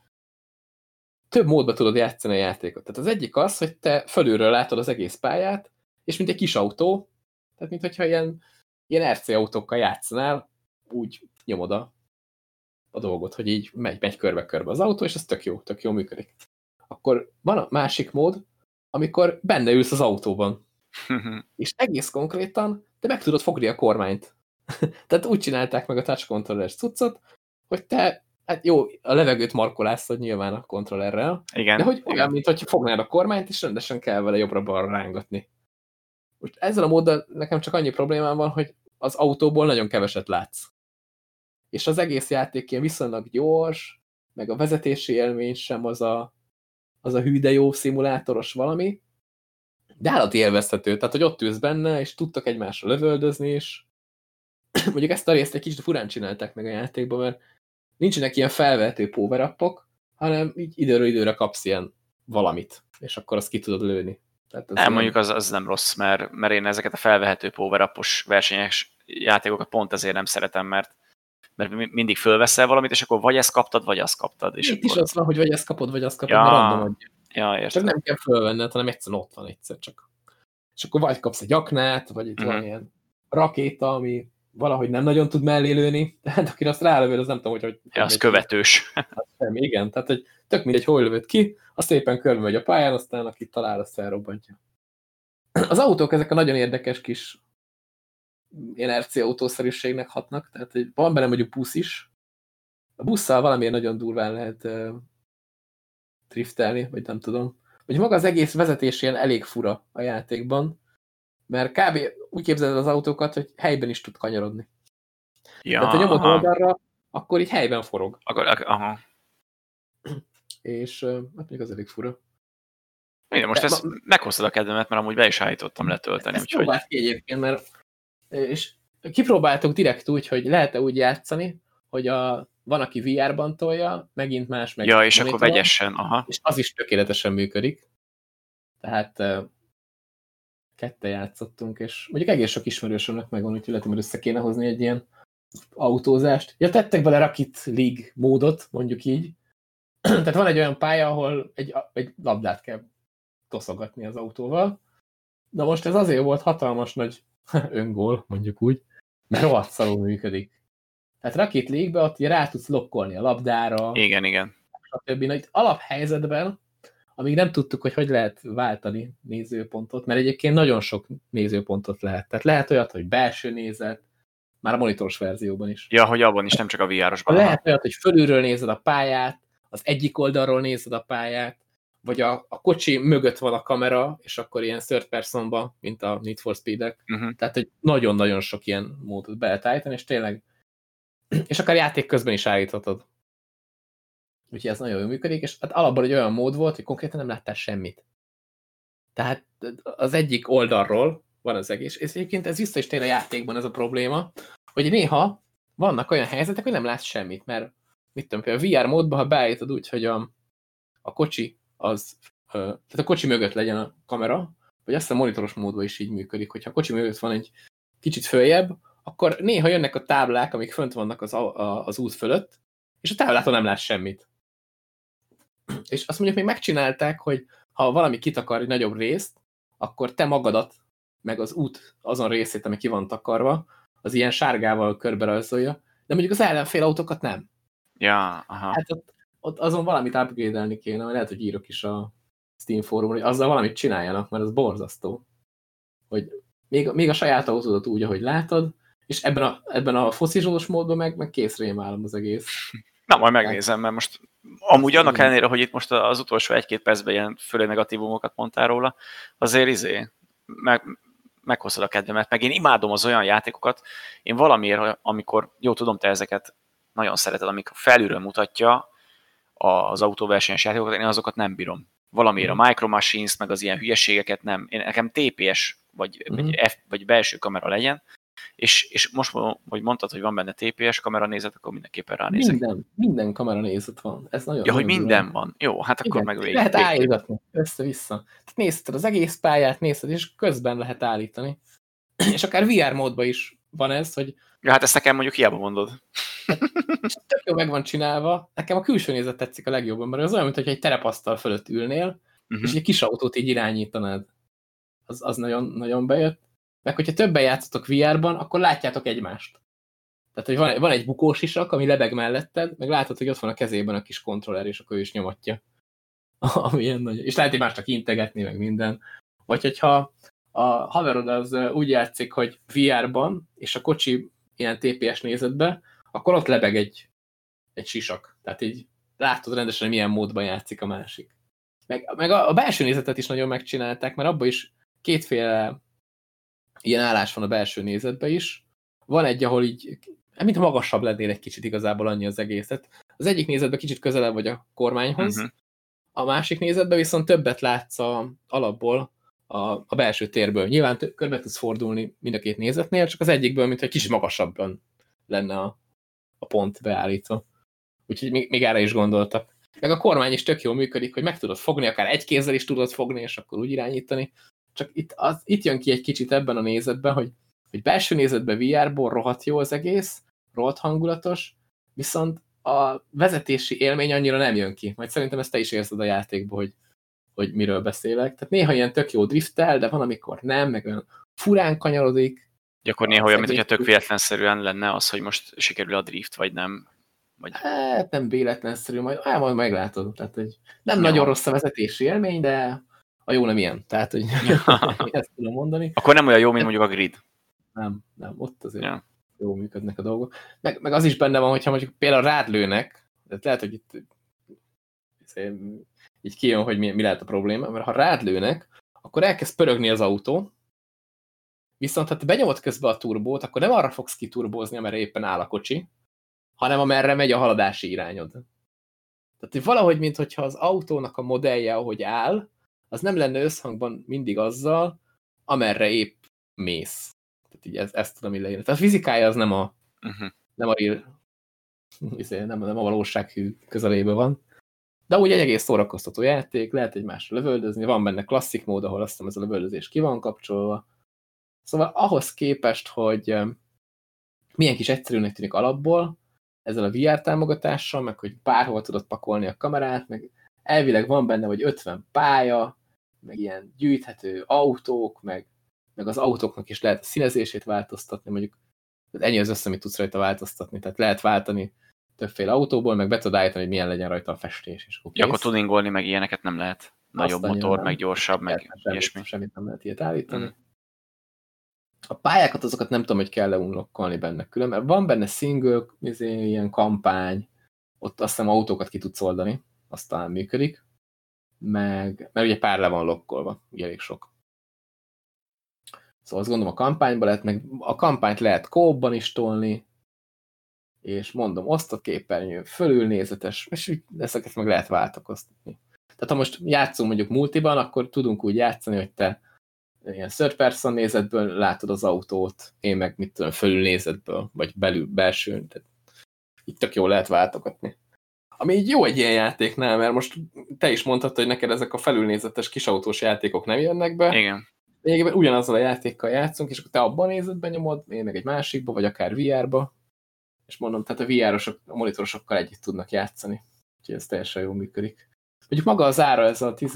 Speaker 1: több módba tudod játszani a játékot. Tehát az egyik az, hogy te fölülről látod az egész pályát, és mint egy kis autó, tehát mintha ilyen RC autókkal játszanál, úgy nyomod a dolgot, hogy így megy körbe-körbe az autó, és ez tök jó működik. Akkor van a másik mód, amikor benne ülsz az autóban. És egész konkrétan te meg tudod fogni a kormányt. Tehát úgy csinálták meg a touch controller-es cuccot, hogy te, hát jó, a levegőt markolászod nyilván a kontrollerrel,
Speaker 2: igen,
Speaker 1: de hogy olyan, mintha fognád a kormányt, és rendesen kell vele jobbra-balra rángatni. Most ezzel a móddal nekem csak annyi problémám van, hogy az autóból nagyon keveset látsz. És az egész játék ilyen viszonylag gyors, meg a vezetési élmény sem az a hű de jó szimulátoros valami, de állati élvezhető, tehát hogy ott ülsz benne, és tudtak egymásra lövöldözni, és mondjuk ezt a részt egy kicsit furán csinálták meg a játékban, mert nincsenek ilyen felvehető power-upok, hanem így időről időre kapsz ilyen valamit, és akkor azt ki tudod lőni. Tehát
Speaker 2: mondjuk az nem rossz, mert én ezeket a felvehető power-upos versenyes játékokat pont ezért nem szeretem, mert mindig fölveszel valamit, és akkor vagy ezt kaptad, vagy azt kaptad. És
Speaker 1: itt is az van, hogy vagy ezt kapod, vagy azt kapod,
Speaker 2: ja,
Speaker 1: mert random adja.
Speaker 2: Ja, értem.
Speaker 1: Csak nem kell fölvenned, hanem egyszerűen ott van egyszer csak. És akkor vagy kapsz egy aknát, vagy itt van ilyen rakéta, ami valahogy nem nagyon tud mellé lőni, tehát akire azt rálövöd, az nem tudom, hogy
Speaker 2: ja, az követős.
Speaker 1: Sem, igen, tehát hogy tök mindegy, hol lövöd ki, azt szépen körbe megy a pályán, aztán akit talál, azt felrobbantja. Az autók ezek a nagyon érdekes kis ilyen RC autószerűségnek hatnak, tehát hogy van benne mondjuk busz is. A busszal valamiért nagyon durván lehet driftelni, vagy nem tudom. Hogy maga az egész vezetés ilyen elég fura a játékban, mert kb. Úgy képzeled az autókat, hogy helyben is tud kanyarodni.
Speaker 2: Ja,
Speaker 1: tehát ha nyomod oldalra, akkor így helyben forog.
Speaker 2: Aha.
Speaker 1: És hát még az elég fura.
Speaker 2: Igen, most ezt meghoztad a kedvemet, mert amúgy be is állítottam letölteni.
Speaker 1: Ezt próbált ki egyébként, mert és kipróbáltuk direkt úgy, hogy lehet-e úgy játszani, hogy van, aki VR-ban tolja, megint más meg.
Speaker 2: Ja, és akkor vegyesen, aha.
Speaker 1: És az is tökéletesen működik. Tehát ketten játszottunk, és mondjuk egész sok ismerősömnek megvan, úgyhogy lehet, hogy össze kéne hozni egy ilyen autózást. Ja, tettek bele Rocket League módot, mondjuk így. Tehát van egy olyan pálya, ahol egy labdát kell toszogatni az autóval. De most ez azért volt hatalmas nagy öngól, mondjuk úgy, mert rohadt szarul működik. Tehát Rocket League-be ott rá tudsz lokkolni a labdára.
Speaker 2: Igen.
Speaker 1: Stb. Itt alaphelyzetben, amíg nem tudtuk, hogy lehet váltani nézőpontot, mert egyébként nagyon sok nézőpontot lehet. Tehát lehet olyat, hogy belső nézet, már a monitoros verzióban is.
Speaker 2: Ja, hogy abban is, nem csak a VR-osban.
Speaker 1: Lehet olyat, hogy fölülről nézed a pályát, az egyik oldalról nézed a pályát, vagy a kocsi mögött van a kamera, és akkor ilyen third personba, mint a Need for Speed-ek. Tehát, hogy nagyon-nagyon sok ilyen módot be lehet állítani, és tényleg, és akár játék közben is állíthatod. Úgyhogy ez nagyon jól működik, és hát alapból egy olyan mód volt, hogy konkrétan nem láttál semmit. Tehát az egyik oldalról van az egész, és egyébként ez vissza is tér a játékban ez a probléma, hogy néha vannak olyan helyzetek, hogy nem látsz semmit, mert mit tudom, például a VR módban, ha beállítod úgy, hogy a kocsi tehát a kocsi mögött legyen a kamera, vagy azt a monitoros módban is így működik, hogyha a kocsi mögött van egy kicsit följebb, akkor néha jönnek a táblák, amik fönt vannak az út fölött, és a táblától nem látsz semmit. És azt mondjuk még megcsinálták, hogy ha valami kitakar egy nagyobb részt, akkor te magadat, meg az út azon részét, ami ki van takarva, az ilyen sárgával körbe rajzolja, de mondjuk az ellenfél autókat nem.
Speaker 2: Ja, aha.
Speaker 1: Hát ott azon valamit upgrade-elni kéne, vagy lehet, hogy írok is a Steam fórumon, hogy azzal valamit csináljanak, mert az borzasztó. Hogy még a saját autódat úgy, ahogy látod, és ebben a foszizsolós módban meg készre émálom az egész.
Speaker 2: Na, majd megnézem, mert most amúgy annak ellenére, hogy itt most az utolsó 1-2 percben ilyen főleg negatívumokat mondtál róla, azért meghoztad a kedvemet, meg én imádom az olyan játékokat, én valamiért, amikor, jó tudom, te ezeket nagyon szereted, amikor felülről mutatja az autóversenyes játékokat, én azokat nem bírom. Valamiért a Micro Machines, meg az ilyen hülyeségeket nem. Nekem TPS, vagy belső kamera legyen, és most, hogy mondtad, hogy van benne TPS kamera nézet, akkor mindenképpen ránézek.
Speaker 1: Minden kamera nézet van. Ez nagyon,
Speaker 2: ja,
Speaker 1: nagyon
Speaker 2: hogy minden van. Jó, hát akkor
Speaker 1: igen,
Speaker 2: meg
Speaker 1: lehet állítani össze-vissza. Nézted az egész pályát, nézted, és közben lehet állítani. És akár VR módban is van ez, hogy...
Speaker 2: Ja, hát ezt nekem mondjuk hiába mondod.
Speaker 1: És tök jó meg van csinálva. Nekem a külső nézet tetszik a legjobban, mert az olyan, mintha egy terepasztal fölött ülnél, és egy kis autót így irányítanád. Az nagyon, nagyon bejött. Meg hogyha többen játszotok VR-ban, akkor látjátok egymást. Tehát, hogy van egy bukós isak, ami lebeg melletted, meg látod, hogy ott van a kezében a kis kontroller, és akkor ő is nyomatja. Ami ilyen nagy. És lehet egymásnak integetni, meg minden. Vagy hogyha a haverod az úgy játszik, hogy VR-ban, és a kocsi ilyen TPS nézetbe, akkor ott lebeg egy sisak. Tehát így látod rendesen, milyen módban játszik a másik. Meg a belső nézetet is nagyon megcsinálták, mert abban is kétféle ilyen állás van a belső nézetben is. Van egy, ahol így, mintha magasabb lennél egy kicsit igazából annyi az egészet. Az egyik nézetben kicsit közelebb vagy a kormányhoz, a másik nézetben viszont többet látsz alapból a belső térből. Nyilván körbe tudsz fordulni mind a két nézetnél, csak az egyikből, mintha egy kicsit magasabban lenne a pont beállítva. Úgyhogy még erre is gondoltak. Meg a kormány is tök jól működik, hogy meg tudod fogni, akár egy kézzel is tudod fogni, és akkor úgy irányítani. Csak itt jön ki egy kicsit ebben a nézetben, hogy belső nézetben VR-ból rohadt jó az egész, rohadt hangulatos, viszont a vezetési élmény annyira nem jön ki. Majd szerintem ezt te is érzed a játékban, hogy miről beszélek. Tehát néha ilyen tök jó driftel, de van, amikor nem, meg olyan furán kanyarodik.
Speaker 2: Akkor néha olyan, mintha tök véletlenszerűen lenne az, hogy most sikerül a drift, vagy nem.
Speaker 1: Hát nem véletlenszerű, majd meglátod. Tehát, hogy nem nagyon rossz a vezetési élmény, de a jó nem ilyen. Tehát, hogy ezt tudom mondani.
Speaker 2: Akkor nem olyan jó, mint mondjuk a grid.
Speaker 1: Nem, ott azért jó működnek a dolgok. Meg az is benne van, hogyha mondjuk például rád lőnek, de lehet, hogy itt így kijön, hogy mi lehet a probléma, mert ha rád lőnek, akkor elkezd pörögni az autó, viszont ha te benyomod közbe a turbót, akkor nem arra fogsz kiturbózni, amerre éppen áll a kocsi, hanem amerre megy a haladási irányod. Tehát hogy valahogy, mintha az autónak a modellje, ahogy áll, az nem lenne összhangban mindig azzal, amerre épp mész. Tehát így ezt tudom így leírni. Tehát a fizikája az nem a valósághű közelében van. De úgy egy egész szórakoztató játék, lehet egymásra lövöldözni, van benne klasszik mód, ahol azt hiszem ez a lövöldözés ki van kapcsolva. Szóval ahhoz képest, hogy milyen kis egyszerűnek tűnik alapból, ezzel a VR támogatással, meg hogy bárhol tudod pakolni a kamerát, meg elvileg van benne, hogy 50 pálya, meg ilyen gyűjthető autók, meg az autóknak is lehet a színezését változtatni, mondjuk ennyi az össze, amit tudsz rajta változtatni, tehát lehet váltani többféle autóból, meg be tudod állítani, hogy milyen legyen rajta a festés. És
Speaker 2: ja, akkor tuningolni, meg ilyeneket nem lehet. Nagyobb motor, meg gyorsabb, meg ilyesmi.
Speaker 1: Semmit nem lehet ilyet állítani. A pályákat azokat nem tudom, hogy kell-e unlockolni benne külön, mert van benne single, ilyen kampány, ott azt hiszem autókat ki tudsz oldani, azt talán működik, mert ugye pár le van lokkolva, ugye elég sok. Szóval azt gondolom a kampányban lehet, meg a kampányt lehet co-opban is tolni, és mondom, osztott képernyő, fölülnézetes, és ezeket meg lehet váltakoztatni. Tehát ha most játszunk mondjuk multiban, akkor tudunk úgy játszani, hogy te ilyen third person nézetből látod az autót, én meg mit tudom, fölülnézetből, vagy belső, tehát itt tök jól lehet váltogatni. Ami így jó egy ilyen játéknál, mert most te is mondtad, hogy neked ezek a felülnézetes kisautós játékok nem jönnek be.
Speaker 2: Igen.
Speaker 1: Lényegében ugyanazzal a játékkal játszunk, és akkor te abban nézed, benyomod, én meg egy másikba, vagy akár VR-ba, és mondom, tehát a VR-osok, a monitorosokkal együtt tudnak játszani. Úgyhogy ez teljesen jól működik. Mondjuk maga az ára, ez a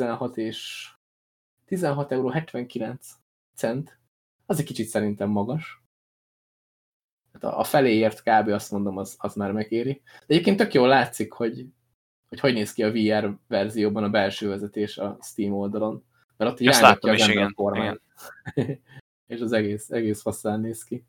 Speaker 1: 16,79 €, az egy kicsit szerintem magas. Hát a feléért kb. Azt mondom, az már megéri. De egyébként tök jól látszik, hogy néz ki a VR verzióban a belső vezetés a Steam oldalon. Mert ott így rángatja az ember a kormányt. És az egész faszán néz ki.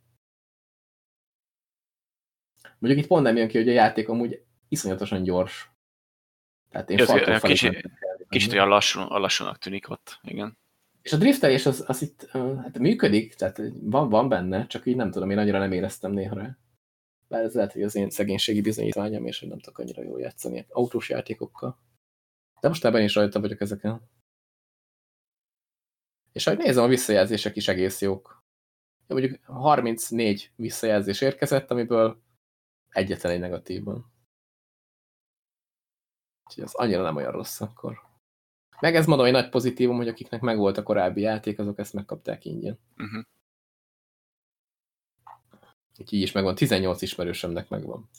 Speaker 1: Mondjuk itt pont nem jön ki, hogy a játék amúgy iszonyatosan gyors. Tehát én
Speaker 2: kicsit olyan lassúnak tűnik ott, igen.
Speaker 1: És a driftelés az itt hát működik, tehát van benne, csak így nem tudom, én annyira nem éreztem néha rá. Bár ez lehet, hogy az én szegénységi bizonyítványom, és hogy nem tudok annyira jól játszani autós játékokkal. De mostában is rajta vagyok ezeken. És ahogy nézem, a visszajelzések is egész jók. Mondjuk 34 visszajelzés érkezett, amiből egyetlen egy negatív van. Úgyhogy az annyira nem olyan rossz akkor. Meg ez mondom, egy nagy pozitívum, hogy akiknek megvolt a korábbi játék, azok ezt megkapták ingyen. Úgyhogy így is megvan. 18 ismerősömnek megvan.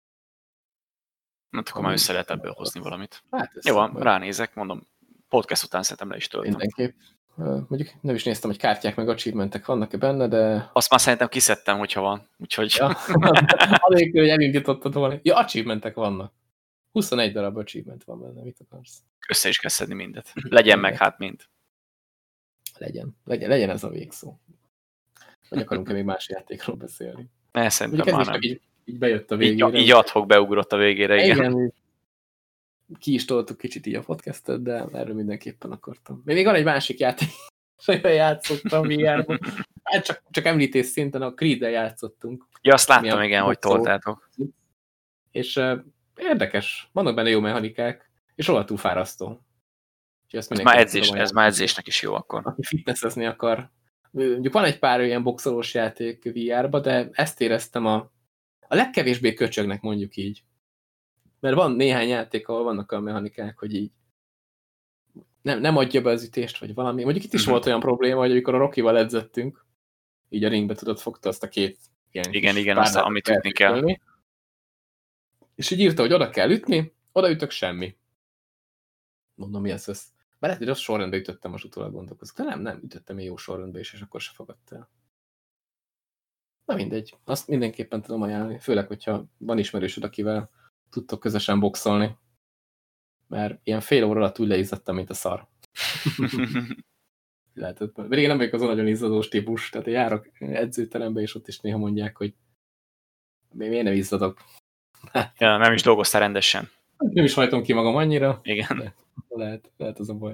Speaker 2: Hát akkor már össze lehet ebből hozni valamit.
Speaker 1: Hát
Speaker 2: jó van, ránézek, mondom, podcast után szerintem le is töltöm.
Speaker 1: Mindenképp. Mondjuk nem is néztem, hogy kártyák meg achievementek vannak-e benne, de...
Speaker 2: Azt már szerintem kiszedtem, hogyha van. Úgyhogy...
Speaker 1: Ja, anélkül, hogy elindítottad volna. Ja, achievementek vannak. 21 darab achievement van benne, mit akarsz?
Speaker 2: Össze is kell szedni mindet. Legyen meg hát mind.
Speaker 1: Legyen ez a végszó. Vagy akarunk-e még más játékról beszélni?
Speaker 2: Szerintem már nem.
Speaker 1: Így bejött a végére.
Speaker 2: Így adhok beugrott a végére,
Speaker 1: igen. Ki is toltuk kicsit így a podcastet, de erről mindenképpen akartam. Még van egy másik játék, amivel játszottam VR-ban. Hát csak említés szinten a Creed-del játszottunk.
Speaker 2: Ja, azt láttam, igen, hogy toltátok.
Speaker 1: És érdekes, vannak benne jó mechanikák, és rohadtul fárasztó.
Speaker 2: Ez már edzésnek is jó akkor.
Speaker 1: Aki fitnessezni akar. Mondjuk van egy pár ilyen boxolós játék VR-ba, de ezt éreztem a legkevésbé köcsögnek, mondjuk így. Mert van néhány játék, ahol vannak olyan mechanikák, hogy így nem adja be az ütést, vagy valami. Mondjuk itt is volt olyan probléma, hogy amikor a Rockyval edzettünk, így a ringbe fogta azt a két ilyen
Speaker 2: igen, azt, amit ütni kell.
Speaker 1: És így írta, hogy oda kell ütni, oda ütök semmi. Mondom, mi ez? Bár lehet, hogy rossz sorrendbe ütöttem, most utólag gondolkozok. De nem ütöttem én jó sorrendbe is, és akkor se fogadta el. Na mindegy, azt mindenképpen tudom ajánlani, főleg, hogyha van ismerősöd, akivel tudtok közösen boxolni. Mert ilyen fél óra alatt úgy leizzadtam, mint a szar. Lehetett. Mert én nem vagyok azon nagyon izzadós típus, tehát én járok edzőterembe, és ott is néha mondják, hogy miért nem izzadok.
Speaker 2: Ja, nem is dolgoztál rendesen.
Speaker 1: Nem is hajtom ki magam annyira.
Speaker 2: Igen.
Speaker 1: Lehet az a baj.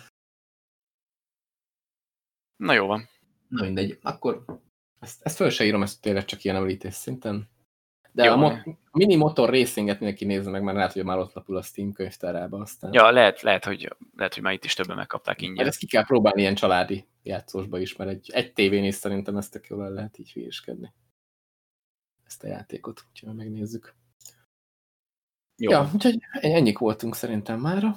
Speaker 2: Na jó van.
Speaker 1: Na mindegy. Akkor ezt föl se írom, ezt tényleg csak ilyen említés szinten. De
Speaker 2: jó,
Speaker 1: a mini motor racinget mindenki nézze meg, mert lehet, hogy már ott lapul a Steam könyvtárába aztán.
Speaker 2: Ja, lehet, hogy már itt is többen megkapták ingyen.
Speaker 1: Ezt ki kell próbálni ilyen családi játszósba is, mert egy tévén is szerintem ezt tök jól lehet így hülyéskedni. Ezt a játékot, úgyhogy megnézzük. Jó. Ja, úgyhogy ennyik voltunk szerintem mára.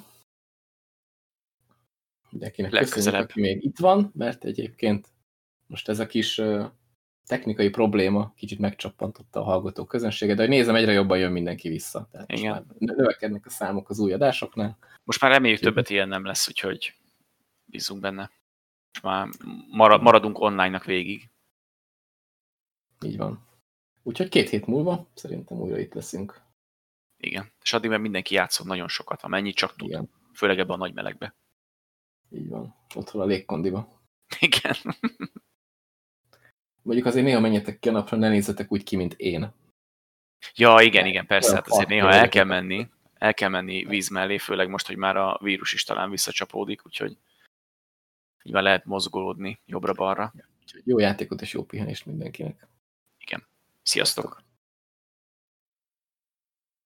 Speaker 1: Mindenkinek köszönjük, aki még itt van, mert egyébként most ez a kis technikai probléma kicsit megcsappantotta a hallgató közönséget, de hogy nézem, egyre jobban jön mindenki vissza. Tehát igen. Növekednek a számok az új adásoknál.
Speaker 2: Most már reméljük többet ilyen nem lesz, úgyhogy bízunk benne. Most már maradunk online-nak végig.
Speaker 1: Így van. Úgyhogy 2 hét múlva szerintem újra itt leszünk.
Speaker 2: Igen. És addig már mindenki játszol nagyon sokat, amennyit csak tud. Igen. Főleg ebben a nagy melegbe.
Speaker 1: Így van. Otthon a légkondiba.
Speaker 2: Igen.
Speaker 1: Mondjuk azért néha menjetek ki a napra, ne nézzetek úgy ki, mint én.
Speaker 2: Ja, igen, persze. Hát azért néha el kell menni víz mellé, főleg most, hogy már a vírus is talán visszacsapódik, úgyhogy így már lehet mozgolódni jobbra-balra.
Speaker 1: Jó játékot és jó pihenést mindenkinek.
Speaker 2: Igen. Sziasztok!